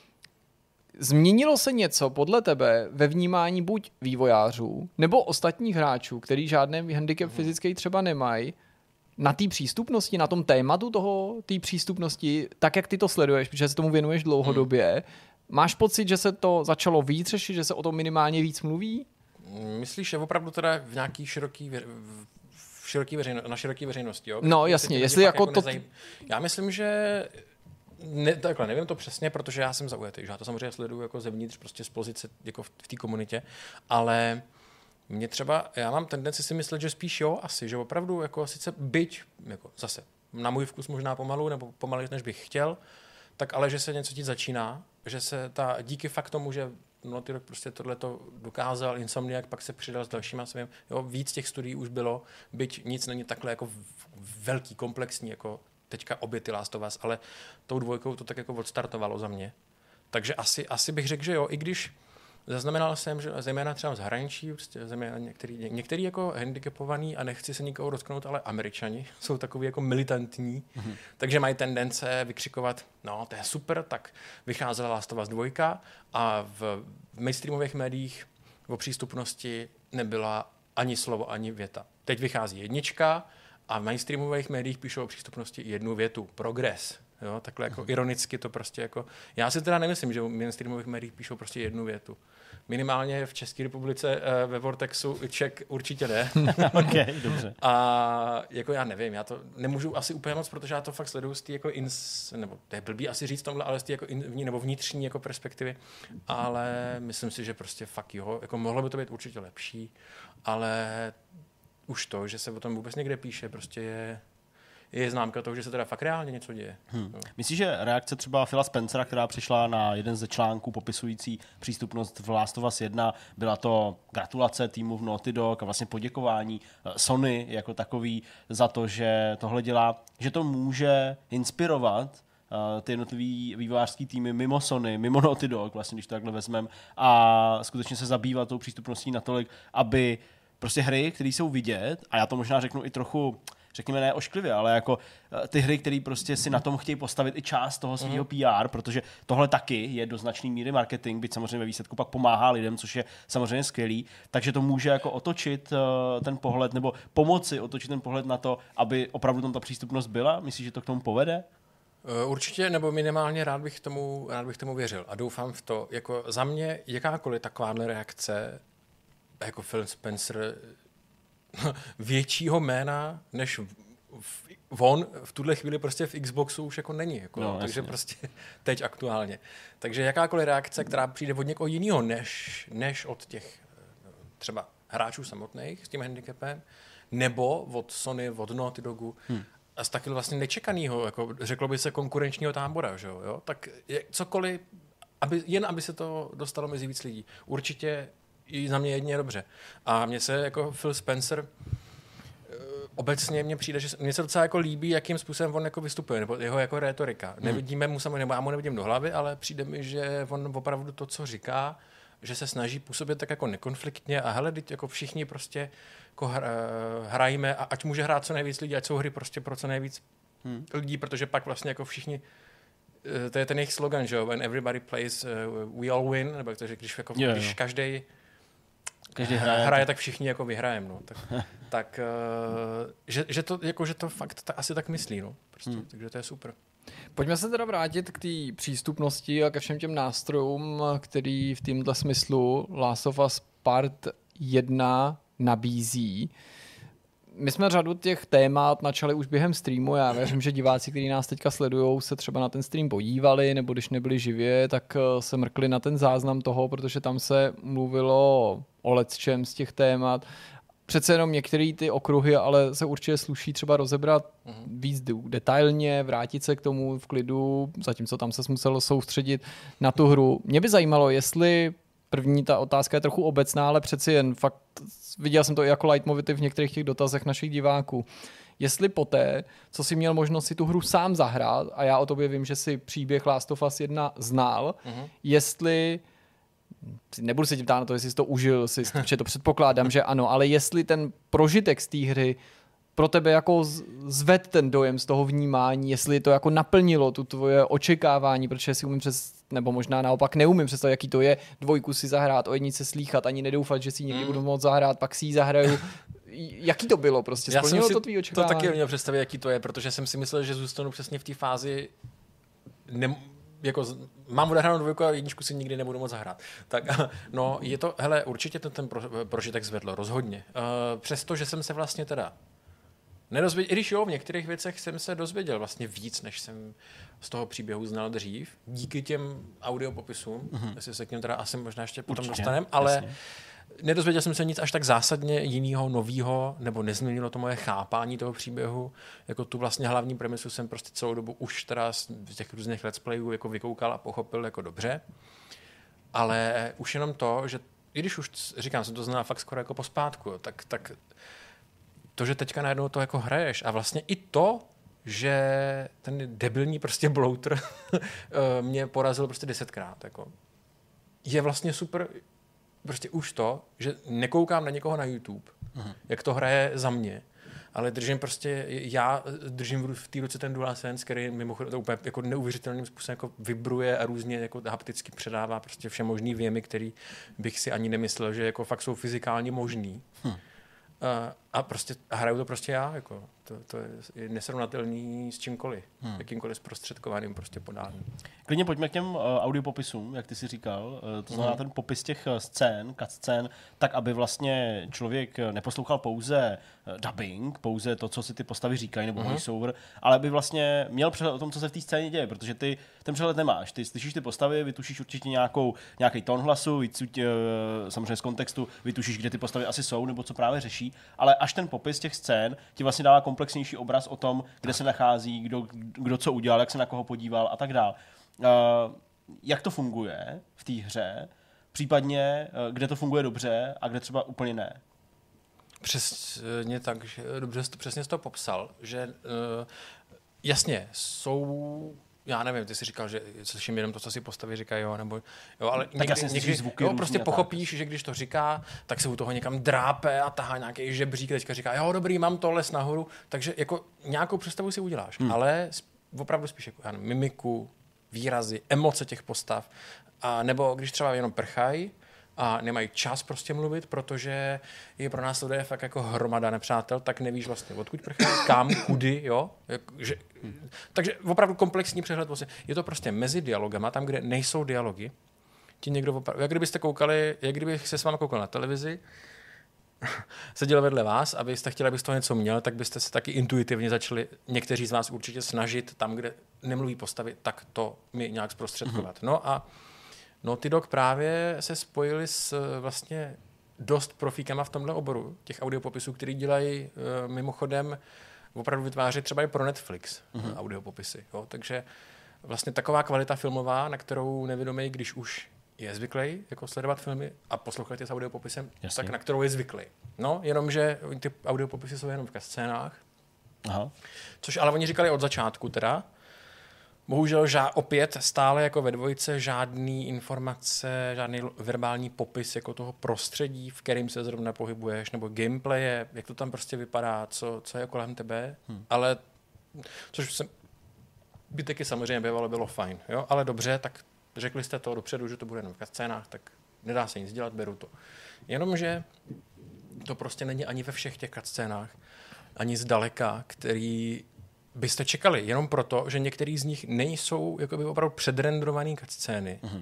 Speaker 2: Změnilo se něco podle tebe ve vnímání buď vývojářů, nebo ostatních hráčů, který žádný handicap fyzický třeba nemají, na té přístupnosti, na tom tématu toho, té přístupnosti, tak jak ty to sleduješ, protože se tomu věnuješ dlouhodobě, hmm. máš pocit, že se to začalo víc řešit, že se o tom minimálně víc mluví?
Speaker 4: Myslíš, že opravdu teda v nějaký široký vě... v široký veřejno... na široký veřejnosti, jo?
Speaker 2: No jasně, jestli jako, jako to...
Speaker 4: Nezaj... Já myslím, že ne, takhle, nevím to přesně, protože já jsem zaujatý, že já to samozřejmě sleduju jako zevnitř, prostě z pozice jako v, v té komunitě, ale mě třeba, já mám tendenci si myslet, že spíš jo, asi, že opravdu jako sice byť, jako zase, na můj vkus možná pomalu, nebo pomalu, než bych chtěl, tak ale, že se něco dít začíná, že se ta, díky fakt tomu, že no, ty prostě tohleto dokázal, Insomniac, pak se přidal s dalšíma svým, jo, víc těch studií už bylo, byť nic není takhle jako velký, komplexní, jako teďka obě ty Last of Us, ale tou dvojkou to tak jako odstartovalo za mě. Takže asi, asi bych řekl, že jo, i když zaznamenal jsem, že zejména třeba z zahraničí, prostě zejména některý, některý jako handicapovaný, a nechci se nikoho dotknout, ale Američani jsou takový jako militantní, mm-hmm. takže mají tendence vykřikovat, no to je super, tak vycházela Last of Us dva a v mainstreamových médiích o přístupnosti nebyla ani slovo, ani věta. Teď vychází jednička a v mainstreamových médiích píšou o přístupnosti jednu větu, progres. Jo, takhle jako mm-hmm. ironicky to prostě jako... Já si teda nemyslím, že v mainstreamových médiích píšou prostě jednu větu. Minimálně v České republice ve Vortexu Ček určitě ne.
Speaker 1: Okay, dobře.
Speaker 4: A jako já nevím, já to nemůžu asi úplně moc, protože já to fakt sleduju z té jako ins, nebo to je blbý asi říct tomhle, ale z té jako in, nebo vnitřní jako perspektivy, ale myslím si, že prostě fakt jo, jako mohlo by to být určitě lepší, ale už to, že se o tom vůbec někde píše, prostě je je známka toho, že se teda fakt reálně něco děje. Hmm. No.
Speaker 1: Myslíš, že reakce třeba Phila Spencera, která přišla na jeden ze článků popisující přístupnost v Last of Us jedna, byla to gratulace týmu v Naughty Dog a vlastně poděkování Sony jako takový za to, že tohle dělá, že to může inspirovat uh, ty jednotlivý vývojářský týmy mimo Sony, mimo Naughty Dog, vlastně, když to takhle vezmeme, a skutečně se zabývat tou přístupností natolik, aby prostě hry, které jsou vidět, a já to možná řeknu i trochu, řekněme ne ošklivě, ale jako ty hry, které prostě si na tom chtějí postavit i část toho svého P R, protože tohle taky je do značné míry marketing, byť samozřejmě ve výsledku pak pomáhá lidem, což je samozřejmě skvělý, takže to může jako otočit uh, ten pohled, nebo pomoci otočit ten pohled na to, aby opravdu tam ta přístupnost byla. Myslíš, že to k tomu povede?
Speaker 4: Určitě, nebo minimálně rád bych tomu, rád bych tomu věřil a doufám v to. Jako za mě jakákoliv takováhle reakce, jako Phil Spencer, většího jména než v, on v tuhle chvíli prostě v Xboxu už jako není. Jako, no, takže prostě teď aktuálně. Takže jakákoliv reakce, která přijde od někoho jiného, než, než od těch třeba hráčů samotných s tím handicapem, nebo od Sony, od Naughty Dogu, hmm. a z taky vlastně nečekanýho, jako řeklo by se konkurenčního tábora, že jo? Tak je, cokoliv, aby, jen aby se to dostalo mezi víc lidí. Určitě i za mě jedině dobře. A mně se jako Phil Spencer obecně mně přijde, že mně se docela jako líbí, jakým způsobem on jako vystupuje, nebo jeho jako rétorika. Hmm. Nevidíme mu samozřejmě, nebo já mu nevidím do hlavy, ale přijde mi, že on opravdu to, co říká, že se snaží působit tak jako nekonfliktně a hele, teď jako všichni prostě jako hrajíme a ať může hrát co nejvíc lidí, ať jsou hry prostě pro co nejvíc hmm. lidí, protože pak vlastně jako všichni, to je ten jejich slogan, že when everybody plays, uh, we all win, nebo to, že když, jako, yeah, když každý Každý hraje, hraje, tak všichni jako vyhrajeme, no. Tak, tak uh, že, že, to, jako, že to fakt ta, asi tak myslí, no. Prostě, hmm. Takže to je super.
Speaker 2: Pojďme se teda vrátit k té přístupnosti a ke všem těm nástrojům, který v tomhle smyslu Last of Us Part jedna nabízí. My jsme řadu těch témat načali už během streamu, já věřím, že diváci, kteří nás teďka sledujou, se třeba na ten stream podívali, nebo když nebyli živě, tak se mrkli na ten záznam toho, protože tam se mluvilo o lecčem z těch témat. Přece jenom některé ty okruhy, ale se určitě sluší třeba rozebrat mm-hmm. víc detailně, vrátit se k tomu v klidu, zatímco tam se muselo soustředit na tu hru. Mě by zajímalo, jestli první ta otázka je trochu obecná, ale přeci jen fakt viděl jsem to i jako leitmotiv v některých těch dotazech našich diváků. Jestli poté, co jsi měl možnost si tu hru sám zahrát, a já o tobě vím, že si příběh Last of Us jedna znal, mm-hmm. jestli, nebudu se tě ptát na to, jestli jsi to užil, si, protože to předpokládám, že ano, ale jestli ten prožitek z té hry pro tebe jako zved ten dojem z toho vnímání, jestli to jako naplnilo tu tvoje očekávání, protože si umím přes, nebo možná naopak neumím představit, jaký to je dvojku si zahrát, o jednice slýchat, ani nedoufat, že si někdy mm. budu moct zahrát, pak si ji zahraju. Jaký to bylo prostě? Splnilo to tvý očekávání?
Speaker 4: To taky měl představit, jaký to je, protože jsem si myslel, že zůstanu přesně v té fázi ne, jako mám odehranou dvojku a jedničku si nikdy nebudu moc zahrát. Tak no, je to, hele, určitě ten, ten pro, prožitek zvedlo, rozhodně. Uh, přestože jsem se vlastně teda nedozvěděl, i když jo, v některých věcech jsem se dozvěděl vlastně víc, než jsem z toho příběhu znal dřív, díky těm audiopopisům, mm-hmm. jestli se k něm teda asi možná ještě potom určitě, dostanem, ale jasně. Nedozvěděl jsem se nic až tak zásadně jinýho, novýho, nebo nezměnilo to moje chápání toho příběhu. Jako tu vlastně hlavní premisu jsem prostě celou dobu už teda z těch různých let's playů jako vykoukal a pochopil jako dobře. Ale už jenom to, že i když už říkám, jsem to znal fakt skoro jako pospátku, tak, tak to, že teďka najednou to jako hraješ a vlastně i to, že ten debilní prostě blouter mě porazil prostě desetkrát. Jako. Je vlastně super. Prostě už to, že nekoukám na někoho na YouTube, uh-huh. jak to hraje za mě, ale držím prostě, já držím v té ruce ten DualSense, který mimochodem to úplně jako neuvěřitelným způsobem jako vibruje a různě jako hapticky předává prostě vše možný věmy, který bych si ani nemyslel, že jako fakt jsou fyzikálně možný. Hmm. A, a prostě a hraju to prostě já, jako to, to je nesrovnatelný s čímkoliv, hmm. jakýmkoliv zprostředkovaným prostě podáním.
Speaker 1: Klidně pojďme k těm uh, audiopopisům, jak ty si říkal, uh, to znamená hmm. ten popis těch scén, cutscén, tak aby vlastně člověk neposlouchal pouze uh, dubbing, pouze to, co si ty postavy říkají, nebo hmm. voiceover, ale aby vlastně měl přehled o tom, co se v té scéně děje, protože ty ten přehled nemáš. Ty slyšíš ty postavy, vytušíš určitě nějakou, nějaký tón hlasu, vycuť, uh, samozřejmě z kontextu, vytušíš, kde ty postavy asi jsou, nebo co právě řeší, ale až ten popis těch scén ti vlastně dává komplexnější obraz o tom, kde se nachází, kdo, kdo co udělal, jak se na koho podíval a tak dál. Uh, jak to funguje v té hře, případně uh, kde to funguje dobře a kde třeba úplně ne?
Speaker 4: Přesně tak, že dobře jsi to, přesně jsi to popsal, že uh, jasně jsou, já nevím, ty jsi říkal, že slyším jenom to, co si postavy říkají, jo, nebo jo, ale
Speaker 1: tak někdy, někdy zvuky
Speaker 4: jo, prostě pochopíš, že když to říká, tak se u toho někam drápe a tahá nějaký žebřík, teďka říká, jo, dobrý, mám to, les nahoru, takže jako nějakou představu si uděláš, hmm. ale opravdu spíš jako já nevím, mimiku, výrazy, emoce těch postav, a nebo když třeba jenom prchají a nemají čas prostě mluvit, protože je pro nás lidé fakt jako hromada nepřátel, tak nevíš vlastně odkud prchají, kam, kudy, jo. Jak, že, takže opravdu komplexní přehled. Vlastně. Je to prostě mezi dialogama, tam, kde nejsou dialogy, ti někdo opravdu, jak kdybyste koukali, jak kdybych se s vámi koukal na televizi, seděl vedle vás a vy jste chtěli, abyste toho něco měl, tak byste se taky intuitivně začali někteří z vás určitě snažit tam, kde nemluví postavy, tak to mi nějak zprostředkovat. Mm-hmm. No a Naughty Dog právě se spojili s vlastně dost profíkama v tomhle oboru, těch audiopopisů, který dělají uh, mimochodem opravdu vytváří třeba i pro Netflix mm-hmm. audiopopisy. Jo? Takže vlastně taková kvalita filmová, na kterou nevědomý, když už je zvyklý jako sledovat filmy a poslouchat je s audiopopisem, jasně. tak na kterou je zvyklý. No, jenomže ty audiopopisy jsou jenom v scénách. Aha. Což ale oni říkali od začátku teda. Bohužel ža- opět stále jako ve dvojce žádný informace, žádný verbální popis jako toho prostředí, v kterém se zrovna pohybuješ, nebo gameplaye, jak to tam prostě vypadá, co, co je kolem tebe, hmm. ale což se by taky samozřejmě bývalo, bylo fajn, jo? Ale dobře, tak řekli jste to dopředu, že to bude jenom v scénách, tak nedá se nic dělat, beru to. Jenomže to prostě není ani ve všech těch scénách, ani zdaleka, který byste čekali, jenom proto, že některý z nich nejsou jakoby opravdu předrendrovaný cutscény, mm-hmm.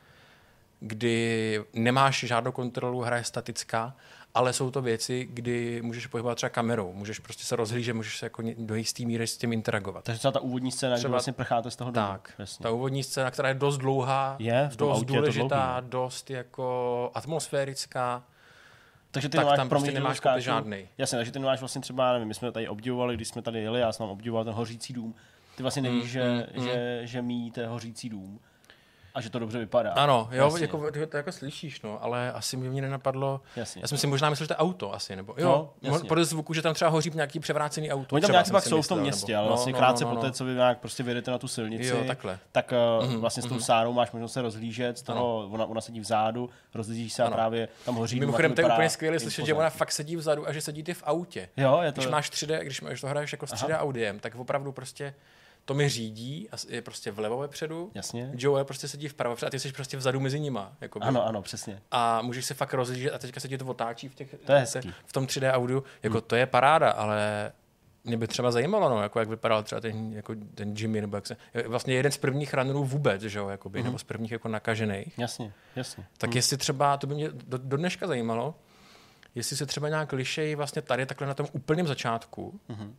Speaker 4: kdy nemáš žádnou kontrolu, hra je statická, ale jsou to věci, kdy můžeš pohybovat třeba kamerou, můžeš prostě se rozhlížet, můžeš se jako do jistý míry s tím interagovat.
Speaker 1: Takže třeba ta úvodní scéna, třeba, kdy vlastně prcháte z toho domu.
Speaker 4: Tak, jasně. Ta úvodní scéna, která je dost dlouhá,
Speaker 1: je,
Speaker 4: dost důležitá, dost jako atmosférická.
Speaker 1: Takže ty
Speaker 4: tak
Speaker 1: nemáš,
Speaker 4: tam prostě nemáš kopy žádnej.
Speaker 1: Jasně, takže ty nemáš vlastně třeba, nevím, my jsme tady obdivovali, když jsme tady jeli, já jsem tam obdivoval ten hořící dům. Ty vlastně nevíš, mm, že, mm, že, že míjíte hořící dům. a že to dobře vypadá.
Speaker 4: Ano, jo, jako, ty to jako slyšíš, no, ale asi mi mě nenapadlo. Jasně. Já jsem si možná myslel, že to je auto asi, nebo jo, no, podle zvuku, že tam třeba hoří nějaký převrácený auto.
Speaker 1: Oni tam nějak pak jsou v tom městě, nebo, ale vlastně no, krátce no, no, no. poté, co vy nějak prostě vyjedete na tu silnici,
Speaker 4: jo, takhle.
Speaker 1: tak mm-hmm, vlastně s tou mm-hmm. Sárou máš možnost se rozhlížet, z toho ona, ona sedí vzadu, rozhlížíš se a právě tam hoří.
Speaker 4: Mimochodem to je úplně skvělé slyšet, že ona fakt sedí vzadu a že sedí ty v autě.
Speaker 1: Jo, je to...
Speaker 4: Když máš tři dé, když to hraješ jako s tři dé audiem, tak opravdu prostě to mi řídí a je prostě vlevo vepředu.
Speaker 1: Jasně.
Speaker 4: Joel prostě sedí vpravo vepředu a ty jsi prostě vzadu mezi nima. Jakoby.
Speaker 1: Ano, ano, přesně.
Speaker 4: A můžeš se fakt rozlížet a teďka se ti to otáčí v, těch,
Speaker 1: to je
Speaker 4: v tom tři dé audiu. Jako hmm. to je paráda, ale mě by třeba zajímalo, no, jako jak vypadal třeba ten, jako ten Jimmy, nebo jak se, vlastně jeden z prvních runnerů vůbec, že jo, jakoby, hmm. nebo z prvních jako nakažených.
Speaker 1: Jasně, jasně.
Speaker 4: Tak hmm. jestli třeba, to by mě do, do dneška zajímalo, jestli se třeba nějak lišejí vlastně tady takhle na tom úplném začátku, hmm.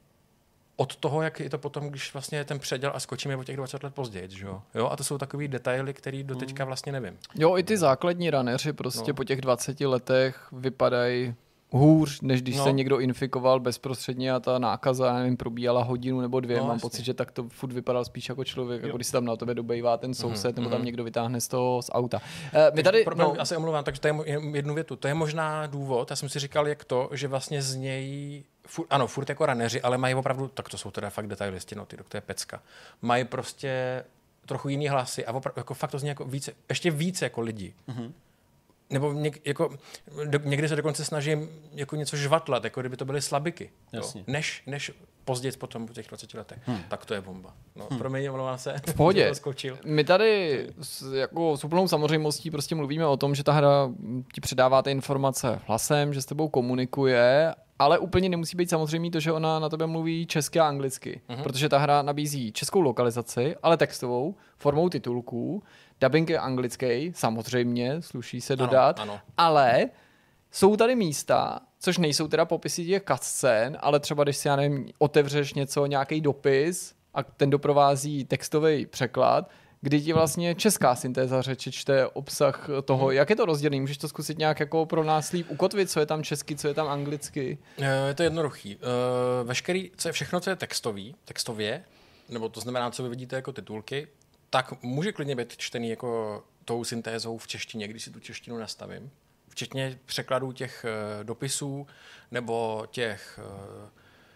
Speaker 4: od toho, jak je to potom, když vlastně ten předěl a skočíme o těch dvacet let později, že jo? Jo, a to jsou takový detaily, který do teďka vlastně nevím.
Speaker 2: Jo, i ty základní runneři prostě no. po těch dvaceti letech vypadají hůř, než když no. se někdo infikoval bezprostředně a ta nákaza, nevím, probíhala hodinu nebo dvě. No, Mám jasný. pocit, že tak to furt vypadal spíš jako člověk, jo. jako když se tam na tebe dobejvá ten soused, mm-hmm. nebo tam někdo vytáhne z toho z auta. Uh, my tady,
Speaker 4: problém, no. Já se omlouvám, takže to je jednu větu. To je možná důvod, já jsem si říkal, jak to, že vlastně z něj Furt, ano, furt jako runneři, ale mají opravdu, tak to jsou teda fakt detailisti, no, ty, to je pecka. Mají prostě trochu jiný hlasy a opravdu, jako fakt to zní jako více, ještě více jako lidi. Mm-hmm. Nebo něk, jako, do, někdy se dokonce snažím jako něco žvatlat, jako kdyby to byly slabiky. Než, než později potom po těch dvaceti letech. Hmm. Tak to je bomba. No, hmm. Promiň, omlouvám se.
Speaker 2: V pohodě. My tady s, jako, s úplnou samozřejmostí prostě mluvíme o tom, že ta hra ti předává ty informace hlasem, že s tebou komunikuje, ale úplně nemusí být samozřejmě to, že ona na tebe mluví česky a anglicky. Uh-huh. Protože ta hra nabízí českou lokalizaci, ale textovou, formou titulků. Dubbing je anglický, samozřejmě, sluší se dodat,
Speaker 4: ano, ano.
Speaker 2: ale jsou tady místa, což nejsou teda popisy těch cutscén, ale třeba když si, já nevím, otevřeš něco, nějaký dopis a ten doprovází textový překlad, kdy ti vlastně česká syntéza řeči čte obsah toho, hmm. jak je to rozdělený? Můžeš to zkusit nějak jako pro nás líp ukotvit, co je tam česky, co je tam anglicky?
Speaker 4: Je to jednoduchý. Veškerý, co je všechno, co je textový, textově, nebo to znamená, co vy vidíte jako titulky, tak může klidně být čtený jako tou syntézou v češtině, když si tu češtinu nastavím. Včetně překladů těch uh, dopisů nebo těch uh,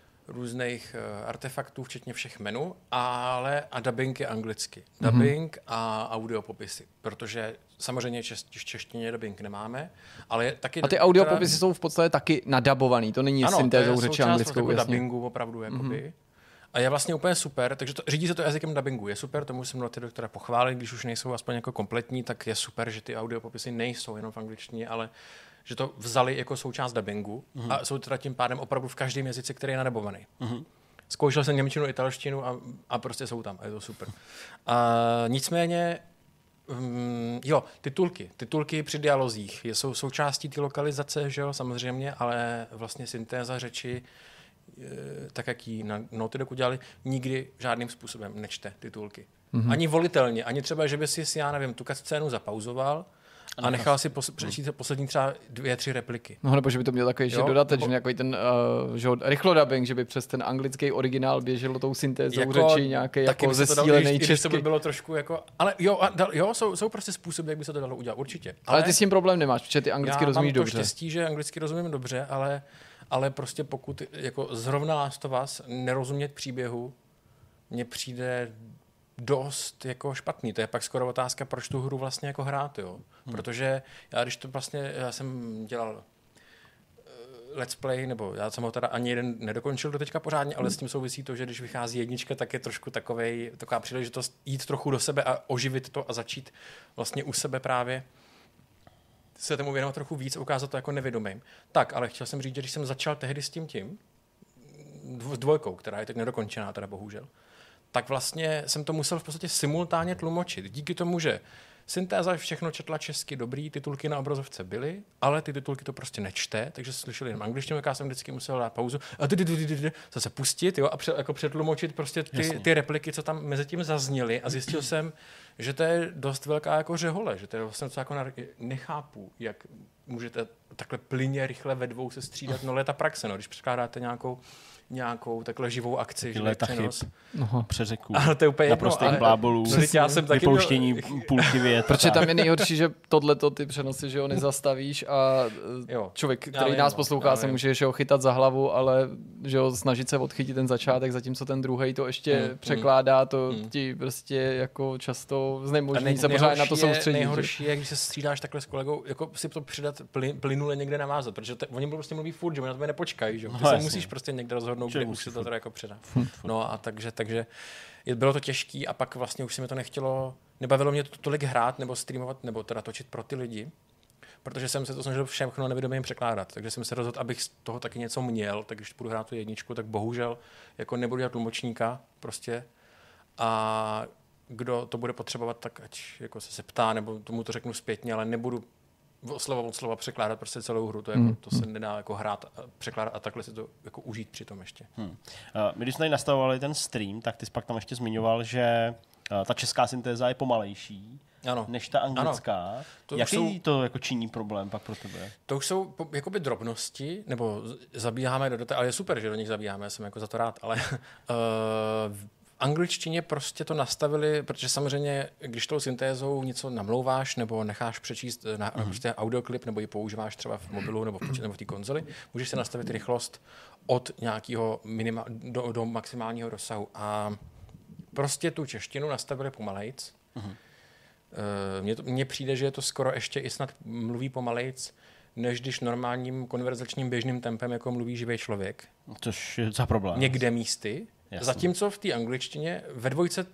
Speaker 4: různých uh, artefaktů, včetně všech menu, ale a dubbing je anglicky. Mm-hmm. Dubbing a audiopopisy, protože samozřejmě češ, v češtině dubbing nemáme, ale je taky...
Speaker 2: A ty audiopopisy teda... jsou v podstatě taky nadabovaný, to není ano, syntézou řeči anglickou.
Speaker 4: Ano, to je dubbingu opravdu, jakoby. Mm-hmm. A je vlastně úplně super, takže to, řídí se to jazykem dubbingu. Je super, to musím ty doktora pochválit, když už nejsou aspoň jako kompletní, tak je super, že ty audiopopisy nejsou jenom v angličtině, ale že to vzali jako součást dubbingu mm-hmm. a jsou teda tím pádem opravdu v každém jazyce, který je nadabovaný. Mm-hmm. Zkoušel jsem němčinu, italštinu a, a prostě jsou tam a je to super. A nicméně, um, jo, titulky. Titulky při dialozích jsou součástí té lokalizace, že jo, samozřejmě, ale vlastně syntéza řeči tak, jak ji na Naughty Dog udělali, nikdy žádným způsobem nečte titulky. Mm-hmm. Ani volitelně, ani třeba, že by si, já nevím, tu scénu zapauzoval a nechal si pos- přečíst poslední třeba dvě, tři repliky.
Speaker 2: No nebo že by to měl takový ještě dodatečný, jako ten uh, že rychlodubbing, že by přes ten anglický originál běželo tou syntézou jako, řeči nějaký jako zesílený česky.
Speaker 4: To by bylo trošku jako, ale jo, a, jo jsou, jsou prostě způsoby, jak by se to dalo udělat, určitě.
Speaker 2: Ale, ale ty s tím problém nemáš, protože ty anglicky rozumíš dobře. Já mám to
Speaker 4: štěstí, že anglicky rozumím dobře, ale ale prostě pokud jako zrovna Last of Us nerozumět příběhu, mně přijde dost jako špatný. To je pak skoro otázka, proč tu hru vlastně jako hrát, jo. Hmm. Protože já když to vlastně, já jsem dělal uh, let's play, nebo já jsem ho teda ani jeden nedokončil do teďka pořádně, ale s tím souvisí to, že když vychází jednička, tak je trošku takovej, taková příležitost jít trochu do sebe a oživit to a začít vlastně u sebe právě se tomu věnovat trochu víc, ukázat to jako nevědomým. Tak, ale chtěl jsem říct, že když jsem začal tehdy s tím tím, s dvojkou, která je teď nedokončená, teda bohužel, tak vlastně jsem to musel v podstatě simultánně tlumočit. Díky tomu, že syntéza všechno četla česky, dobrý, titulky na obrazovce byly, ale ty titulky to prostě nečte, takže slyšeli jenom angličtinu, jak já jsem vždycky musel dát pauzu a zase pustit, jo, a pře, jako přetlumočit prostě ty, ty repliky, co tam mezi tím zazněly a zjistil jsem, že to je dost velká jako řehole, že to je vlastně co jako nechápu, jak můžete takhle plyně, rychle ve dvou se střídat, no ale ta praxe, no, když překládáte nějakou nějakou takhle živou akci, živý přenos.
Speaker 1: No. Přeřeku.
Speaker 4: Ale to je úplně
Speaker 1: naprostých blábolů. Vypouštění půlky vět.
Speaker 2: Protože tam je nejhorší, že tohleto ty přenosy, že ho nezastavíš a
Speaker 4: jo.
Speaker 2: člověk, který nás poslouchá, se může že ho chytat za hlavu, ale že ho snažit se odchytit ten začátek, zatímco ten druhý to ještě hmm. překládá, to hmm. ti prostě jako často znemožní se pořád na to soustředit.
Speaker 4: Nejhorší je, když se střídáš takhle s kolegou, jako si to přidat plyn, plynule někde navázat, protože te, oni prostě mluví furt, že oni na tebe nepočkají, že? Ty no, se jasně. musíš prostě někde rozhodnout, kde už se to teda jako předá. No a takže, takže bylo to těžký a pak vlastně už se mi to nechtělo, nebavilo mě to tolik hrát nebo streamovat, nebo teda točit pro ty lidi, protože jsem se to snažil všechno nevědomým překládat, takže jsem se rozhodl, abych z toho taky něco měl, tak když budu hrát tu jedničku, tak bohužel jako nebudu dělat tlumočníka prostě a kdo to bude potřebovat, tak ať jako se zeptá, nebo tomu to řeknu zpětně, ale nebudu slovo od slova překládat prostě celou hru, to, jako, hmm. to se nedá jako hrát, a překládat a takhle si to jako užít přitom ještě. Hmm. Uh,
Speaker 1: my když jsme tady nastavovali ten stream, tak ty jsi pak tam ještě zmiňoval, že uh, ta česká syntéza je pomalejší ano. než ta anglická. To Jaký jsou, to jako činí problém pak pro tebe?
Speaker 4: To už jsou jakoby drobnosti, nebo zabíháme do detailů, ale je super, že do nich zabíháme, já jsem jako za to rád, ale uh, angličtině prostě to nastavili, protože samozřejmě, když tou syntézou něco namlouváš nebo necháš přečíst na mm-hmm. prostě audioklip nebo ji používáš třeba v mobilu nebo v, nebo v té konzoli, můžeš si nastavit rychlost od nějakého minima, do, do maximálního rozsahu. A prostě tu češtinu nastavili pomalejc. Mm-hmm. Mně, to, mně přijde, že je to skoro ještě i snad mluví pomalejc, než když normálním konverzačním běžným tempem jako mluví živý člověk.
Speaker 1: Což je za problém.
Speaker 4: Někde místy. Jasně. Zatímco v té angličtině ve dvojce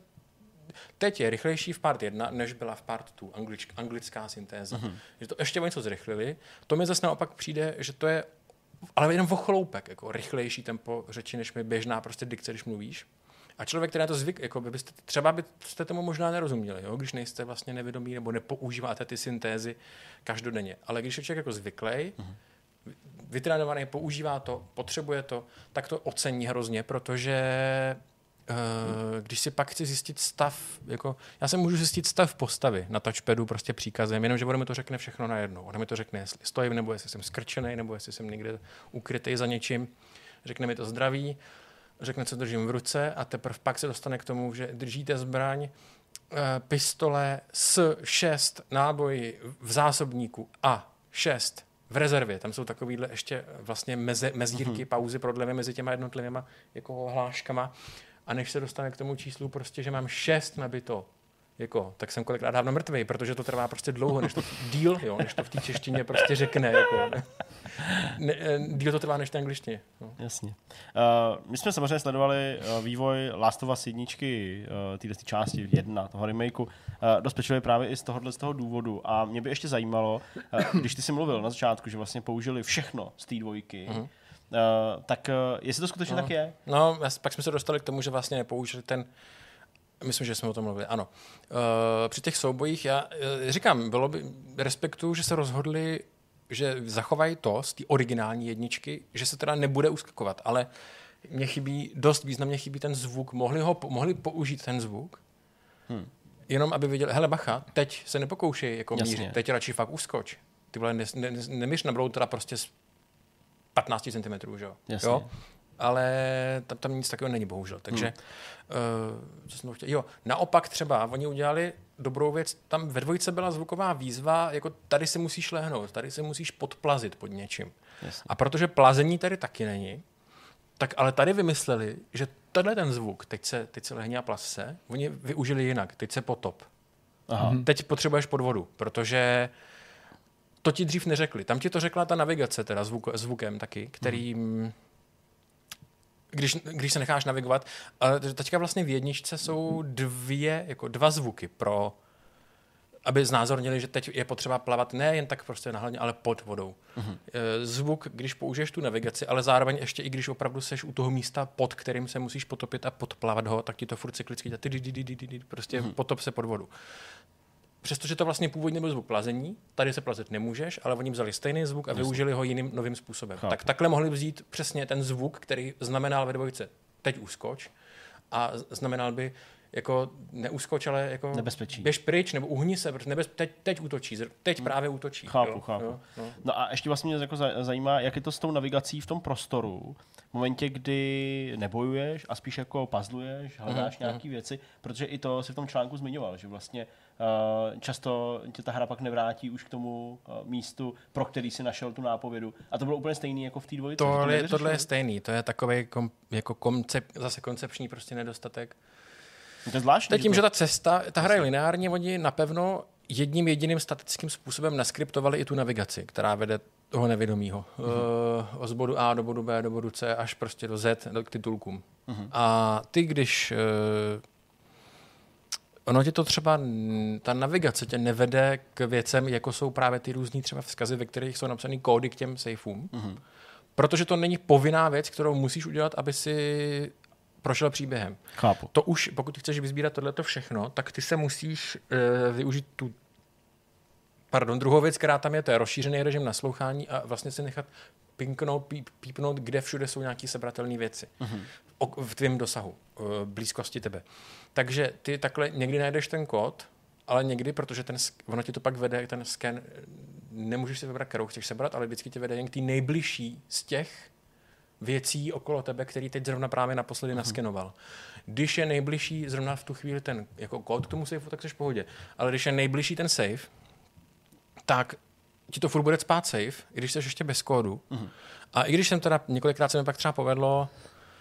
Speaker 4: teď je rychlejší v part jedna, než byla v part dva anglič, anglická syntéza. Uh-huh. Že to ještě o něco zrychlili. To mi zase naopak přijde, že to je ale jenom o chloupek, jako rychlejší tempo řeči, než mi běžná prostě dikce, když mluvíš. A člověk, který na to zvyk, jako by byste, třeba byste tomu možná nerozuměli, jo? Když nejste vlastně nevědomí nebo nepoužíváte ty syntézy každodenně. Ale když je člověk jako zvyklej, uh-huh. vytrénovaný, používá to, potřebuje to, tak to ocení hrozně, protože uh, když si pak chci zjistit stav, jako já se můžu zjistit stav postavy na touchpadu prostě příkazem, jenomže ono mi to řekne všechno najednou. Ono mi to řekne, jestli stojím, nebo jestli jsem skrčený, nebo jestli jsem někde ukrytý za něčím. Řekne mi to zdraví, řekne, co držím v ruce a teprve pak se dostane k tomu, že držíte zbraň, uh, pistole s šest náboji v zásobníku a šest v rezervě. Tam jsou takovýhle ještě vlastně meze, mezírky, mm-hmm. pauzy, prodlevy mezi těma jednotlivýma jako hláškama. A než se dostane k tomu číslu prostě, že mám šest nabito, jako, tak jsem kolikrát dávno mrtvý, protože to trvá prostě dlouho, než to díl, jo, než to v té češtině prostě řekne. Jako, ne. Ne, díl to trvá než v té angličtině. No.
Speaker 1: Jasně. Uh, my jsme samozřejmě sledovali uh, vývoj Last of Us jedničky, uh, této části jedna, toho remakeu, uh, dost pečlivě právě i z tohohle z toho důvodu. A mě by ještě zajímalo, uh, když ty jsi mluvil na začátku, že vlastně použili všechno z té dvojky, uh-huh. uh, tak uh, jestli to skutečně
Speaker 4: no.
Speaker 1: tak je?
Speaker 4: No, pak jsme se dostali k tomu, že vlastně nepoužili ten myslím, že jsme o tom mluvili, ano. Uh, při těch soubojích, já uh, říkám, bylo by respektu, že se rozhodli, že zachovají to z té originální jedničky, že se teda nebude uskakovat, ale mně chybí, dost významně chybí ten zvuk. Mohli, ho, mohli použít ten zvuk, hmm. jenom aby viděli, hele bacha, teď se nepokoušej jako mířit, teď radši fakt uskoč. Ty vole, ne, ne, nemíř na broud teda prostě z patnáct centimetrů, že jo?
Speaker 1: Jasně.
Speaker 4: Jo? Ale tam, tam nic takového není, bohužel. Takže, hmm. uh, co jsem chtěl? Jo, naopak třeba, oni udělali dobrou věc, tam ve dvojce byla zvuková výzva, jako tady se musíš lehnout, tady se musíš podplazit pod něčím. Jasně. A protože plazení tady taky není, tak ale tady vymysleli, že tenhle ten zvuk, teď se, teď se lehni a plaz se, oni využili jinak, teď se potop. Aha. Teď potřebuješ pod vodu, protože to ti dřív neřekli. Tam ti to řekla ta navigace, teda zvuk, zvukem taky, který... Hmm. Když, když se necháš navigovat. Ale teďka vlastně v jedničce jsou dvě, jako dva zvuky pro, aby znázornili, že teď je potřeba plavat ne jen tak prostě na hladně, ale pod vodou. Uh-huh. Zvuk, když použiješ tu navigaci, ale zároveň ještě i když opravdu seš u toho místa, pod kterým se musíš potopit a podplavat ho, tak ti to furt cyklicky dělá, prostě uh-huh. potop se pod vodu. Přestože to vlastně původně byl zvuk plazení, tady se plazit nemůžeš, ale oni vzali stejný zvuk a Jasně. využili ho jiným novým způsobem. Chápu. Tak takhle mohli vzít přesně ten zvuk, který znamenal ve dvojce teď uskoč a znamenal by jako neuskoč, ale jako
Speaker 1: nebezpečí.
Speaker 4: Běž pryč, nebo uhni se, protože nebez, teď, teď útočí, teď právě útočí.
Speaker 1: Chápu,
Speaker 4: jo?
Speaker 1: chápu.
Speaker 4: Jo? No.
Speaker 1: no a ještě vlastně mě jako zajímá, jak je to s tou navigací v tom prostoru, v momentě, kdy nebojuješ a spíš jako puzzluješ, hledáš mm, nějaké mm. věci, protože i to si v tom článku zmiňoval, že vlastně uh, často tě ta hra pak nevrátí už k tomu uh, místu, pro který si našel tu nápovědu. A to bylo úplně stejný jako v té dvojice.
Speaker 4: Tohle, je, tohle je stejný, to je takový kom, jako koncep, zase koncepční prostě nedostatek.
Speaker 1: To je zvláštní.
Speaker 4: Teď tím, že ta cesta, ta hra je lineárně, oni napevno jedním jediným statickým způsobem naskriptovali i tu navigaci, která vede toho nevědomího. Mm-hmm. Uh, z bodu A do bodu B, do bodu C, až prostě do Z, do k titulkům. Mm-hmm. A ty, když... Uh, ono tě to třeba, ta navigace tě nevede k věcem, jako jsou právě ty různý třeba vzkazy, ve kterých jsou napsané kódy k těm safeům. Mm-hmm. Protože to není povinná věc, kterou musíš udělat, aby si prošel příběhem.
Speaker 1: Chápu.
Speaker 4: To už, pokud chceš vysbírat tohleto všechno, tak ty se musíš uh, využít tu pardon, druhou věc, která tam je, to je rozšířený režim naslouchání a vlastně si nechat pinknout, píp, pípnout, kde všude jsou nějaké sebratelné věci. Uh-huh. O, v tvém dosahu, v blízkosti tebe. Takže ty takhle někdy najdeš ten kód, ale někdy, protože ten, ono ti to pak vede, ten sken, nemůžeš si vybrat, kterou chceš sebrat, ale vždycky ti vede jen k té nejbližší z těch věcí okolo tebe, který teď zrovna právě naposledy uh-huh. naskenoval. Když je nejbližší zrovna v tu chvíli ten jako kód k tomu safeu, tak jsi v pohodě. Ale když je nejbližší ten safe, tak ti to furt bude spát safe, i když jsi ještě bez kódu. Uh-huh. A i když jsem teda, několikrát se mi pak třeba povedlo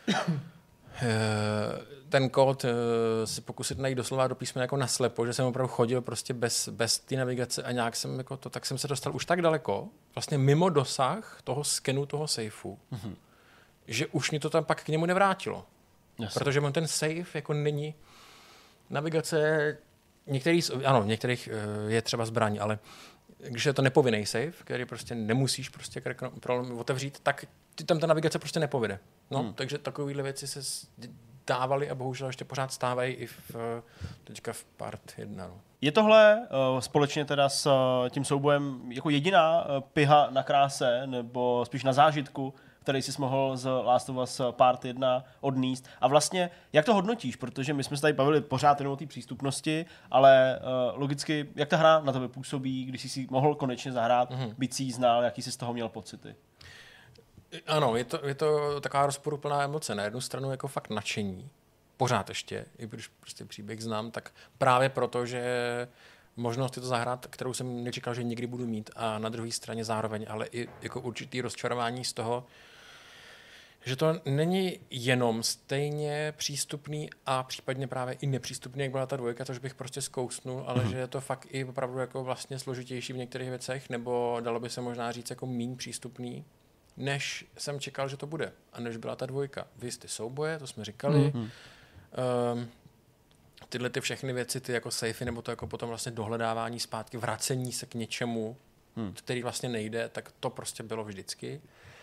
Speaker 4: ten kód si pokusit najít doslova do písmene jako naslepo, že jsem opravdu chodil prostě bez, bez té navigace a nějak jsem jako to, tak jsem se dostal už tak daleko, vlastně mimo dosah toho skenu toho safeu, uh-huh. že už mi to tam pak k němu nevrátilo. Jasně. Protože on ten safe jako není navigace, některý, ano, v některých je třeba zbraň, ale když je to nepovinný save, který prostě nemusíš prostě otevřít, tak ty tam ta navigace prostě nepovede. No, hmm. takže takovéhle věci se dávaly a bohužel ještě pořád stávají i v, teďka v part jedna. No.
Speaker 1: Je tohle uh, společně teda s uh, tím soubojem jako jediná uh, piha na kráse, nebo spíš na zážitku, který jsi mohl z Last of Us part jedna odníst. A vlastně, jak to hodnotíš? Protože my jsme se tady bavili pořád jenom o té přístupnosti, ale uh, logicky, jak ta hra na tebe působí, když jsi si mohl konečně zahrát, mm-hmm. byť si ji znal, jaký jsi z toho měl pocity?
Speaker 4: Ano, je to, je to taková rozporuplná emoce. Na jednu stranu jako fakt nadšení, pořád ještě, i když prostě příběh znám, tak právě proto, že možnost je to zahrát, kterou jsem nečekal, že nikdy budu mít, a na druhé straně zároveň, ale i jako určitý rozčarování z toho, že to není jenom stejně přístupný a případně právě i nepřístupný, jak byla ta dvojka, což bych prostě zkousnul, ale mm-hmm. že je to fakt i opravdu jako vlastně složitější v některých věcech, nebo dalo by se možná říct jako míň přístupný, než jsem čekal, že to bude. A než byla ta dvojka. Vy jste souboje, to jsme říkali. Mm-hmm. Um, tyhle ty všechny věci, ty jako safety, nebo to jako potom vlastně dohledávání zpátky, vracení se k něčemu, hmm. který vlastně nejde, tak to prostě bylo vždycky.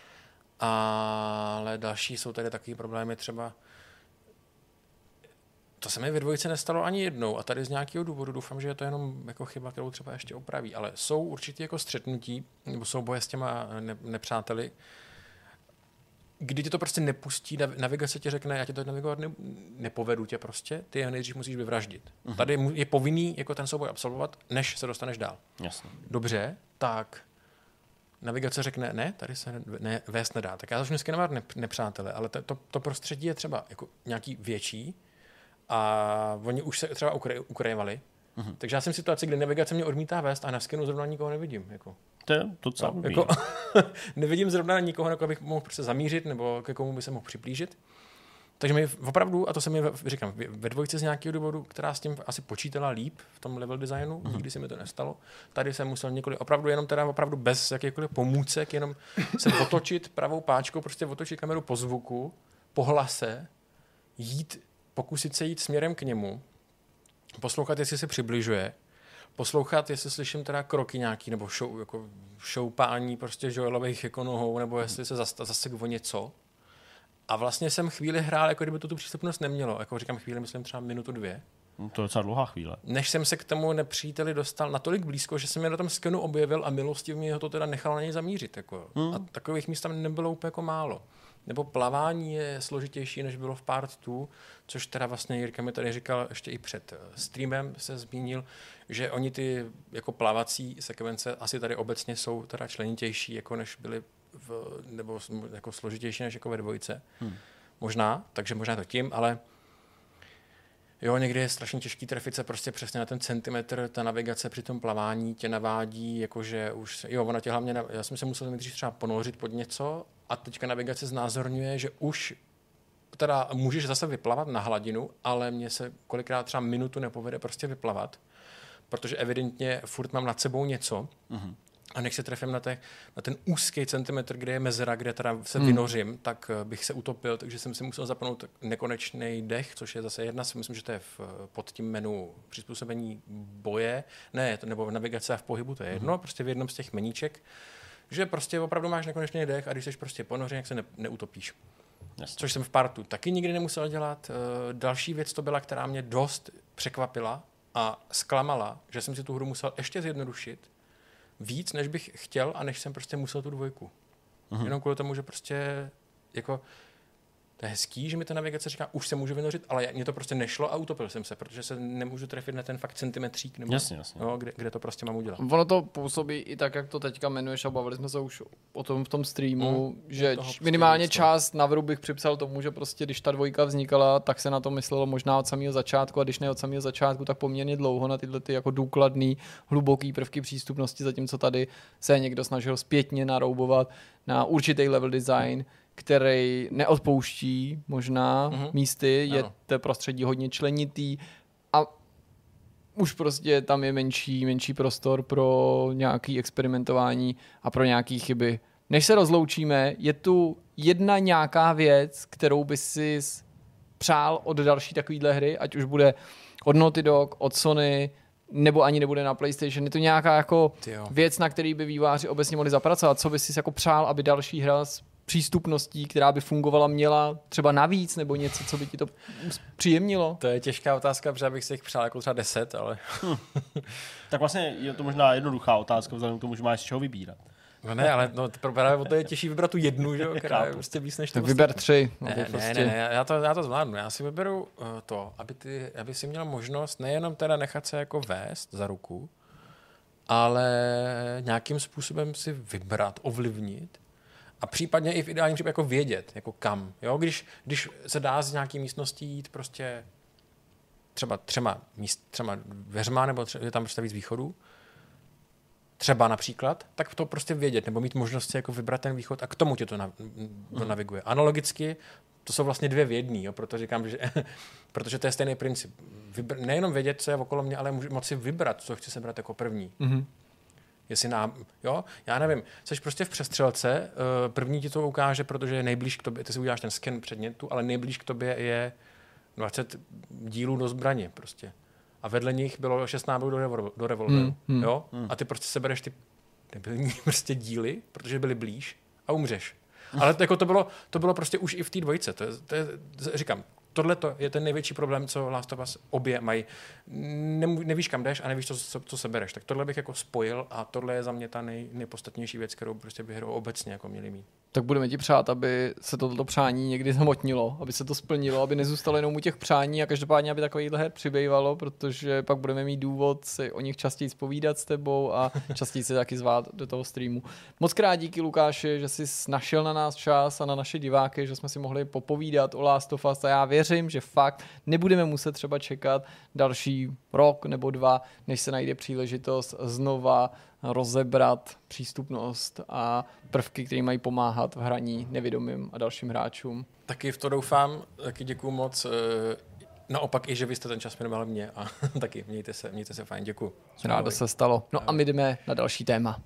Speaker 4: Ale další jsou tady takový problémy, třeba to se mi ve dvojice nestalo ani jednou a tady z nějakého důvodu doufám, že je to jenom jako chyba, kterou třeba ještě opraví, ale jsou určitě jako střetnutí nebo souboje s těma ne- nepřáteli, kdy ti to prostě nepustí, navigace ti řekne, já ti to navigovat ne, nepovedu tě prostě, ty je nejdřív musíš vyvraždit. Uh-huh. Tady je povinný jako ten souboj absolvovat, než se dostaneš dál.
Speaker 1: Jasně.
Speaker 4: Dobře, tak navigace řekne, ne, tady se ne, vést nedá. Tak já začnu skenovat ne, nepřátele, ale to, to, to prostředí je třeba jako nějaký větší a oni už se třeba ukrajovali. Uh-huh. Takže já jsem v situaci, kdy navigace mě odmítá vést a na skenu zrovna nikoho nevidím. Jako.
Speaker 1: To je docela
Speaker 4: no, jako, nevidím zrovna nikoho, jako abych mohl prostě zamířit nebo ke komu by se mohl přiblížit. Takže mi opravdu, a to se mi říkám, ve dvojce z nějakého důvodu, která s tím asi počítala líp v tom level designu, uh-huh. nikdy se mi to nestalo. Tady jsem musel několik, opravdu jenom teda opravdu bez jakýchkoliv pomůcek, jenom se otočit pravou páčkou, prostě otočit kameru po zvuku, po hlase, jít, pokusit se jít směrem k němu, poslouchat, jestli se přibližuje, poslouchat, jestli slyším teda kroky nějaký, nebo šou, jako šoupání prostě Joelových jako nohou, nebo jestli se zase, zase o něco. A vlastně jsem chvíli hrál, jako kdyby to tu přístupnost nemělo. Jako říkám chvíli, myslím třeba minutu, dvě.
Speaker 1: No to je docela dlouhá chvíle.
Speaker 4: Než jsem se k tomu nepříteli dostal natolik blízko, že jsem je na tom skenu objevil a milostivně ho to teda nechal na něj zamířit. Jako. Hmm. A takových míst tam nebylo úplně jako málo. nebo plavání je složitější, než bylo v part dva, což teda vlastně Jirka mi tady říkal ještě i před streamem, se zmínil, že oni ty jako plavací sekvence asi tady obecně jsou teda členitější, jako než byly v, nebo jako složitější než jako ve dvojce. Hmm. Možná, takže možná to tím, ale jo, někdy je strašně těžký trefit se prostě přesně na ten centimetr, ta navigace při tom plavání tě navádí, jakože už, jo, ona tě hlavně, já jsem se musel nejdřív třeba ponořit pod něco a teďka navigace znázorňuje, že už teda můžeš zase vyplavat na hladinu, ale mně se kolikrát třeba minutu nepovede prostě vyplavat, protože evidentně furt mám nad sebou něco, mm-hmm. a než se trefím na, te, na ten úzký centimetr, kde je mezera, kde teda se hmm. vynořím, tak bych se utopil, takže jsem si musel zapnout nekonečný dech, což je zase jedna, si myslím, že to je v, pod tím menu přizpůsobení boje, ne, to, nebo navigace a v pohybu, to je jedno, hmm. prostě v jednom z těch meníček, že prostě opravdu máš nekonečný dech a když jsi prostě ponořen, jak se ne, neutopíš. Jasně. Což jsem v partu taky nikdy nemusel dělat. Další věc to byla, která mě dost překvapila a zklamala, že jsem si tu hru musel ještě zjednodušit, víc, než bych chtěl a než jsem prostě musel tu dvojku. Uhum. Jenom kvůli tomu, že prostě jako to je hezký, že mi ta navigace říká, už se můžu vynořit, ale mě to prostě nešlo a utopil jsem se, protože se nemůžu trefit na ten fakt centimetřík, nebo
Speaker 1: jasně, jasně.
Speaker 4: No, kde, kde to prostě mám udělat.
Speaker 2: Ono to působí i tak, jak to teďka jmenuješ a bavili jsme se už o tom v tom streamu, mm, že č- minimálně část navrhu bych připsal tomu, že prostě když ta dvojka vznikala, tak se na to myslelo možná od samého začátku a když ne od samého začátku, tak poměrně dlouho na tyhle ty jako důkladný, hluboký prvky přístupnosti, zatímco tady se někdo snažil zpětně naroubovat na určitý level design, který neodpouští možná mm-hmm. místy, je to prostředí hodně členitý a už prostě tam je menší, menší prostor pro nějaké experimentování a pro nějaké chyby. Než se rozloučíme, je tu jedna nějaká věc, kterou by si přál od další takovýhle hry, ať už bude od Naughty Dog, od Sony, nebo ani nebude na PlayStation. Je to nějaká jako věc, na který by vývojáři obecně mohli zapracovat. Co by si jako přál, aby další hra s přístupností, která by fungovala, měla třeba navíc, nebo něco, co by ti to příjemnilo?
Speaker 4: To je těžká otázka, protože bych si jich přál jako třeba deset, ale...
Speaker 1: Hm. Tak vlastně je to možná jednoduchá otázka, vzhledem k tomu, že máš z čeho vybírat.
Speaker 4: No ne, ale no, právě o to je těžší vybrat tu jednu, že, která je prostě víc než to.
Speaker 2: Tak vyber tři.
Speaker 4: Ne, ne, prostě... ne, ne, já to, já to zvládnu. Já si vyberu uh, to, aby, ty, aby si měl možnost nejenom teda nechat se jako vést za ruku, ale nějakým způsobem si vybrat, ovlivnit a případně i v ideálním případě jako vědět, jako kam. Jo? Když, když se dá z nějaký místnosti jít prostě třeba třema, míst, třeba dveřma, nebo tře- je tam prostě víc východů, třeba například, tak to prostě vědět, nebo mít možnost si jako vybrat ten východ a k tomu tě to, nav- to mm. naviguje. Analogicky, to jsou vlastně dvě v jedný, jo? Proto říkám, že protože to je stejný princip. Vybr- nejenom vědět, co je okolo mě, ale můžu moci vybrat, co chci sebrat jako první. Mm-hmm. Jestli nám, jo, já nevím, jsi prostě v přestřelce, první ti to ukáže, protože je nejblíž k tobě, ty si uděláš ten sken předmětu, ale nejblíž k tobě je dvacet dílů do zbraně prostě. A vedle nich bylo šest nábojů do, revol- do revolveru, hmm, hmm, jo? Hmm. A ty prostě sebereš ty debilní prostě díly, protože byly blíž a umřeš. Ale to, jako to, bylo, to bylo prostě už i v té dvojce. To je, to je, říkám, tohle je ten největší problém, co Last of Us obě mají. Ne, nevíš, kam jdeš a nevíš, co, co, co sebereš. Tak tohle bych jako spojil a tohle je za mě ta nej, nejpodstatnější věc, kterou prostě by hru obecně jako měli mít.
Speaker 2: Tak budeme ti přát, aby se toto přání někdy zamotnilo, aby se to splnilo, aby nezůstalo jenom u těch přání a každopádně, aby takovýhle her přibývalo, protože pak budeme mít důvod si o nich častěji zpovídat s tebou a častěji se taky zvát do toho streamu. Moc krát díky, Lukáši, že jsi našel na nás čas a na naše diváky, že jsme si mohli popovídat o Last of Us a já věřím, že fakt nebudeme muset třeba čekat další rok nebo dva, než se najde příležitost znova rozebrat přístupnost a prvky, které mají pomáhat v hraní nevědomým a dalším hráčům.
Speaker 4: Taky v to doufám, taky děkuju moc. Naopak i, že vy jste ten čas věnovali mě a taky mějte se, mějte se fajn, děkuju.
Speaker 2: Rádo se stalo. No a my jdeme na další téma.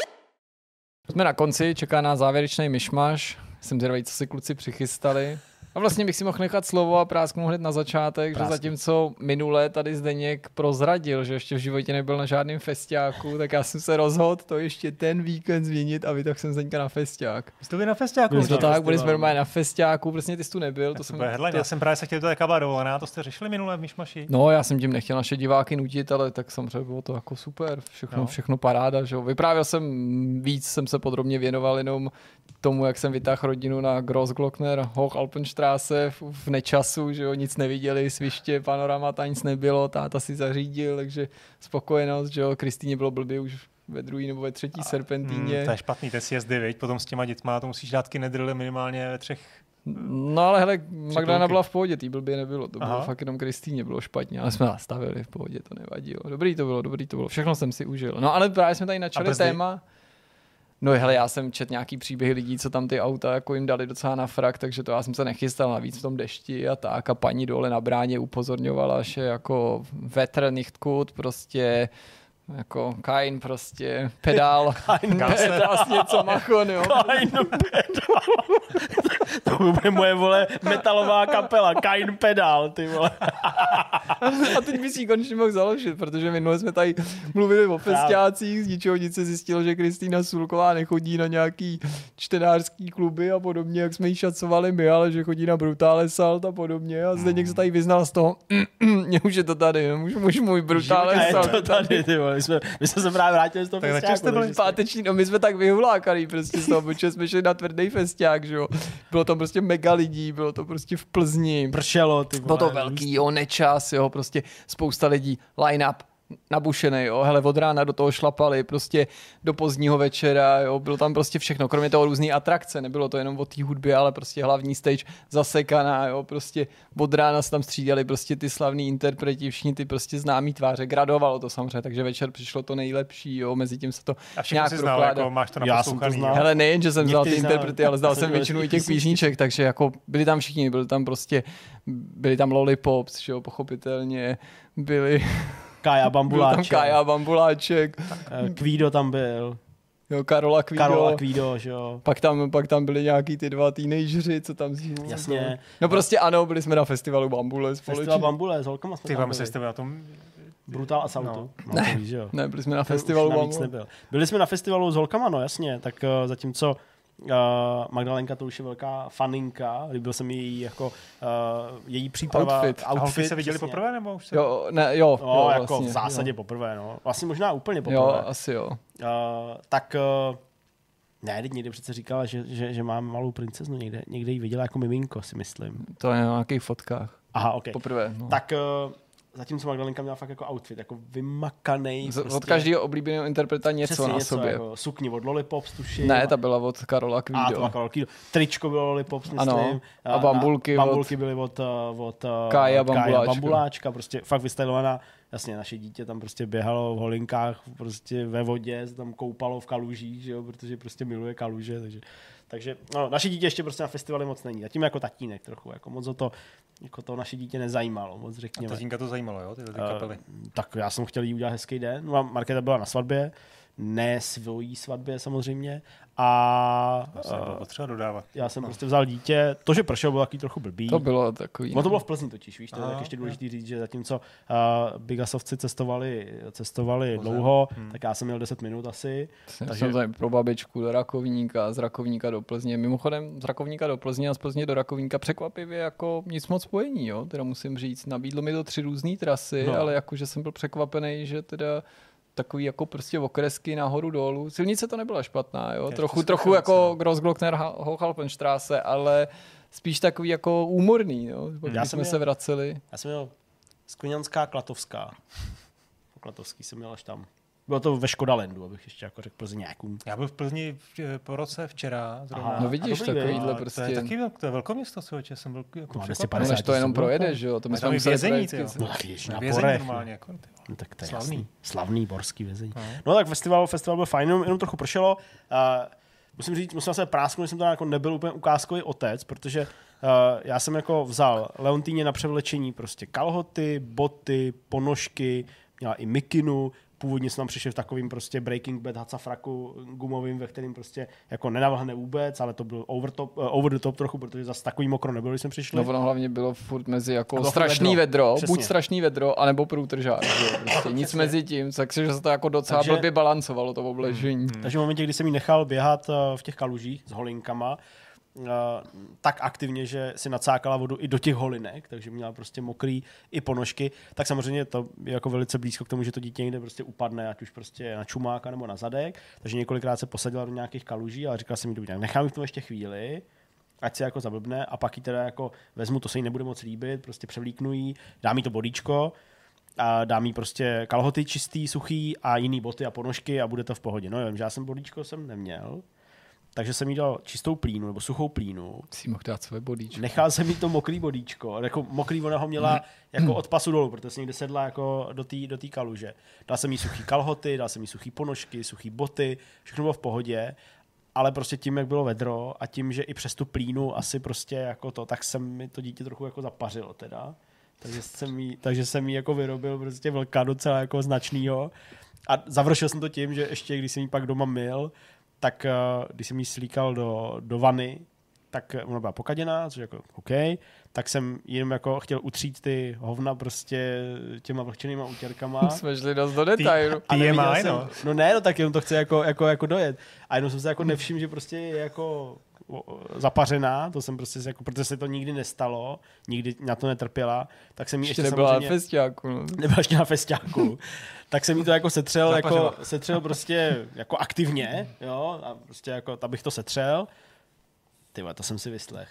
Speaker 2: Jsme na konci, čeká nás závěrečný myšmaš. Jsem zvědavý, co si kluci přichystali. A vlastně bych si mohl nechat slovo a prásknu hned na začátek, Prásknu. že zatímco minule tady Zdeněk prozradil, že ještě v životě nebyl na žádném festiáku, tak já jsem se rozhodl to ještě ten víkend změnit a vytáhl jsem Zdeňka na festiák.
Speaker 3: Jste byli na festiáku?
Speaker 2: Byli to tak, byli jsme normálně na festiáku, prostě ty jsi tu nebyl. To
Speaker 3: to
Speaker 2: jsem,
Speaker 3: to... Já jsem právě se chtěl, to jaká byla dovolená, to jste řešili minule v Myšmaši?
Speaker 2: No, já jsem tím nechtěl naše diváky nutit, ale tak samozřejmě bylo to jako super, všechno, no. všechno paráda, že jo. Vyprávěl jsem víc, jsem se podrobně věnoval jenom tomu, jak jsem vytáhl rodinu na Grossglockner Hochalpenstraße v, v nečasu, že jo, nic neviděli, sviště, panoramata, nic nebylo, táta si zařídil, takže spokojenost, že jo, Kristýně bylo blbě už ve druhý nebo ve třetí serpentíně.
Speaker 3: Mm, to je špatný, ty sjezdy, viď? Potom s těma dětma, to musíš dát kinedrily minimálně ve třech.
Speaker 2: No ale hele, Magdalena byla v pohodě, tý blbě nebylo, to Aha. bylo fakt jenom Kristýně, bylo špatně, ale jsme nastavili v pohodě, to nevadilo. Dobrý to bylo, dobrý to bylo, všechno jsem si užil. No ale právě jsme tady načali téma. No hele, já jsem čet nějaký příběhy lidí, co tam ty auta jako jim dali docela na frak, takže to já jsem se nechystal navíc v tom dešti a tak a paní dole na bráně upozorňovala, že jako vetr nicht gut, prostě jako Kain prostě, pedál, pedál něco machon, jo.
Speaker 1: Kain pedál. To bude moje, vole, metalová kapela, Kain pedál, ty vole.
Speaker 2: A teď bys jí konečně mohl založit, protože minule jsme tady mluvili o festiácích, z ničeho nic se zjistilo, že Kristýna Sulková nechodí na nějaký čtenářský kluby a podobně, jak jsme jí šacovali my, ale že chodí na Brutale Salt a podobně a Zdeněk se tady vyznal z toho, mě už je to tady, už, už můj Brutale Salt.
Speaker 1: Je to tady, ty vole. My jsme, my jsme se právě vrátili z toho
Speaker 2: tak
Speaker 1: festiáku.
Speaker 2: Jste byli páteční, no my jsme tak vyhulákaný prostě z toho, protože jsme šli na tvrdý festiák, že jo. Bylo tam prostě mega lidí, bylo to prostě v Plzni.
Speaker 1: Pršelo, ty vole.
Speaker 2: Bylo to velký, jo, nečas, jo, prostě spousta lidí, line-up, nabušený, jo, hele, od rána do toho šlapali, prostě do pozdního večera, jo, bylo tam prostě všechno, kromě toho různý atrakce, nebylo to jenom o té hudbě, ale prostě hlavní stage zasekaná, jo, prostě od rána se tam střídali prostě ty slavní interpreti, všichni ty prostě známý tváře, gradovalo to samozřejmě, takže večer přišlo to nejlepší, jo, mezi tím se to nějak
Speaker 3: znal, jako máš to naposlouchaný.
Speaker 2: Hele, nejen, že jsem vzal ty interprety, ale zdal jsem většinu i těch písniček, takže jako byli tam všichni, byli tam prostě, byli tam Lollipops, že jo, pochopitelně, byli
Speaker 1: Kája Bambuláček.
Speaker 2: Byl tam Kája Bambuláček.
Speaker 1: Kvído tam byl.
Speaker 2: Jo, Karola Kvído.
Speaker 1: Karola Kvído, že jo.
Speaker 2: Pak tam, pak tam byli nějaký ty dva teenageři, co tam zjí.
Speaker 1: Jasně.
Speaker 2: No prostě ano, byli jsme na festivalu Bambule společně.
Speaker 1: Festival Bambule, s holkama jsme
Speaker 3: ty
Speaker 1: tam
Speaker 3: byli. Ty na tom...
Speaker 1: Brutal Assaultu. No.
Speaker 2: No, ne, víš, jo. Ne, byli jsme na festivalu Bambule.
Speaker 1: Nebyl. Byli jsme na festivalu s holkama, no jasně, tak uh, zatímco Uh, Magdalenka to už je velká faninka, líbil se mi její, jako, uh, její příprava.
Speaker 2: Outfit.
Speaker 3: A holky se viděli přesně. Poprvé, nebo už se...
Speaker 2: Jo, ne, jo.
Speaker 1: No,
Speaker 2: jo
Speaker 1: jako
Speaker 2: vlastně,
Speaker 1: v zásadě
Speaker 2: jo.
Speaker 1: poprvé, no. Vlastně možná úplně poprvé.
Speaker 2: Jo, asi jo.
Speaker 1: Uh, tak, uh, ne, teď někde přece říkala, že, že, že mám malou princeznu, někde, někde ji viděla jako miminko, si myslím.
Speaker 2: To je na nějakých fotkách.
Speaker 1: Aha, ok.
Speaker 2: Poprvé, no.
Speaker 1: Tak... Uh, zatímco Magdalenka měla fakt jako outfit, jako vymakanej.
Speaker 2: Z, prostě, od každého oblíbeného interpreta něco přesně, na něco, sobě.
Speaker 1: Jako sukni od Lollipops, tuším.
Speaker 2: Ne, ta byla od Karola Kvído.
Speaker 1: A to byla Karola Kvído. Tričko bylo Lollipops, myslím.
Speaker 2: Ano, a bambulky,
Speaker 1: a, bambulky byly od, od
Speaker 2: Kája Bambuláčka.
Speaker 1: Bambuláčka, prostě fakt vystylovaná. Jasně, naše dítě tam prostě běhalo v holinkách, prostě ve vodě, se tam koupalo v kalužích, že jo, protože prostě miluje kaluže, takže Takže no, naše dítě ještě prostě na festivali moc není. Zatím jako tatínek trochu, jako moc o to, jako to naše dítě nezajímalo, moc řekněme.
Speaker 3: A tatínka to zajímalo, jo, ty, ty kapely?
Speaker 1: Uh, tak já jsem chtěl jí udělat hezký den. No, Markéta byla na svatbě, ne svojí svatbě samozřejmě. A
Speaker 3: to bylo potřeba dodávat.
Speaker 1: Já jsem no. prostě vzal dítě. To, že pršel, bylo taky trochu blbý.
Speaker 2: To bylo takový.
Speaker 1: No to bylo v Plzni totiž, víš, to je tak ještě důležitý říct, že zatímco uh, Bigasovci cestovali, cestovali Pozem. dlouho, hmm. tak já jsem měl deset minut asi.
Speaker 2: Jsem takže... jsem pro babičku do Rakovníka, z Rakovníka do Plzně. Mimochodem z Rakovníka do Plzně a z Plzně do Rakovníka překvapivě jako nic moc spojení, jo, teda musím říct. Nabídlo mi to tři různé trasy, no. ale jakože jsem byl překvapený, že teda takový jako prostě okresky nahoru dolů. Silnice to nebyla špatná, jo. Trochu, trochu jako Grossglockner Hochalpenstraße, ale spíš takový jako úmorný, jo. Když jsme měl, se vraceli.
Speaker 1: Já jsem měl Skviňanská, Klatovská. Po Klatovský jsem měl až tam. Bylo to ve Škodalandu, abych ještě jako řekl Plzňákům.
Speaker 3: Já byl v Plzni v, po roce včera.
Speaker 2: Aha, no vidíš, takovýhle prostě.
Speaker 3: To je taky to je velkoměsto, co jsem byl jako
Speaker 1: překvapený.
Speaker 2: Než to jenom projedeš, že jo? To my jsme museli
Speaker 3: vězení,
Speaker 1: no tak jež na
Speaker 3: vězení
Speaker 1: Borech.
Speaker 3: normálně. Jako,
Speaker 1: no, tak to je
Speaker 3: slavný.
Speaker 1: Jasný. Slavný borský vězení. No. no tak festival, festival byl fajn, jenom trochu pršelo. Uh, musím říct, musím se prásknout, že jsem tam jako nebyl úplně ukázkový otec, protože uh, já jsem jako vzal Leontýně na převlečení prostě kalhoty, boty, ponožky, měla i mikinu, původně jsme tam přišli v takovým prostě Breaking Bad hacafraku gumovým, ve kterým prostě jako nenavlhne vůbec, ale to byl over, top, uh, over the top trochu, protože zase takový mokro nebylo, když jsme přišli.
Speaker 2: No ono hlavně bylo furt mezi jako strašný vedro, vedro buď strašný vedro, anebo průtržák. Prostě nic mezi tím, takže se to jako docela takže, blbě balancovalo to obležení.
Speaker 1: Hmm. Takže v momentě, kdy jsem jí nechal běhat uh, v těch kalužích s holinkama, Uh, tak aktivně, že si nacákala vodu i do těch holinek, takže měla prostě mokrý i ponožky, tak samozřejmě to je jako velice blízko k tomu, že to dítě někde prostě upadne, ať už prostě na čumáka nebo na zadek, takže několikrát se posadila do nějakých kaluží, ale říkala jsem jí, dobrý, nechám jí v tom ještě chvíli, ať se jako zablbne a pak jí teda jako vezmu, to se jí nebude moc líbit, prostě převlíknu jí, dám jí to bodíčko a dám jí prostě kalhoty čistý, suchý a jiný boty a ponožky a bude to v pohodě. No jo, že já jsem bodíčko jsem neměl, takže jsem jí dal čistou plínu nebo suchou plínu.
Speaker 2: Si mohl dát své bodíčko.
Speaker 1: Nechal jsem jí to mokrý bodíčko. Jako mokrý ona ho měla jako od pasu dolů, protože se někde sedla jako do té do té kaluže. Dal jsem jí suchý kalhoty, dal jsem jí suchý ponožky, suchý boty, všechno bylo v pohodě, ale prostě tím, jak bylo vedro a tím, že i přes tu plínu asi prostě jako to, tak jsem mi to dítě trochu jako zapařilo teda. Takže jsem jí, takže jsem jí jako vyrobil prostě vlka docela jako značnýho. A završil jsem to tím, že ještě když jsem jí pak doma myl, tak když jsem jí slíkal do, do vany, tak ona byla pokaděná, což jako OK, tak jsem jenom jako chtěl utřít ty hovna prostě těma vlhčenýma utěrkama.
Speaker 2: Jsme šli dost do detailu.
Speaker 3: T M I,
Speaker 1: jsem,
Speaker 3: no.
Speaker 1: No ne, no tak jenom to chce jako, jako, jako dojet. A jenom jsem se jako nevšiml, že prostě je jako zapařená, to jsem prostě jako, protože se to nikdy nestalo, nikdy na to netrpěla, tak jsem jí ještě, ještě
Speaker 2: nebyla
Speaker 1: samozřejmě...
Speaker 2: na festiáku. No.
Speaker 1: Nebyla ještě na festiáku. Tak jsem jí to jako setřel, jako, setřel prostě jako aktivně, jo, a prostě jako, abych to setřel. Ty vole, to jsem si vyslech.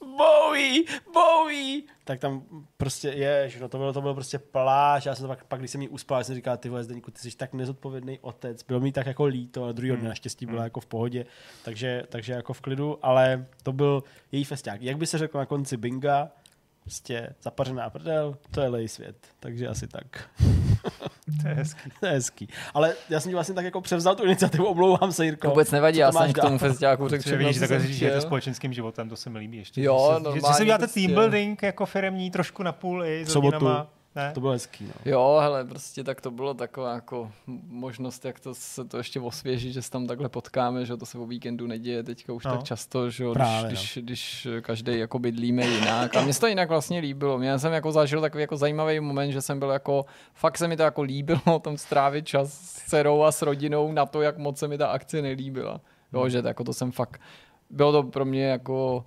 Speaker 1: Bowie, Bowie! Tak tam prostě, jež, no to bylo, to bylo prostě pláž, já jsem to pak, pak když jsem jí uspal, jsem říkal, ty vole, Zdeňku, ty jsi tak nezodpovědný otec, bylo mi tak jako líto, ale druhýho dne naštěstí byla jako v pohodě, takže, takže jako v klidu, ale to byl její festiák. Jak by se řeklo na konci binga, prostě zapařená prdel, to je lej svět, takže asi tak.
Speaker 3: To je hezký.
Speaker 1: To je hezký. Ale já jsem ti vlastně tak jako převzal tu iniciativu, omlouvám se, Jirko.
Speaker 2: Vůbec nevadí, já jsem k tomu festiáku řekl,
Speaker 3: že vidíš, takhle žijete společenským životem, to se mi líbí ještě.
Speaker 2: Jo,
Speaker 3: že,
Speaker 2: normálně.
Speaker 3: Že si děláte team building jako firemní trošku na půl i s rodinama. Ne?
Speaker 1: To bylo hezký. No.
Speaker 2: Jo, hele, prostě tak to bylo taková jako možnost, jak to se to ještě osvěžit, že se tam takhle potkáme, že to se o víkendu neděje teďka už no. tak často, že
Speaker 1: Právě,
Speaker 2: když,
Speaker 1: no.
Speaker 2: když, když každý jako bydlíme jinak. A mně se to jinak vlastně líbilo. Mě jsem jako zažil takový jako zajímavý moment, že jsem byl jako, fakt se mi to jako líbilo tam strávit čas s dcerou a s rodinou na to, jak moc se mi ta akce nelíbila. Jo, hmm. že to, jako to jsem fakt, bylo to pro mě jako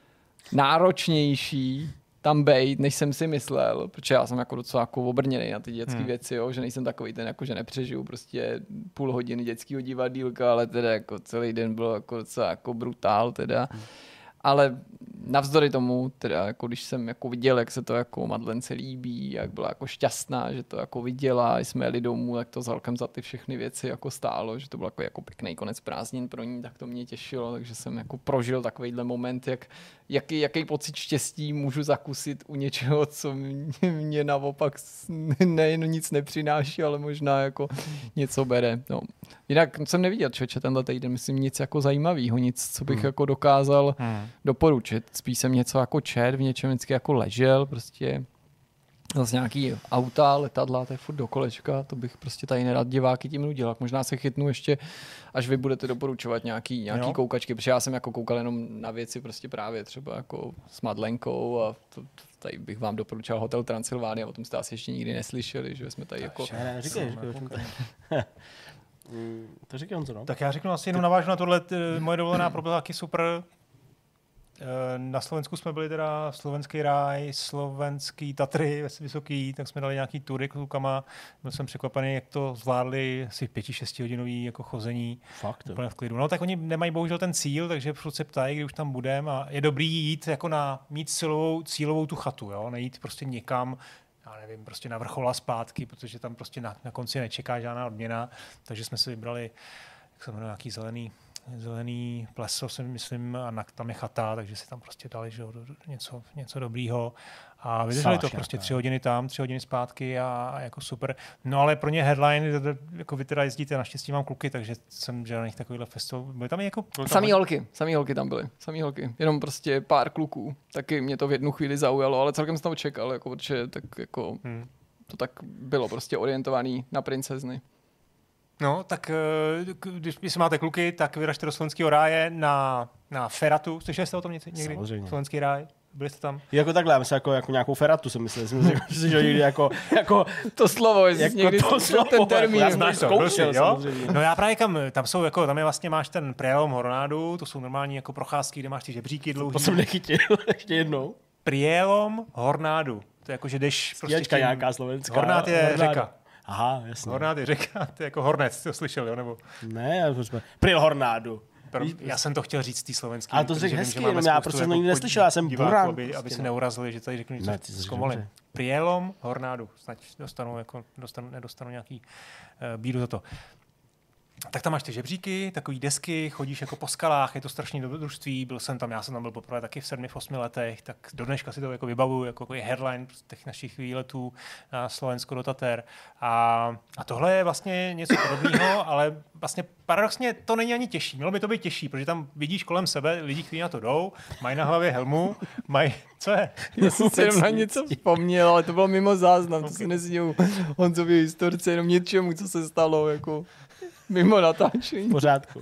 Speaker 2: náročnější tam bejt, než jsem si myslel, protože já jsem jako docela jako obrněný na ty dětské hmm. věci, jo, že nejsem takový ten, jako, že nepřežiju prostě půl hodiny dětského divadýlka, ale teda jako celý den bylo jako docela jako brutál teda. Hmm. Ale navzdory tomu, teda jako když jsem jako viděl, jak se to jako Madlence líbí, jak byla jako šťastná, že to jako viděla, jsme jeli domů, tak to s Halkem za ty všechny věci jako stálo, že to byl jako, jako pěkný konec prázdnin pro ní, tak to mě těšilo, takže jsem jako prožil takovýhle moment, jak, jaký, jaký pocit štěstí můžu zakusit u něčeho, co mě, mě naopak nejen nic nepřináší, ale možná jako něco bere. No. Jinak jsem neviděl, člověče, tenhle týden, myslím, nic jako zajímavého, nic, co bych hmm. jako dokázal hmm. doporučit. Spíš jsem něco jako čet, v něčem vždycky jako ležel, prostě zase nějaký auta, letadla, to je furt do kolečka, to bych prostě tady nerad diváky tím nudil. Možná se chytnu ještě, až vy budete doporučovat nějaký, nějaký koukačky, protože já jsem jako koukal jenom na věci prostě právě třeba jako s Madlenkou a to, tady bych vám doporučoval Hotel Transylvánia, o tom jste asi ještě nikdy neslyšeli, že jsme tady tak jako...
Speaker 1: Ne, říkej, říkej, to říkám, co no?
Speaker 3: Tak já řeknu asi jenom navážu na tohle, moje dovolená proběhla taky super. Na Slovensku jsme byli teda slovenský ráj, slovenský Tatry, vysoký, tak jsme dali nějaký tury klukama. Byl jsem překvapený, jak to zvládli asi pěti, šesti hodinový jako chození.
Speaker 1: Fakt,
Speaker 3: úplně v klidu. No tak oni nemají bohužel ten cíl, takže furt se ptají, kdy už tam budeme a je dobrý jít jako na mít cílovou, cílovou tu chatu, jo? Nejít prostě někam, já nevím, prostě na vrchol a zpátky, protože tam prostě na, na konci nečeká žádná odměna, takže jsme si vybrali, jak se jmenuje, nějaký zelený zelený pleso, si myslím, a tam je chata, takže si tam prostě dali že, něco, něco dobrýho a vydrželi to prostě tři hodiny tam, tři hodiny zpátky a, a jako super. No ale pro ně headline, jako vy teda jezdíte, naštěstí mám kluky, takže jsem že na nich takovýhle festival. Byly tam i jako...
Speaker 2: Samý holky, samý holky tam byly, samý holky. Jenom prostě pár kluků. Taky mě to v jednu chvíli zaujalo, ale celkem jsem to čekal, jako, protože tak jako hmm. to tak bylo prostě orientovaný na princezny.
Speaker 3: No, tak když, když máte kluky, tak vyražte do Slovenského ráje na, na Feratu. Slyšeli jste o tom někdy?
Speaker 1: Samozřejmě.
Speaker 3: Slovenský ráj? Byli jste tam?
Speaker 1: Jako takhle, já myslím jako, jako nějakou Feratu, jsem myslel, jsem myslel, že jsi někdy jako, jako...
Speaker 2: To slovo, jestli
Speaker 1: jako
Speaker 2: někdy
Speaker 1: to slovo,
Speaker 2: ten termín.
Speaker 1: Já jsem to zkoušel, jo?
Speaker 3: No já právě kam, tam jsou jako, tam je vlastně máš ten Prielom Hornádu, to jsou normální jako procházky, kde máš ty žebříky dlouhý.
Speaker 1: To jsem nechytil, ještě jednou.
Speaker 3: Prielom Hornádu, to je jako, že jdeš prostě...
Speaker 1: Stíhačka nějaká slovenská.
Speaker 3: Hornád je
Speaker 1: Hornádu.
Speaker 3: řeka.
Speaker 1: Aha, jasně.
Speaker 3: Hornád je řeka, to je jako Hornec, to slyšel, jo, nebo?
Speaker 1: Ne, Priel Hornádu.
Speaker 3: Já jsem to chtěl říct tý slovenský.
Speaker 1: Ale to řekl hezky, jenom já prostě jsem nikdy neslyšel, já jsem buran.
Speaker 3: Aby, aby se neurazili, že tady řeknu něco
Speaker 1: ne,
Speaker 3: s komolem. Prielom Hornádu, snad dostanu, jako, dostanu, nedostanu nějaký uh, bídu za to. Tak tam máš ty žebříky, takový desky, chodíš jako po skalách, je to strašný dobrodružství, byl jsem tam, já jsem tam byl poprvé taky v sedmi, v osmi letech, tak do dneška si to jako vybavuju, jako je headline těch našich výletů na Slovensko do Tater. A, a tohle je vlastně něco podobného, ale vlastně paradoxně to není ani těžší. Mělo by to být těžší, protože tam vidíš kolem sebe lidi, kteří na to jdou, mají na hlavě helmu, mají, co je?
Speaker 2: Já jsem si jenom na něco vzpomněl, ale to bylo mimo záznam, okay. To si nezněl Honzově historce, jenom něčemu, co se stalo, jako... Mimo natáčení.
Speaker 1: V pořádku.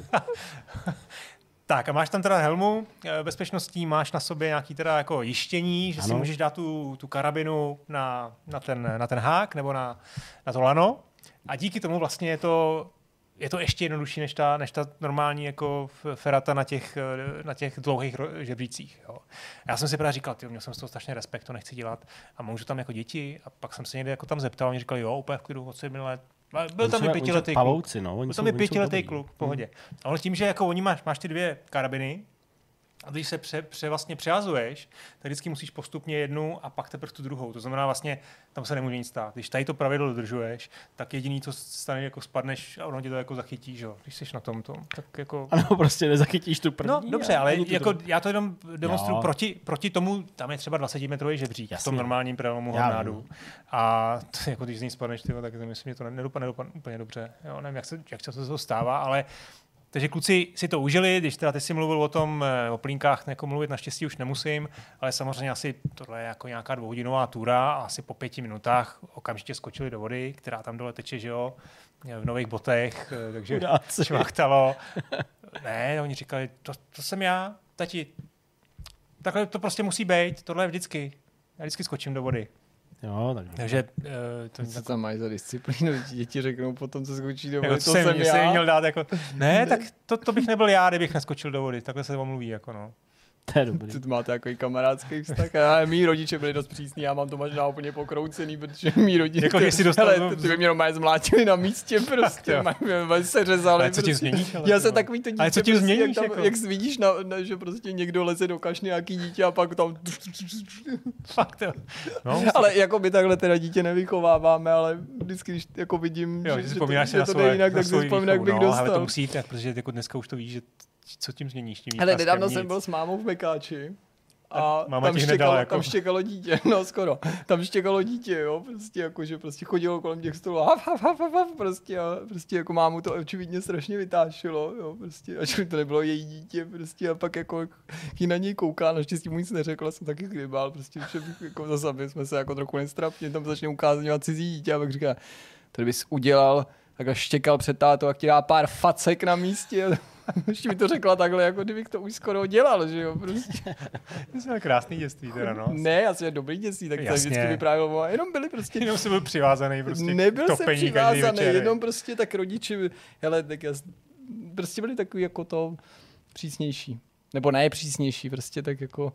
Speaker 3: Tak a máš tam teda helmu bezpečnostní, máš na sobě nějaký teda jako jištění, že ano. Si můžeš dát tu, tu karabinu na, na, ten, na ten hák nebo na, na to lano a díky tomu vlastně je to, je to ještě jednodušší než ta, než ta normální jako ferata na těch, na těch dlouhých žebřících. Jo. Já jsem si právě říkal, tyjo, měl jsem z toho strašně respekt, to nechci dělat a můžu tam jako děti a pak jsem se někde jako tam zeptal, oni říkali, jo, úplně v klidu od sedmi let. Byl tam i pětiletý kluk.
Speaker 1: No,
Speaker 3: Byl tam i pětiletý kluk, v pohodě. A on tím, že jako oni máš, máš ty dvě karabiny, a když se pře, pře, vlastně přehazuješ, tak vždycky musíš postupně jednu a pak teprve tu druhou. To znamená vlastně, tam se nemůže nic stát. Když tady to pravidlo dodržuješ, tak jediný, co stane, jako spadneš a ono tě to jako zachytí, že? Když jsi na tom, tom tak jako...
Speaker 1: Ano, prostě nezachytíš tu první.
Speaker 3: No dobře, ale jako druhou. Já to jenom demonstruju proti, proti tomu, tam je třeba dvacetimetrový žebřík. Jasně. V tom normálním Prielomu Hornádu. A to, jako když z ní spadneš, tyho, tak myslím, že to nedopadne, nedopadne úplně dobře. Jo, nevím, jak se, jak se to stává, ale takže kluci si to užili, když teda ty jsi mluvil o tom, o plínkách, jako mluvit naštěstí už nemusím, ale samozřejmě asi tohle je jako nějaká dvouhodinová túra a asi po pěti minutách okamžitě skočili do vody, která tam dole teče, že jo, v nových botech, takže šmachtalo. Ne, oni říkali, to, to jsem já, tati, takhle to prostě musí být, tohle je vždycky, já vždycky skočím do vody.
Speaker 1: Jo, tak.
Speaker 3: Takže uh,
Speaker 2: to co tam mají za disciplínu, děti řeknou potom, co skočí do vody, jako,
Speaker 3: to jsem, jsem já. Měl dát jako, ne, tak to, to bych nebyl já, kdybych neskočil do vody, takhle se omluví, jako no.
Speaker 1: To je dobrý.
Speaker 2: To máte takový kamarádský vztak a mý rodiče byli dost přísní, já mám to možná úplně pokroucený, protože mý rodiče,
Speaker 3: jako, si dostal,
Speaker 2: hele, ty by mě normálně zmlátili na místě prostě, mají se řezali.
Speaker 3: Ale co
Speaker 2: prostě.
Speaker 3: Ti změníš?
Speaker 2: Já se takový to dítě,
Speaker 3: ale co ti
Speaker 2: prostě,
Speaker 3: změníš,
Speaker 2: jak, tam,
Speaker 3: jako?
Speaker 2: jak vidíš, na, na, že prostě někdo leze do kašny nějaký dítě a pak tam...
Speaker 3: Fakt jo.
Speaker 2: No, ale jako by takhle teda dítě nevychováváme, ale vždycky, když jako vidím,
Speaker 3: jo,
Speaker 2: že, že,
Speaker 3: to, že
Speaker 2: to jde jinak, tak si vzpomínám, jak bych
Speaker 3: no,
Speaker 2: dostal.
Speaker 3: Ale to musí, tak, protože jako dneska už to víš, že co tím změníš? Tím
Speaker 2: ale nedávno jsem byl s mámou v Mekáči. A
Speaker 3: máma
Speaker 2: tam,
Speaker 3: ti
Speaker 2: štěkalo,
Speaker 3: nedala, jako...
Speaker 2: tam štěkalo dítě, no skoro. Tam štěkalo dítě, jo, prostě jako, že prostě chodilo kolem těch stolů, haf, haf, haf, haf, prostě a prostě jako mámu to očividně strašně vytášilo, jo, prostě, až to nebylo její dítě, prostě a pak jako jí na něj kouká, naštěstí mu nic neřekla, jsem taky chybál, prostě, že bych jako zase, aby jsme se jako trochu nestrapně, tam začne ukázat cizí dítě a pak říká, to bys udělal, takhle štěkal před tátou a ti dá pár facek na místě. Ještě mi to řekla takhle, jako kdybych to už skoro dělal, že jo, prostě.
Speaker 3: To jsou krásný dětství teda, no.
Speaker 2: Ne, asi je dobrý dětství, tak to vždycky vyprávěl, a jenom byli prostě...
Speaker 3: Jenom jsi byl přivázaný prostě
Speaker 2: nebyl jsem přivázaný, jenom prostě tak rodiči, hele, tak já, prostě byli takový jako to přísnější. Nebo ne přísnější, prostě tak jako...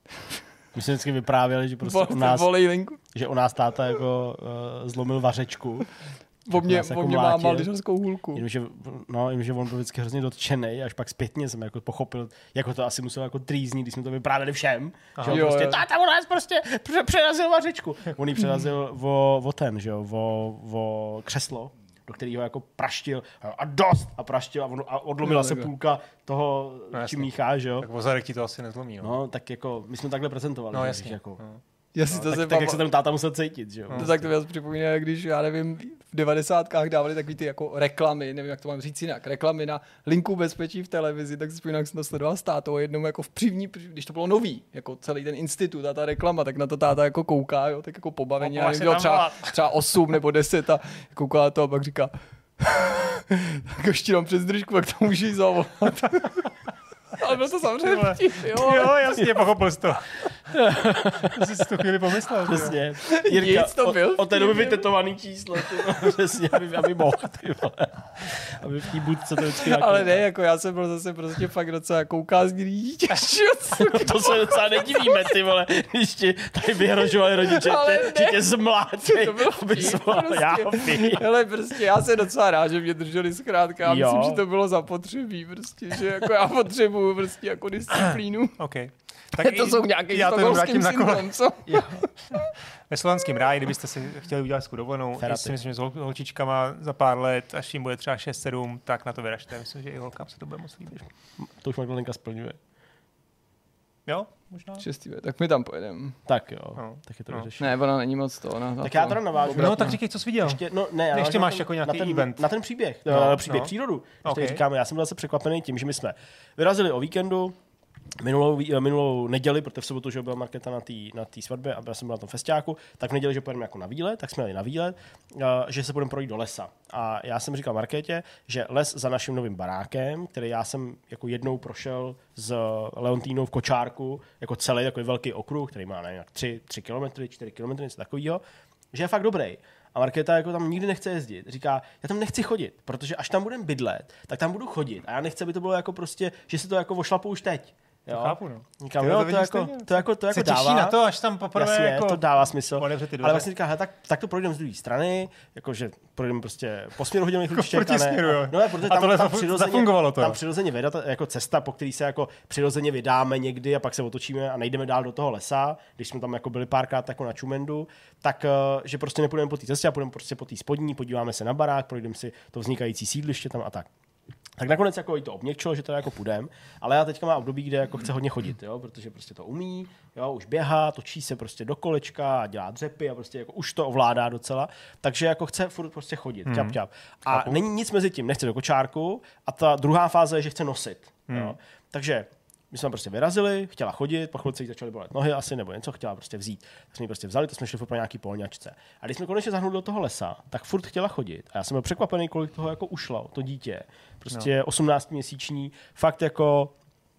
Speaker 1: My jsme vždycky vyprávěli, že prostě u nás, že u nás táta jako uh, zlomil vařečku.
Speaker 2: Po mně, po mně má malířskou hůlku.
Speaker 1: Jenomže, no, jenomže on byl vždycky hrozně dotčenej, až pak zpětně jsem jako pochopil, jako to asi muselo jako trýznit, když jsme to vyprávěli všem. Aha. Že jo, prostě, jo. Táta u nás prostě přerazil vařečku. On jí přerazil o, o ten, že jo, o, o křeslo, do kterého jako praštil a dost a praštil a, on, a odlomila no, se půlka toho, no, čím míchá, že jo.
Speaker 3: Tak vozarek ti to asi nezlomí, no.
Speaker 1: No, tak jako, my jsme takhle prezentovali.
Speaker 3: No, jasně.
Speaker 1: Jako,
Speaker 3: no.
Speaker 2: No,
Speaker 1: tak, tak, tak jak se ten táta musel cítit, že jo.
Speaker 2: No, tak to mě připomíná, když, já nevím, v devadesátkách dávali takový ty jako reklamy, nevím, jak to mám říct jinak, reklamy na linku bezpečí v televizi, tak si vzpomínám, jak jsem to sledoval s tátou, jednou jako v přívní, když to bylo nový, jako celý ten institut a ta reklama, tak na to táta jako kouká, jo, tak jako pobaveně, no, třeba, třeba osm nebo deset a kouká to a pak říká, Tak ještě jenom přes držku, jak to můžeš zavolat. Ale byl to samozřejmě vtip, jo.
Speaker 3: Jo, jasně, pochopil jsi to. Já jsem si to chvíli pomyslel.
Speaker 1: Přesně. Jirka,
Speaker 2: Nic to byl
Speaker 1: o, o té
Speaker 2: vtip,
Speaker 1: doby
Speaker 2: jo.
Speaker 1: vytetovaný číslo, ty vole, přesně, aby, aby mohl, ty vole. Aby v té budce to vždycky jako...
Speaker 2: Ale ne, jako já jsem byl zase prostě fakt docela koukázný dítě.
Speaker 1: To se docela nedivíme, ty vole, když ti tady vyhrožovali rodiče,
Speaker 2: Ale
Speaker 1: tě,
Speaker 2: ne.
Speaker 1: že tě zmlátěj,
Speaker 2: To bylo
Speaker 1: aby
Speaker 2: vtip,
Speaker 1: svolal,
Speaker 2: prostě.
Speaker 1: já vím.
Speaker 2: Hele, prostě já jsem docela rád, že mě drželi zkrátka. Já
Speaker 1: Jo.
Speaker 2: myslím, že to bylo zapotřebí, prostě, že jako já potřebuju prostě jako disciplínu.
Speaker 3: OK. Tak
Speaker 2: To
Speaker 3: i-
Speaker 2: jsou nějaký
Speaker 3: já to jenom vrátím
Speaker 2: stokholmským
Speaker 3: na kole.
Speaker 2: syndrom, co?
Speaker 3: Ve Slovenském ráji, kdybyste si chtěli udělat hezkou dovolenou, já
Speaker 1: Feraty.
Speaker 3: si myslím, že s hol- holčičkama za pár let, až jim bude třeba šest sedm, tak na to vyražte. Myslím, že i holkám se to bude moc líbit.
Speaker 1: To už Magdalenka splňuje.
Speaker 3: Jo, možná.
Speaker 2: Šestý, tak my tam pojedeme.
Speaker 1: Tak jo,
Speaker 3: No.
Speaker 1: tak je to
Speaker 3: No.
Speaker 1: vyřešené.
Speaker 2: Ne, ona není moc to. Ona,
Speaker 1: Tak já teda navážu.
Speaker 3: No, tak říkej, co jsi viděl.
Speaker 1: Ještě, no, ne, já
Speaker 3: Ještě
Speaker 1: navážu
Speaker 3: máš
Speaker 1: na ten-
Speaker 3: jako nějaký
Speaker 1: na ten,
Speaker 3: event.
Speaker 1: Na ten příběh,
Speaker 3: No,
Speaker 1: no, na příběh
Speaker 3: no.
Speaker 1: přírodu. Když
Speaker 3: Okay.
Speaker 1: okay. říkáme, já jsem byl zase překvapený tím, že my jsme vyrazili o víkendu, minulou, ví- minulou neděli, protože v sobotu, že byla Markéta na té na tý svatbě a já jsem byl na tom festiáku, tak v neděli, že pojedeme jako na výlet, tak jsme jeli na výlet, uh, že se budeme projít do lesa. A já jsem říkal Markétě, že les za naším novým barákem, který já jsem jako jednou prošel s Leontínou v kočárku, jako celý takový velký okruh, který má nevím, tři, tři kilometry, čtyři kilometry, něco takového, že je fakt dobrý. A Markéta jako tam nikdy nechce jezdit. Říká, já tam nechci chodit, protože až tam budem bydlet, tak tam budu chodit. A já nechci, aby to bylo jako prostě, že si to jako vošlapu už teď. Jo?
Speaker 3: To chápu, no.
Speaker 1: Říkám,
Speaker 3: Jo,
Speaker 1: jo,
Speaker 3: to
Speaker 1: to,
Speaker 3: vidím
Speaker 1: jako,
Speaker 3: stejně.
Speaker 1: to jako, to jako
Speaker 3: Se těší
Speaker 1: dává.
Speaker 3: na to, až tam poprvé
Speaker 1: Jasně,
Speaker 3: jako
Speaker 1: to dává smysl.
Speaker 3: otevře ty dveře.
Speaker 1: Ale vlastně říká, hele, tak, tak to projdeme z druhé strany, jakože projdeme prostě po směru hodinných
Speaker 3: Jako
Speaker 1: hluček,
Speaker 3: proti směru, jo.
Speaker 1: No, ne, protože
Speaker 3: A
Speaker 1: tam,
Speaker 3: tohle
Speaker 1: tam,
Speaker 3: zafu-
Speaker 1: přirozeně,
Speaker 3: zafungovalo to,
Speaker 1: tam
Speaker 3: jo.
Speaker 1: přirozeně vede ta- jako cesta, po který se jako přirozeně vydáme někdy a pak se otočíme a nejdeme dál do toho lesa, když jsme tam jako byli párkrát jako na Čumendu, tak eh, že prostě nepůjdeme po té cestě a půjdeme prostě po té spodní, podíváme se na barák, projdeme si to vznikající sídliště tam a tak. Tak nakonec jako i to obměkčilo, že to jako půjdem, ale já teďka mám období, kde jako chce hodně chodit, jo, protože prostě to umí, jo, už běhá, točí se prostě do kolečka a dělá dřepy a prostě jako už to ovládá docela, takže jako chce furt prostě chodit,
Speaker 3: Hmm.
Speaker 1: ťap, ťap. A Chápu. Není nic mezi tím, nechce do kočárku a ta druhá fáze je, že chce nosit,
Speaker 3: Hmm.
Speaker 1: jo. Takže my jsme prostě vyrazili, chtěla chodit, po chvilce jí začaly bolet nohy asi nebo něco, chtěla prostě vzít. Tak jsme ji prostě vzali, to jsme šli furt po nějaký polňačce. A když jsme konečně zahnuli do toho lesa, tak furt chtěla chodit. A já jsem byl překvapený, kolik toho jako ušlo, to dítě. Prostě no. osmnáctiměsíční, fakt jako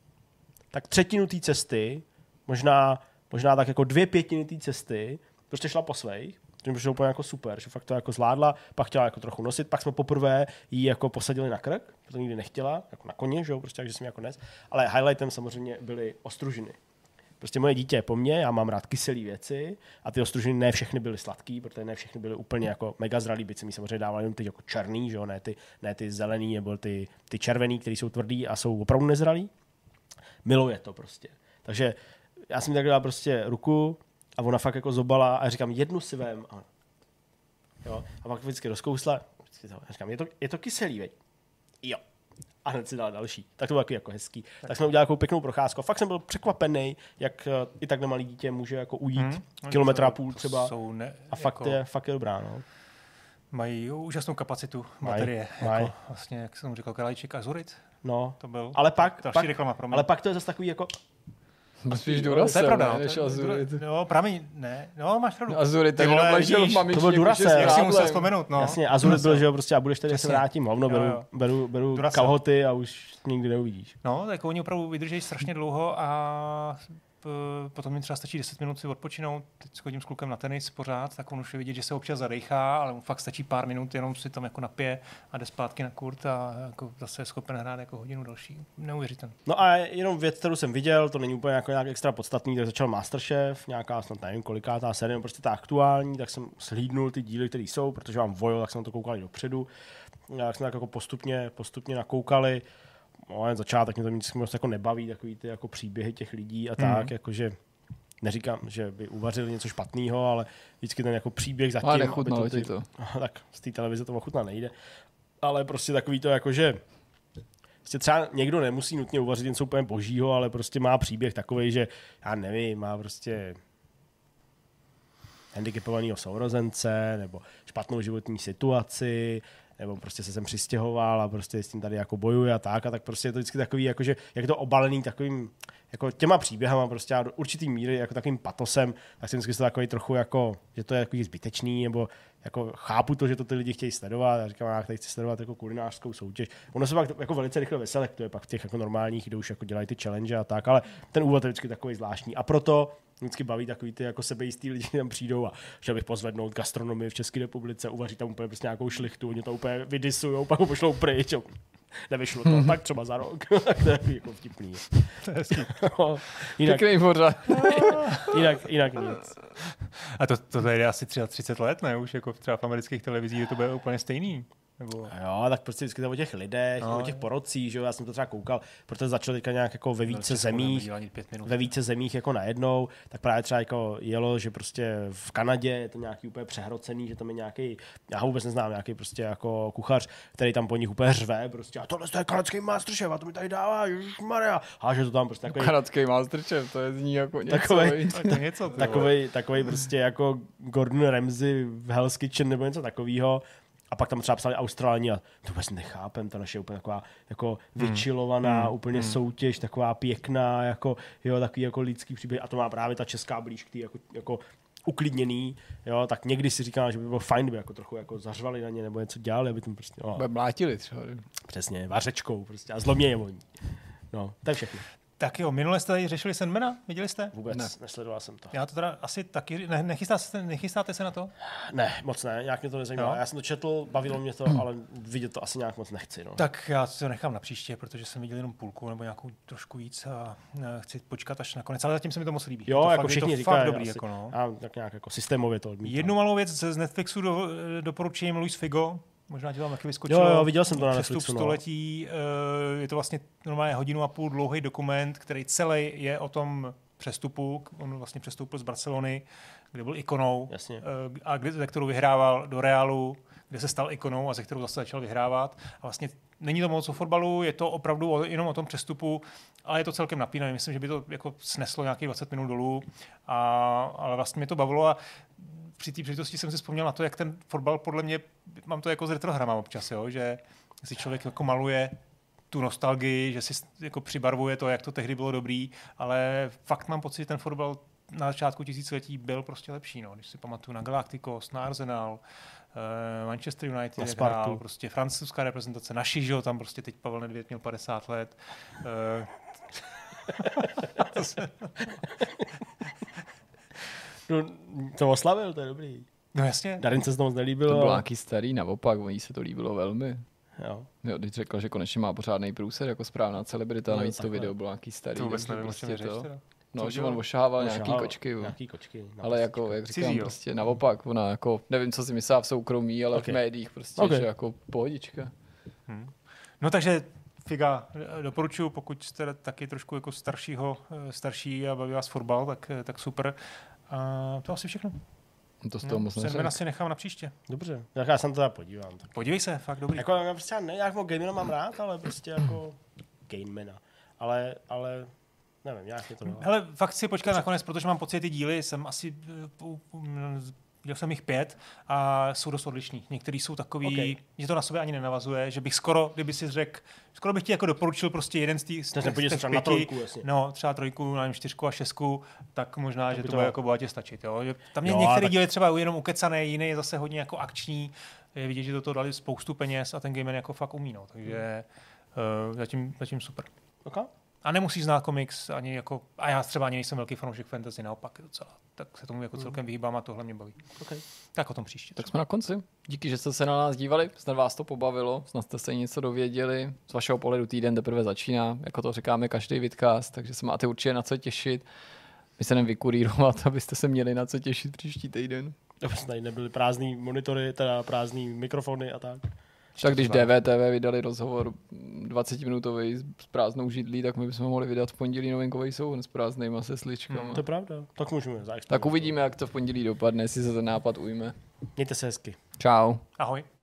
Speaker 1: tak třetinu té cesty, možná, možná tak jako dvě pětiny té cesty, prostě šla po svých. To mi přišlo úplně jako super, že fakt to jako zvládla, pak chtěla jako trochu nosit, pak jsme poprvé jí jako posadili na krk, protože nikdy nechtěla, jako na koně, že jo, prostě takže jsem jako nes. Ale highlightem samozřejmě byly ostružiny. Prostě moje dítě je po mně, já mám rád kyselé věci a ty ostružiny ne všechny byly sladký, protože ne všechny byly úplně jako mega zralý, byť se mi samozřejmě dávali jenom ty jako černý, že jo, ne ty, ne ty zelený nebo ty, ty červený, které jsou tvrdý a jsou opravdu nezralý. Miluje to prostě. Takže já jsem mi tak dala prostě ruku a ona fakt jako zobala a říkám, jednu si vem. A, jo, a pak vždycky rozkousla. Vždycky to, a říkám, je to, je to kyselý, veď? Jo. A hned si dala další. Tak to bylo takový jako hezký. Tak, tak jsme udělali takovou pěknou procházku. A fakt jsem byl překvapený, jak uh, i takhle malý dítě může jako ujít hmm. kilometra a půl třeba.
Speaker 3: Jsou ne,
Speaker 1: A fakt,
Speaker 3: jako,
Speaker 1: je, fakt je dobrá. No.
Speaker 3: Mají úžasnou kapacitu
Speaker 1: Maj,
Speaker 3: baterie.
Speaker 1: maj.
Speaker 3: Jako, vlastně, jak jsem říkal, Králíček a Zurit.
Speaker 1: No.
Speaker 3: To byl
Speaker 1: Ale pak,
Speaker 3: další
Speaker 1: pak,
Speaker 3: reklama pro mě.
Speaker 1: ale pak to je zase takový jako...
Speaker 2: Spíš
Speaker 3: to je
Speaker 2: Duracell,
Speaker 3: pravda.
Speaker 2: ne,
Speaker 3: no,
Speaker 2: než
Speaker 3: to je-
Speaker 2: Azurit.
Speaker 3: Jo, prameň, ne. No, máš pravdu.
Speaker 2: Azurit, tak
Speaker 3: Ty vole,
Speaker 2: jenom ležel v
Speaker 3: vidíš,
Speaker 2: mamičníku.
Speaker 1: to byl Duracell.
Speaker 3: Jak si musel vzpomenout, no.
Speaker 1: Jasně, Azurit byl, že jo, prostě a budeš tady, se
Speaker 3: Přesně.
Speaker 1: vrátím hovno,
Speaker 3: Jo,
Speaker 1: beru,
Speaker 3: jo.
Speaker 1: beru, beru
Speaker 3: Duracell.
Speaker 1: kalhoty a už nikdy neuvidíš.
Speaker 3: No, tak oni opravdu vydrží strašně dlouho a p- potom mi třeba stačí deset minut si odpočinout. Teď chodím s klukem na tenis pořád, tak on už je vidět, že se občas zadejchá, ale mu fakt stačí pár minut, jenom si tam jako napije a jde zpátky na kurt a jako zase je schopen hrát jako hodinu další. Neuvěřitelné.
Speaker 1: No a jenom věc, kterou jsem viděl, to není úplně jako nějak extra podstatný, tak začal Masterchef, nějaká snad nevím kolikátá série, no prostě ta aktuální, tak jsem slídnul ty díly, které jsou, protože mám vojo, tak jsem na to koukali dopředu. Jak jsme tak jako postupně, postupně nakoukali. No, jen začátek mě to vždycky moc jako nebaví, takový ty jako příběhy těch lidí a tak,
Speaker 3: Mhm.
Speaker 1: jakože neříkám, že by uvařili něco špatného, ale vždycky ten jako příběh zatím.
Speaker 2: Ale
Speaker 1: aby
Speaker 2: nechutnalo
Speaker 1: ty-
Speaker 2: ti to.
Speaker 1: Tak z té televize to ochutnat nejde. Ale prostě takový to jako, že prostě třeba někdo nemusí nutně uvařit něco úplně božího, ale prostě má příběh takovej, že já nevím, má prostě handicapovaného sourozence, nebo špatnou životní situaci, nebo prostě se sem přistěhoval a prostě s tím tady jako bojuje a tak, a tak prostě je to vždycky takový, jakože, jak to obalený takovým, jako těma příběhama prostě a do určitý míry jako takovým patosem, tak si myslím, že to takový trochu jako, že to je takový zbytečný, nebo jako chápu to, že to ty lidi chtějí sledovat, a říkám, já tady chci sledovat jako kulinářskou soutěž. Ono se pak jako velice rychle vyselektuje, pak v těch jako normálních, kde už jako dělají ty challenge a tak, ale ten úvod je vždycky takový zvláštní. A proto vždycky baví takový ty jako sebejistý lidi, tam přijdou a chtěl bych pozvednout gastronomii v České republice, uvaří tam úplně prostě nějakou šlichtu, oni to úplně vydisujou, pak ho pošlou pryč. Nevyšlo to, tak třeba za rok. Tak to je jako vtipný.
Speaker 3: To je hezký.
Speaker 1: jinak, jinak, jinak nic.
Speaker 3: A to, to tady je asi třicet let, ne? Už jako třeba v amerických televizích to bude úplně stejný. Nebo...
Speaker 1: Jo, tak prostě vždycky to o těch lidech, no, o těch porocích, že jo, já jsem to třeba koukal, protože začalo teďka nějak jako ve více zemích, ve více zemích jako najednou, tak právě třeba jako jelo, že prostě v Kanadě je to nějaký úplně přehrocený, že tam je nějaký, já ho vůbec neznám, nějaký prostě jako kuchař, který tam po nich úplně řve, prostě a tohle je kanadský Masterchef a to mi tady dává, ježišmarja, a že to tam prostě takový...
Speaker 2: Kanadský Masterchef, to je zní jako něco.
Speaker 1: Takovej,
Speaker 3: to něco,
Speaker 1: takovej, takovej prostě jako Gordon Ramsay v Hell's Kitchen nebo něco takového. A pak tam třeba psali Australani a to vůbec nechápem, ta naše je úplně taková jako vyčilovaná, hmm. úplně hmm. soutěž, taková pěkná, jako, jo, takový jako lidský příběh. A to má právě ta česká blíž, který jako, jako uklidněný, jo, tak někdy si říkám, že by bylo fajn, kdyby jako trochu jako zařvali na ně nebo něco dělali, aby tam prostě... No,
Speaker 2: mlátili třeba.
Speaker 1: Přesně, vařečkou prostě a zlomě je voní. No, to je všechno.
Speaker 3: Tak jo, minule jste tady řešili Sandmana, viděli jste?
Speaker 1: Vůbec, ne. Nesledoval jsem to.
Speaker 3: Já to teda asi taky, ne, nechystáte, se, nechystáte se na to?
Speaker 1: Ne, moc ne, nějak mě to nezajímalo. Já jsem to četl, bavilo mě to, ale vidět to asi nějak moc nechci. No.
Speaker 3: Tak já to nechám na příště, protože jsem viděl jenom půlku nebo nějakou trošku víc a chci počkat až nakonec, ale zatím se mi to moc líbí.
Speaker 1: Jo,
Speaker 3: to
Speaker 1: jako
Speaker 3: fakt,
Speaker 1: všichni
Speaker 3: to
Speaker 1: říkají,
Speaker 3: fakt dobrý.
Speaker 1: Asi,
Speaker 3: jako no.
Speaker 1: A tak nějak jako systémově to odmítám.
Speaker 3: Jednu malou věc z Netflixu do, doporučím Luis Figo. Možná ti tam taky vyskočilo.
Speaker 1: Jo, jo, viděl jsem to na Netflixu.
Speaker 3: Přestup století, no. Je to vlastně normálně hodinu a půl dlouhý dokument, který celý je o tom přestupu. On vlastně přestoupil z Barcelony, kde byl ikonou.
Speaker 1: Jasně.
Speaker 3: A kde, ze kterou vyhrával do Realu, kde se stal ikonou a ze kterou zase začal vyhrávat. A vlastně není to moc o fotbalu, je to opravdu o, jenom o tom přestupu, ale je to celkem napínavé. Myslím, že by to jako sneslo nějakých dvacet minut dolů, a, ale vlastně mě to bavilo a při té příležitosti jsem si vzpomněl na to, jak ten fotbal podle mě, mám to jako s retrohrama občas, jo, že si člověk jako maluje tu nostalgii, že si jako přibarvuje to, jak to tehdy bylo dobrý, ale fakt mám pocit, že ten fotbal na začátku tisíciletí byl prostě lepší. No. Když si pamatuju na Galacticos, na Arsenal, uh, Manchester United, jak hrál, prostě francouzská reprezentace, naši, že jo, tam prostě teď Pavel Nedvěd měl padesát let. Uh,
Speaker 1: to, se... no, to oslavil, to je dobrý.
Speaker 3: No jasně.
Speaker 1: Darin se to moc nelíbilo.
Speaker 2: To byl nějaký starý, naopak, oni se to líbilo velmi.
Speaker 1: Jo.
Speaker 2: Jo, když řekl, že konečně má pořádný průser jako správná celebrita, no, navíc to video bylo nějaký starý.
Speaker 3: To vůbec nevím,
Speaker 2: prostě
Speaker 3: to.
Speaker 2: No, Co že on ošahával nějaký kočky.
Speaker 1: Nějaký kočky.
Speaker 2: Ale jako, jak říkám, Cizí, prostě naopak, ona jako, nevím, co si myslela v soukromí, ale okay. v médiích prostě, okay. že jako pohodička.
Speaker 3: Hmm. No takže Figa doporučuji, pokud jste taky trošku jako staršího, starší a baví vás fotbal, tak, tak super. A to asi všechno.
Speaker 2: To z toho
Speaker 3: no,
Speaker 2: moc neřek.
Speaker 3: asi nechám na příště.
Speaker 1: Dobře, tak já se na to teda podívám. Tak.
Speaker 3: Podívej se, fakt dobrý.
Speaker 1: Jako já prostě ne, jak Gainmana mám rád, ale prostě jako Gainmana. Ale, ale nevím, nějak je to...
Speaker 3: Hele, fakt si počkat nakonec, protože mám pocit, ty díly jsem asi... Dělal jsem jich pět a jsou dost odlišný. Některý jsou takový, okay. že to na sobě ani nenavazuje, že bych skoro, kdyby si řekl, skoro bych ti jako doporučil prostě jeden z těch
Speaker 1: pěti, na trojku, jasně.
Speaker 3: No, třeba trojku, nevím, čtyřku a šestku, tak možná, tak že to bude jako bohatě stačit. Jo? Že tam je některé tak... díly třeba jenom ukecané, jiný je zase hodně jako akční, je vidět, že do toho dali spoustu peněz a ten Gainman jako fakt umí, no. Takže uh, zatím, zatím super.
Speaker 1: Okay.
Speaker 3: A nemusí znát komiks ani jako, a já třeba ani nejsem velký fanoušek fantasy, naopak docela, tak se tomu jako celkem vyhýbám a tohle mě baví.
Speaker 1: Okay.
Speaker 3: Tak o tom příště.
Speaker 2: Tak jsme na konci. Díky, že jste se na nás dívali, snad vás to pobavilo, snad jste se něco dověděli. Z vašeho pohledu týden teprve začíná, jako to říkáme každý vidcast, takže se máte určitě na co těšit. My se jdeme vykurírovat, abyste se měli na co těšit příští týden.
Speaker 1: Aby snad nebyly prázdný monitory, teda prázdný mikrofony a tak.
Speaker 2: Tak když D V T V vydali rozhovor dvacetiminutový s prázdnou židlí, tak my bychom mohli vydat v pondělí novinkový souhrn s prázdnýma sesličkama.
Speaker 1: Hmm, to je pravda, tak můžeme
Speaker 2: Tak uvidíme, jak to v pondělí dopadne, jestli se ten nápad ujme.
Speaker 1: Mějte se hezky.
Speaker 2: Čau.
Speaker 3: Ahoj.